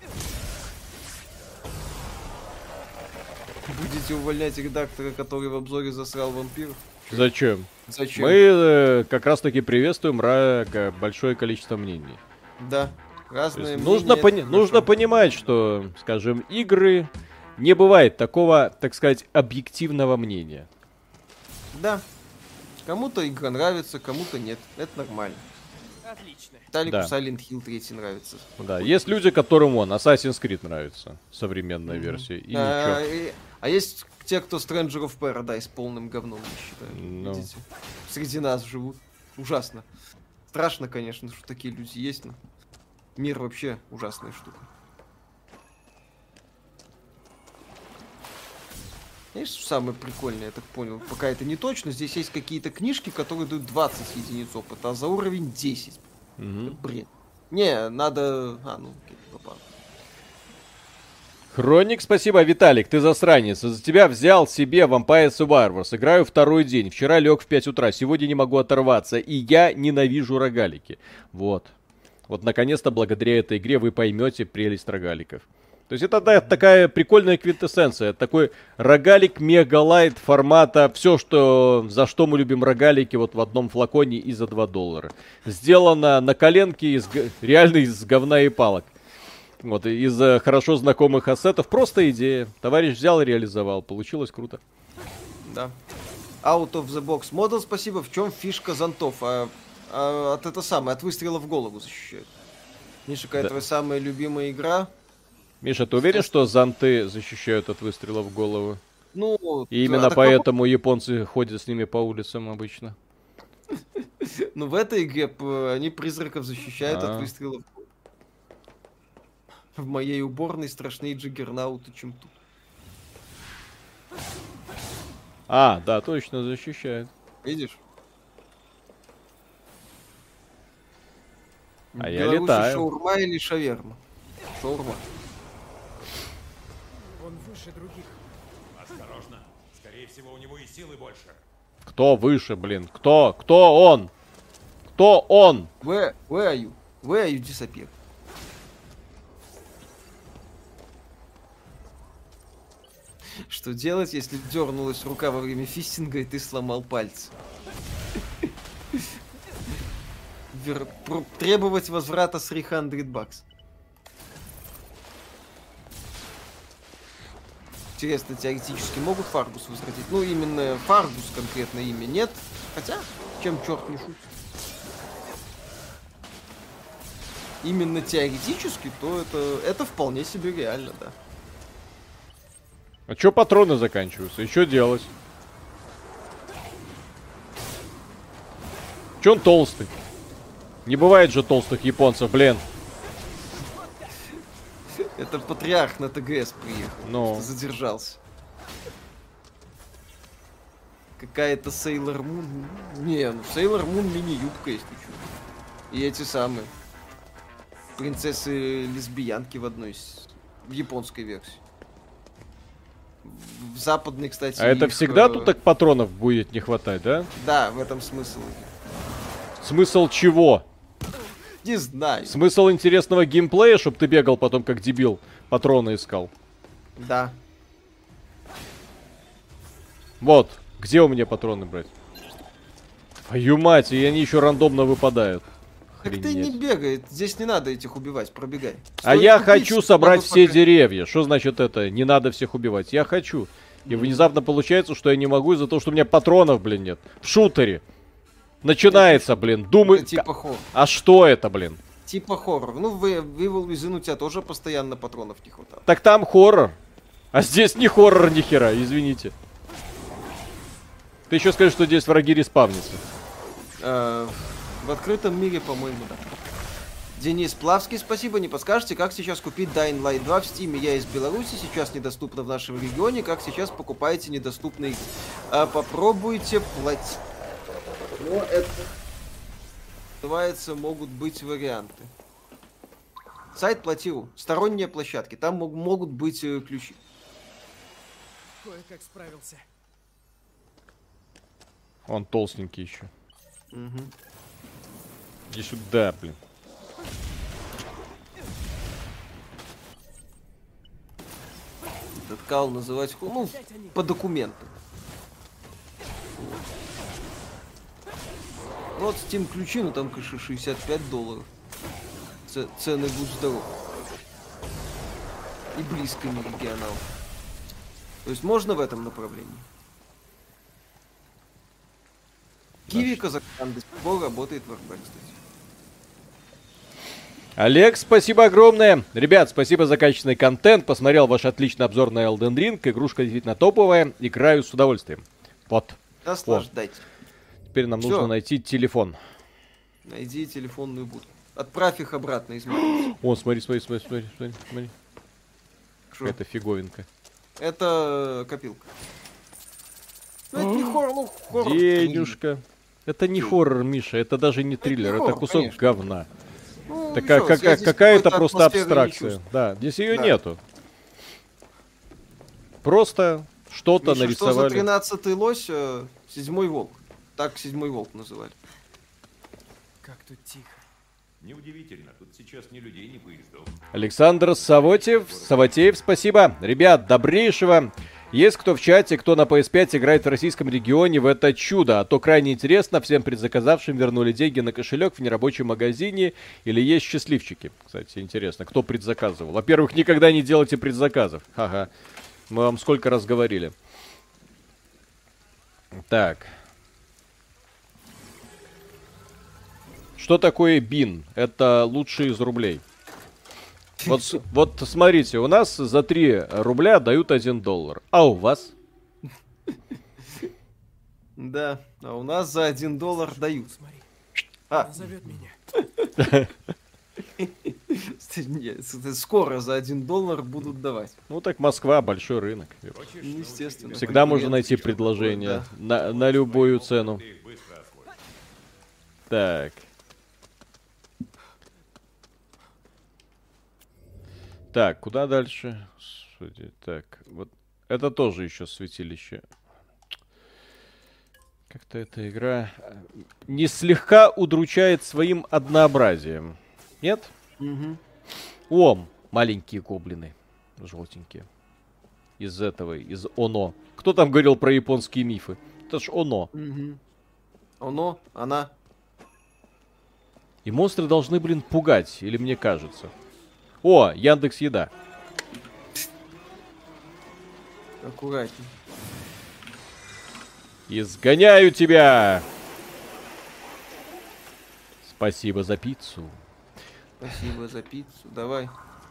Будете увольнять редактора, который в обзоре засрал вампиров? Зачем? Зачем? Мы как раз таки приветствуем большое количество мнений. Да, То разные есть мнения, это нужно хорошо. понимать, что, скажем, игры не бывает такого, так сказать, объективного мнения. Да. Кому-то игра нравится, кому-то нет. Это нормально. Отлично. Талику Да. Silent Hill 3 нравится. Да, есть люди, которым Assassin's Creed нравится, современная версия, и ничего. А есть те, кто Stranger of Paradise полным говном не считают. Ну. Видите? Среди нас живут. Ужасно. Страшно, конечно, что такие люди есть, но мир вообще ужасная штука. Знаешь, что самое прикольное, я так понял, пока это не точно, здесь есть какие-то книжки, которые дают 20 единиц опыта, а за уровень 10. Мгм. Это бред. Не, надо... ну, окей, попал. Хроник, спасибо. Виталик, ты засранец. Из-за тебя взял себе Vampire Survivors. Играю второй день. Вчера лег в 5 утра. Сегодня не могу оторваться. И я ненавижу рогалики. Вот. Вот наконец-то благодаря этой игре вы поймете прелесть рогаликов. То есть это да, такая прикольная квинтэссенция. Такой рогалик мегалайт формата. Все, за что мы любим рогалики, вот в одном флаконе и за $2. Сделано на коленке реально из говна и палок. Вот, из хорошо знакомых ассетов. Просто идея. Товарищ взял и реализовал. Получилось круто. Да. Out of the box model, спасибо. В чем фишка зонтов? От выстрела в голову защищают. Миша, какая твоя самая любимая игра? Миша, ты уверен, что зонты защищают от выстрела в голову? Ну, и именно поэтому японцы ходят с ними по улицам обычно. Ну, в этой игре они призраков защищают от выстрелов. В моей уборной страшнее джиггернауты, чем тут. Да, точно, защищает. Видишь? Я летаю. Шаурма или шаверма? Шаурма. Он выше других. Осторожно. Скорее всего, у него и силы больше. Кто выше, блин? Кто он? Кто он? Where are you? Where are you disappear? Что делать, если дернулась рука во время фистинга и ты сломал пальцы? Требовать возврата $300. Интересно, теоретически могут Фаргус возвратить? Ну, именно Фаргус конкретно имя нет. Хотя, чем черт не шутит. Именно теоретически, то это вполне себе реально, да. А чё патроны заканчиваются? И чё делать? Чё он толстый? Не бывает же толстых японцев, блин. Это патриарх на ТГС приехал. Ну. Задержался. Какая-то Sailor Moon. Не, ну Sailor Moon мини-юбка, если что. И эти самые принцессы-лесбиянки в японской версии. В западной, кстати. А это всегда тут так патронов будет не хватать, да? Да, в этом смысл. Смысл чего? Не знаю. Смысл интересного геймплея, чтобы ты бегал потом как дебил, патроны искал. Да. Вот, где у меня патроны брать? Твою мать, и они еще рандомно выпадают. Так ты не бегай, здесь не надо этих убивать, пробегай. А я хочу собрать все деревья. Что значит это? Не надо всех убивать. Я хочу. И внезапно получается, что я не могу из-за того, что у меня патронов, блин, нет. В шутере. Начинается, блин, думаю... Типа хоррор. А что это, блин? Типа хоррор. Ну, в Evil Within у тебя тоже постоянно патронов не хватает. Так там хоррор. А здесь не хоррор ни хера, извините. Ты еще скажешь, что здесь враги респавнятся. В открытом мире, по-моему, да. Денис Плавский, спасибо. Не подскажете, как сейчас купить Dying Light 2 в Steam? Я из Беларуси, сейчас недоступно в нашем регионе. Как сейчас покупаете недоступные? Попробуйте платить. Но это называется, могут быть варианты. Сайт Платил. Сторонние площадки. Там могут быть ключи. Кое-как справился. Он толстенький еще. Угу. Иди сюда, блин. Этот кал называть, ну, по документам. Ну, вот Steam ключи, ну там, конечно, $65. Цены будут здоровы. И близко не регионал. То есть можно в этом направлении. Киви Казахстан до сих пор работает в РБ, кстати. Олег, спасибо огромное. Ребят, спасибо за качественный контент. Посмотрел ваш отличный обзор на Elden Ring. Игрушка действительно топовая. Играю с удовольствием. Вот. Наслаждайтесь. Теперь нам нужно найти телефон. Найди телефонную будку. Отправь их обратно из матрицы. О, смотри. Какая-то фиговинка. Это копилка. Ну, это не хоррор, ну, хоррор. Денежка. Это не хоррор, Миша, это даже не триллер, это кусок конечно. Говна. Ну, какая-то просто абстракция. Да, здесь ее нету. Просто что-то Миша, что за нарисовали. 13-й лось? 7-й волк. Так 7-й волк называли. Как тут тихо. Неудивительно, тут сейчас ни людей, ни поездов. Александр Саватеев, спасибо. Ребят, добрейшего. Есть кто в чате, кто на PS5 играет в российском регионе в это чудо? А то крайне интересно, всем предзаказавшим вернули деньги на кошелек в нерабочем магазине или есть счастливчики? Кстати, интересно, кто предзаказывал? Во-первых, никогда не делайте предзаказов. Ага, мы вам сколько раз говорили. Так. Что такое бин? Это лучшие из рублей. Вот смотрите, у нас за 3 рубля дают $1. А у вас? Да, а у нас за $1 дают. Смотри, А, она зовет меня. нет, скоро за $1 будут давать. Ну так Москва, большой рынок. Хочешь Ну, естественно. Всегда можно конкуренция найти еще предложение такое, на любую цену. ты их быстро освоишь. Так. Так, куда дальше? Так, вот это тоже еще святилище. Как-то эта игра не слегка удручает своим однообразием. Нет? да. Мгм. О, маленькие гоблины. Желтенькие. Из Оно. Кто там говорил про японские мифы? Это ж Оно. Мгм. Оно, она. И монстры должны, пугать, или мне кажется. О, Яндекс Еда. Аккуратней. Изгоняю тебя! Спасибо за пиццу. Спасибо за пиццу. Давай.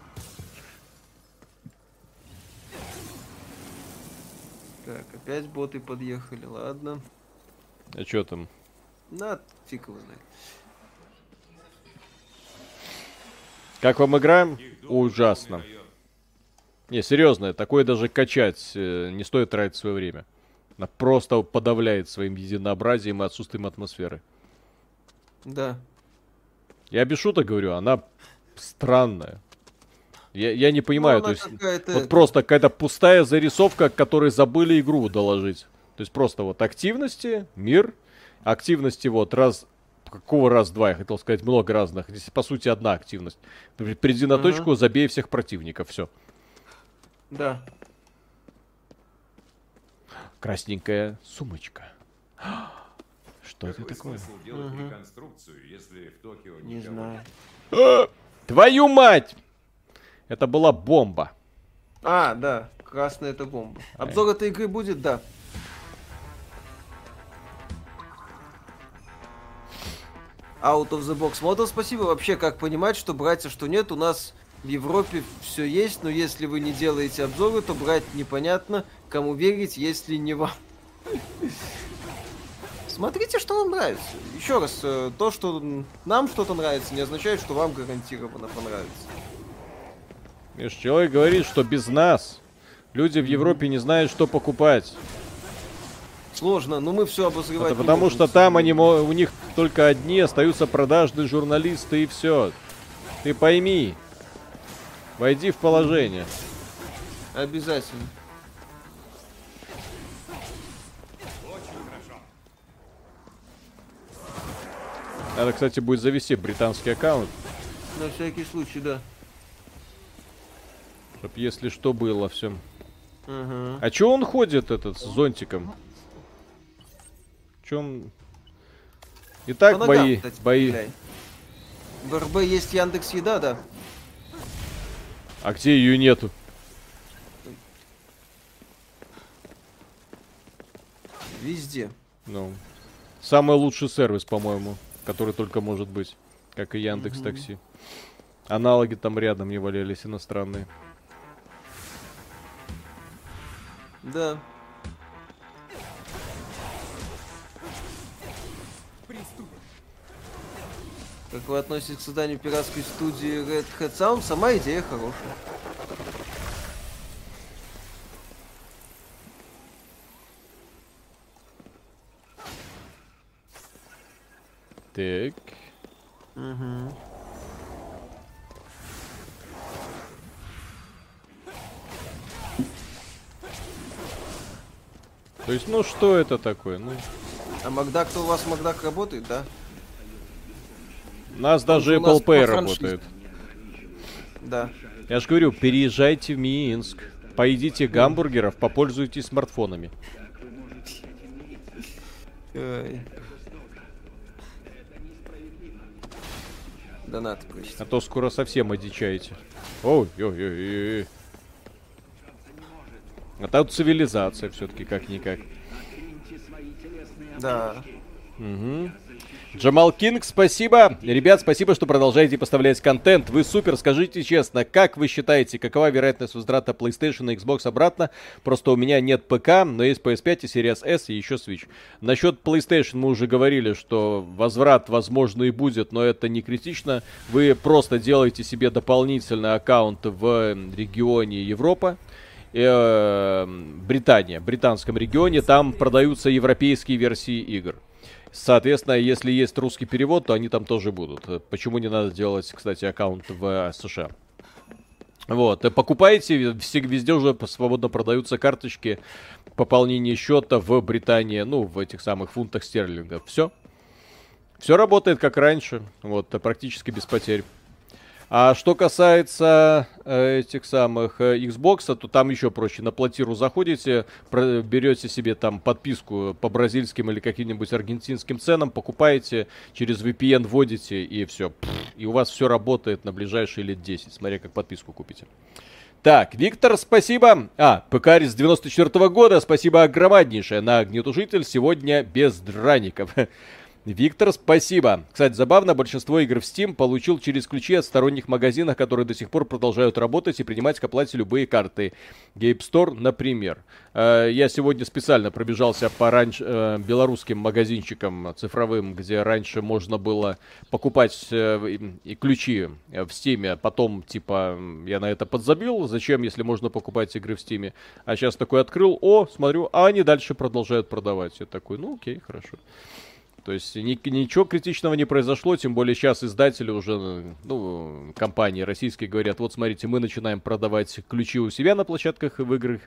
Так, опять боты подъехали. Ладно. А что там? На, фиг его знает. Как вам игра? Ужасно. Не, серьезно, такое даже качать не стоит тратить свое время. Она просто подавляет своим единообразием и отсутствием атмосферы. Да. Я без шуток говорю, она странная. Я не понимаю, Ну, то она есть какая-то вот просто какая-то пустая зарисовка, к которой забыли игру доложить. То есть просто вот активности, мир, активности вот раз... Какого раз-два? Я хотел сказать много разных. Здесь, по сути, одна активность. Приди на Ага. точку, забей всех противников. Все. Да. Красненькая сумочка. Что это Какой такое? смысл делать реконструкцию, если в Токио Не никого знаю. Твою мать! Это была бомба. А, да. Красная это бомба. Обзор этой игры будет, да. Out of the box model, спасибо. Вообще, как понимать, что брать, а что нет, у нас в Европе все есть, но если вы не делаете обзоры, то брать непонятно, кому верить, если не вам. Смотрите, что вам нравится. Еще раз, то, что нам что-то нравится, не означает, что вам гарантированно понравится. Миш, человек говорит, что без нас люди в Европе не знают, что покупать. Сложно, но мы все обозревать Это не потому можем, что к там сожалению. у них только одни остаются продажные журналисты и все. Ты пойми. Войди в положение. Обязательно. Надо, кстати, будет завести британский аккаунт, На всякий случай, да. чтоб если что было все. Ага. А чё он ходит этот с зонтиком? Чё он... Итак, По ногам, бои, кстати, бои. стреляй. В РБ есть Яндекс Еда, да. А где ее нету? Везде. Ну, самый лучший сервис, по-моему, который только может быть, как и Яндекс Такси. Аналоги там рядом не валялись иностранные. Да. Приступим. Как вы относитесь к созданию пиратской студии Red Hat Sound? Сама идея хорошая. Так. Угу. То есть, ну что это такое? Ну, А Макдак-то у вас Макдак работает, да? у нас даже у нас Apple Pay по франшизе. работает. Да. Я же говорю, переезжайте в Минск, поедите гамбургеров, попользуйтесь смартфонами. Ой. Донаты прочти. А то скоро совсем одичаете. Ой. А тут цивилизация все-таки как-никак. Да. Угу. Джамал Кинг, спасибо. Ребят, спасибо, что продолжаете поставлять контент. Вы супер. Скажите честно, как вы считаете, какова вероятность возврата PlayStation и Xbox обратно? Просто у меня нет ПК, но есть PS5 и Series S и еще Switch. Насчет PlayStation мы уже говорили, что возврат, возможно, и будет, но это не критично. Вы просто делаете себе дополнительный аккаунт в регионе Европа. Британия, британском регионе, там продаются европейские версии игр. Соответственно, если есть русский перевод, то они там тоже будут. Почему не надо делать, кстати, аккаунт в США? Вот, покупаете, везде уже свободно продаются карточки пополнения счета в Британии, ну, в этих самых фунтах стерлингов. Все. Все работает как раньше, вот, практически без потерь. А что касается этих самых Xbox, то там еще проще. На платиру заходите, берете себе там подписку по бразильским или каким-нибудь аргентинским ценам, покупаете, через VPN вводите и все. И у вас все работает на ближайшие лет 10, смотря как подписку купите. Так, Виктор, спасибо. ПК с 94 года, спасибо огромнейшее на огнетушитель. Сегодня без драников. Виктор, спасибо. Кстати, забавно, большинство игр в Steam получил через ключи от сторонних магазинов, которые до сих пор продолжают работать и принимать к оплате любые карты. Game Store, например. Я сегодня специально пробежался по белорусским магазинчикам цифровым, где раньше можно было покупать ключи в Steam, потом, типа, я на это подзабил, зачем, если можно покупать игры в Steam. А сейчас такой открыл, смотрю, а они дальше продолжают продавать. Я такой, ну окей, хорошо. То есть ничего критичного не произошло, тем более сейчас издатели уже, ну, компании российские говорят, вот смотрите, мы начинаем продавать ключи у себя на площадках и в играх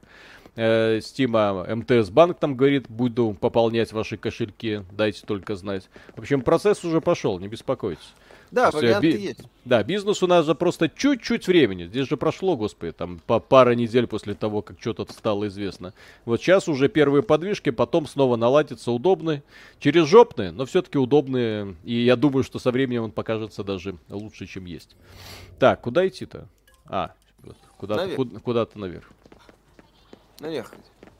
Steam, МТС Банк там говорит, буду пополнять ваши кошельки, дайте только знать. В общем, процесс уже пошел, не беспокойтесь. Да, варианты есть. Да, бизнес у нас же просто чуть-чуть времени. Здесь же прошло, господи, там пара недель после того, как что-то стало известно. Вот сейчас уже первые подвижки, потом снова наладятся удобные. Через жопные, но все-таки удобные. И я думаю, что со временем он покажется даже лучше, чем есть. Так, куда идти-то? Вот, куда-то наверх. Наверх.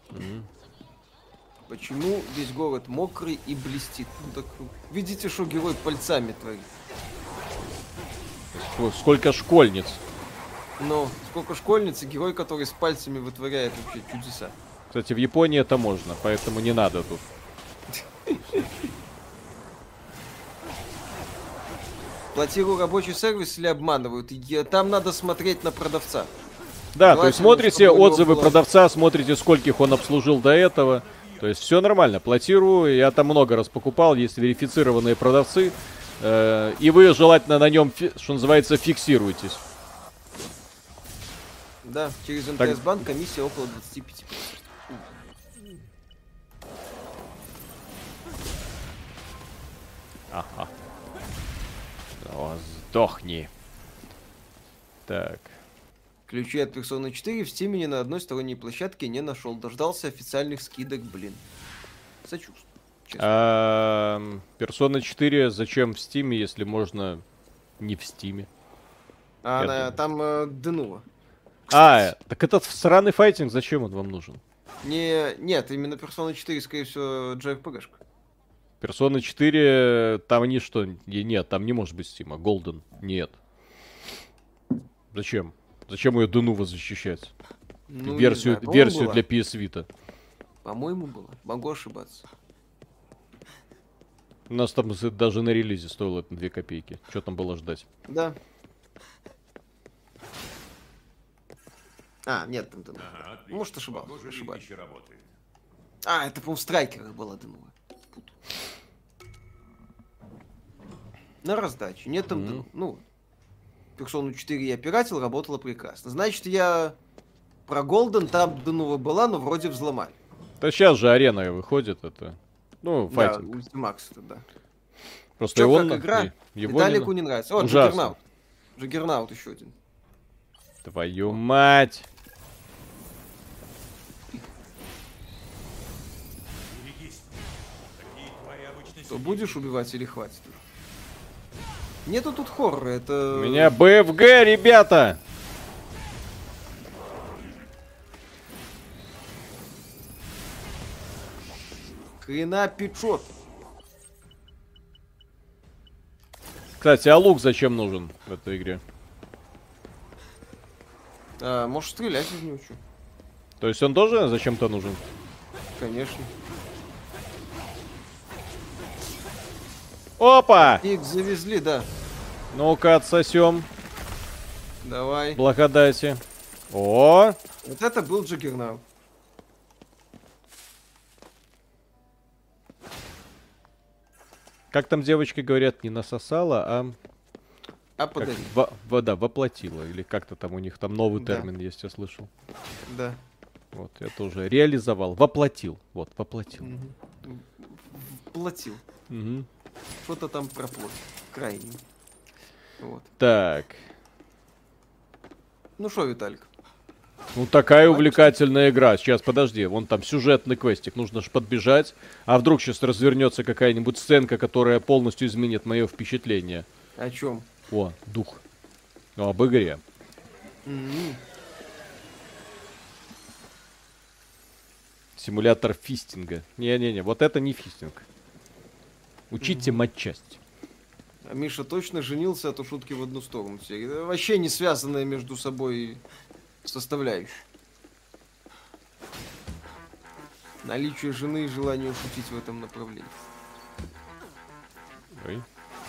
Почему весь город мокрый и блестит? Ну, так, видите, что герой пальцами творит? Сколько школьниц. Ну, сколько школьниц и герой, который с пальцами вытворяет вообще чудеса. Кстати, в Японии это можно, поэтому не надо тут. Платирую рабочий сервис или обманывают? Там надо смотреть на продавца. Да, то есть смотрите отзывы продавца, смотрите, скольких он обслужил до этого. То есть все нормально, платирую, я там много раз покупал, есть верифицированные продавцы. И вы желательно на нем, что называется, фиксируйтесь. Да, через МТС Банк комиссия около 25%. Ага. Сдохни. Так. Ключи от Persona 4 в Steam ни на одной сторонней площадке не нашел. Дождался официальных скидок, блин. Сочувствую. Persona 4 зачем в Steam, если можно не в Steam? Там Денува. Так этот сраный файтинг, зачем он вам нужен? Нет, именно Persona 4, скорее всего, JRPG-шка. Persona 4, там ничто, нет, там не может быть Steam, Golden, нет. Зачем? Зачем ее Денува защищать? Ну, версию для PS Vita. По-моему, было. Могу ошибаться. У нас там даже на релизе стоило это 2 копейки. Что там было ждать? Да. Нет, там Денува. Может, ошибался. Это, по-моему, в Страйкерах была Денува. На раздаче. Нет там Денува. Ну, Persona 4 я пиратил, работала прекрасно. Значит, я про Golden, там Денува была, но вроде взломали. Да сейчас же арена выходит, это... Ну, Да, файтинг. Ультимакс это, да. Просто Чё, его... как игра? Его Виталику не нравится. О, Ужасно. Джиггернаут. Джиггернаут еще один. Твою мать! Берегись. Такие твари обычно Что, будешь убивать или хватит уже? Нету тут хоррора, это... У меня БФГ, ребята! Хрена печет. Кстати, а лук зачем нужен в этой игре? Можешь стрелять из него, что? То есть он тоже зачем-то нужен? Конечно. Опа! Их завезли, да. Ну-ка, отсосем. Давай. Благодати. О! Вот это был Джиггернаут. Как там девочки говорят, не насосала, а как, Подари. вода воплотила. Или как-то там у них там новый Да. термин есть, я слышал. Да. Вот, я тоже реализовал. Воплотил. Вот, воплотил. Платил. Мгм. Что-то там про плоть. Крайний. Вот. Так. Ну что, Виталик? Ну, такая увлекательная игра. Сейчас, подожди, вон там сюжетный квестик. Нужно же подбежать. А вдруг сейчас развернется какая-нибудь сценка, которая полностью изменит мое впечатление. О чем? О, дух. Ну, об игре. Симулятор фистинга. Не-не-не, вот это не фистинг. Учите матчасть. А Миша точно женился, а то шутки в одну сторону. Все. Это вообще не связанные между собой составляющие. Наличие жены и желание шутить в этом направлении. Ой.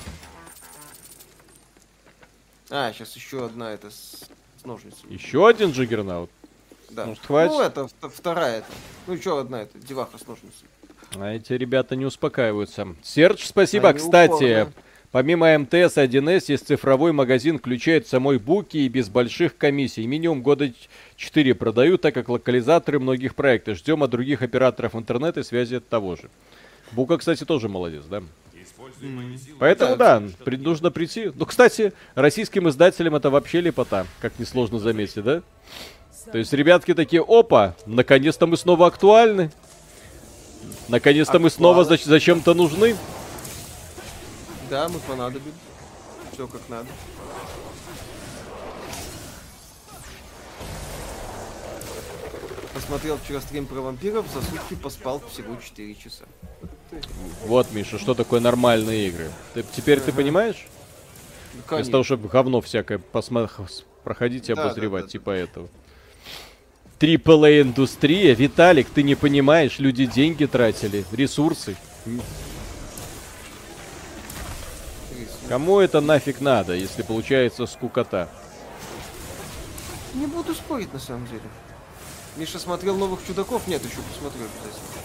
Сейчас еще одна это с ножницами. Еще один джиггернаут. Да. Может, хватит? Ну, это вторая это. Ну, еще одна это, деваха с ножницами. А эти ребята не успокаиваются. Серж, спасибо. Они Кстати, упорно. помимо МТС 1С есть цифровой магазин, включает самой буки и без больших комиссий. Минимум года 4 продаю, так как локализаторы многих проектов. Ждем от других операторов интернета и связи от того же. Бука, кстати, тоже молодец, да? используй мои силы. Поэтому, да, нужно прийти. Ну, кстати, российским издателям это вообще лепота, как несложно заметить, да? То есть ребятки такие, опа, наконец-то мы снова актуальны. Наконец-то мы снова зачем-то нужны. Да, мы понадобим. Все как надо. Посмотрел вчера стрим про вампиров, за сутки поспал всего 4 часа. Вот, Миша, что такое нормальные игры. Теперь ты понимаешь? Ну, Вместо того, чтобы говно всякое проходить и Да, обозревать, да. типа этого. AAA индустрия, Виталик, ты не понимаешь, люди деньги тратили, ресурсы. Кому это нафиг надо, если получается скукота? Не буду спорить, на самом деле. Миша смотрел новых чудаков? Нет, еще посмотрю обязательно.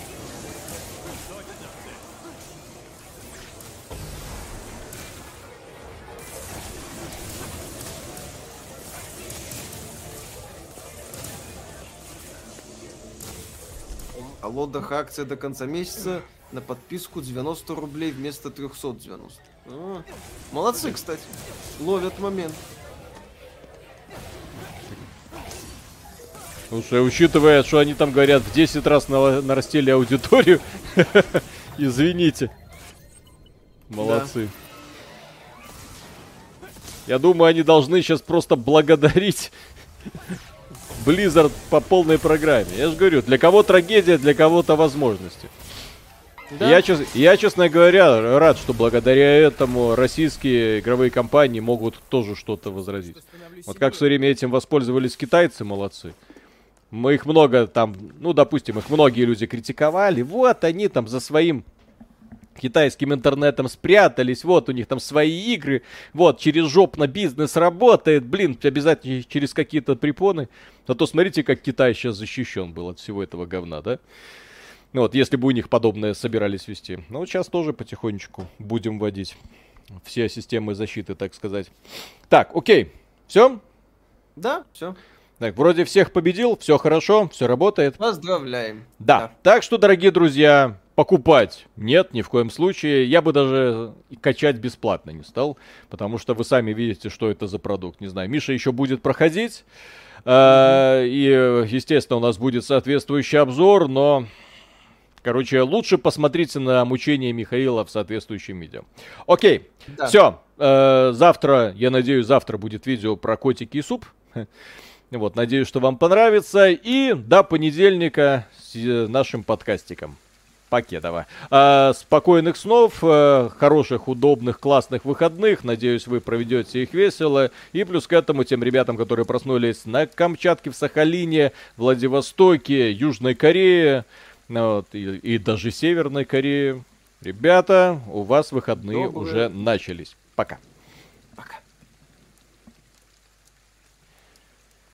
А лотах акция до конца месяца на подписку 90 рублей вместо 390. Молодцы, кстати. Ловят момент. Слушай, учитывая, что они там говорят, в 10 раз нарастили аудиторию, извините. Молодцы. Я думаю, они должны сейчас просто благодарить Blizzard по полной программе. Я же говорю, для кого трагедия, для кого-то возможности. Да? Я, честно говоря, рад, что благодаря этому российские игровые компании могут тоже что-то возразить. Вот как все время этим воспользовались китайцы, молодцы. Мы их много там, ну, допустим, их многие люди критиковали. Вот они там за своим китайским интернетом спрятались. Вот у них там свои игры. Вот через жопно бизнес работает. Блин, обязательно через какие-то препоны. Зато смотрите, как Китай сейчас защищен был от всего этого говна, да? Ну вот, если бы у них подобное собирались вести. Ну, вот сейчас тоже потихонечку будем вводить все системы защиты, так сказать. Так, окей. Все? Да, все. Так, вроде всех победил, все хорошо, все работает. Поздравляем. Да. Так что, дорогие друзья, покупать нет, ни в коем случае. Я бы даже качать бесплатно не стал, потому что вы сами видите, что это за продукт. Не знаю, Миша еще будет проходить, и, естественно, у нас будет соответствующий обзор, но... Короче, лучше посмотрите на мучения Михаила в соответствующем видео. Окей, все. Завтра, я надеюсь, завтра будет видео про котики и суп. Вот, надеюсь, что вам понравится. И до понедельника с нашим подкастиком. Покедова. Спокойных снов, хороших, удобных, классных выходных. Надеюсь, вы проведете их весело. И плюс к этому тем ребятам, которые проснулись на Камчатке, в Сахалине, Владивостоке, Южной Корее, вот, и даже Северной Корее. Ребята, у вас выходные уже начались. Пока.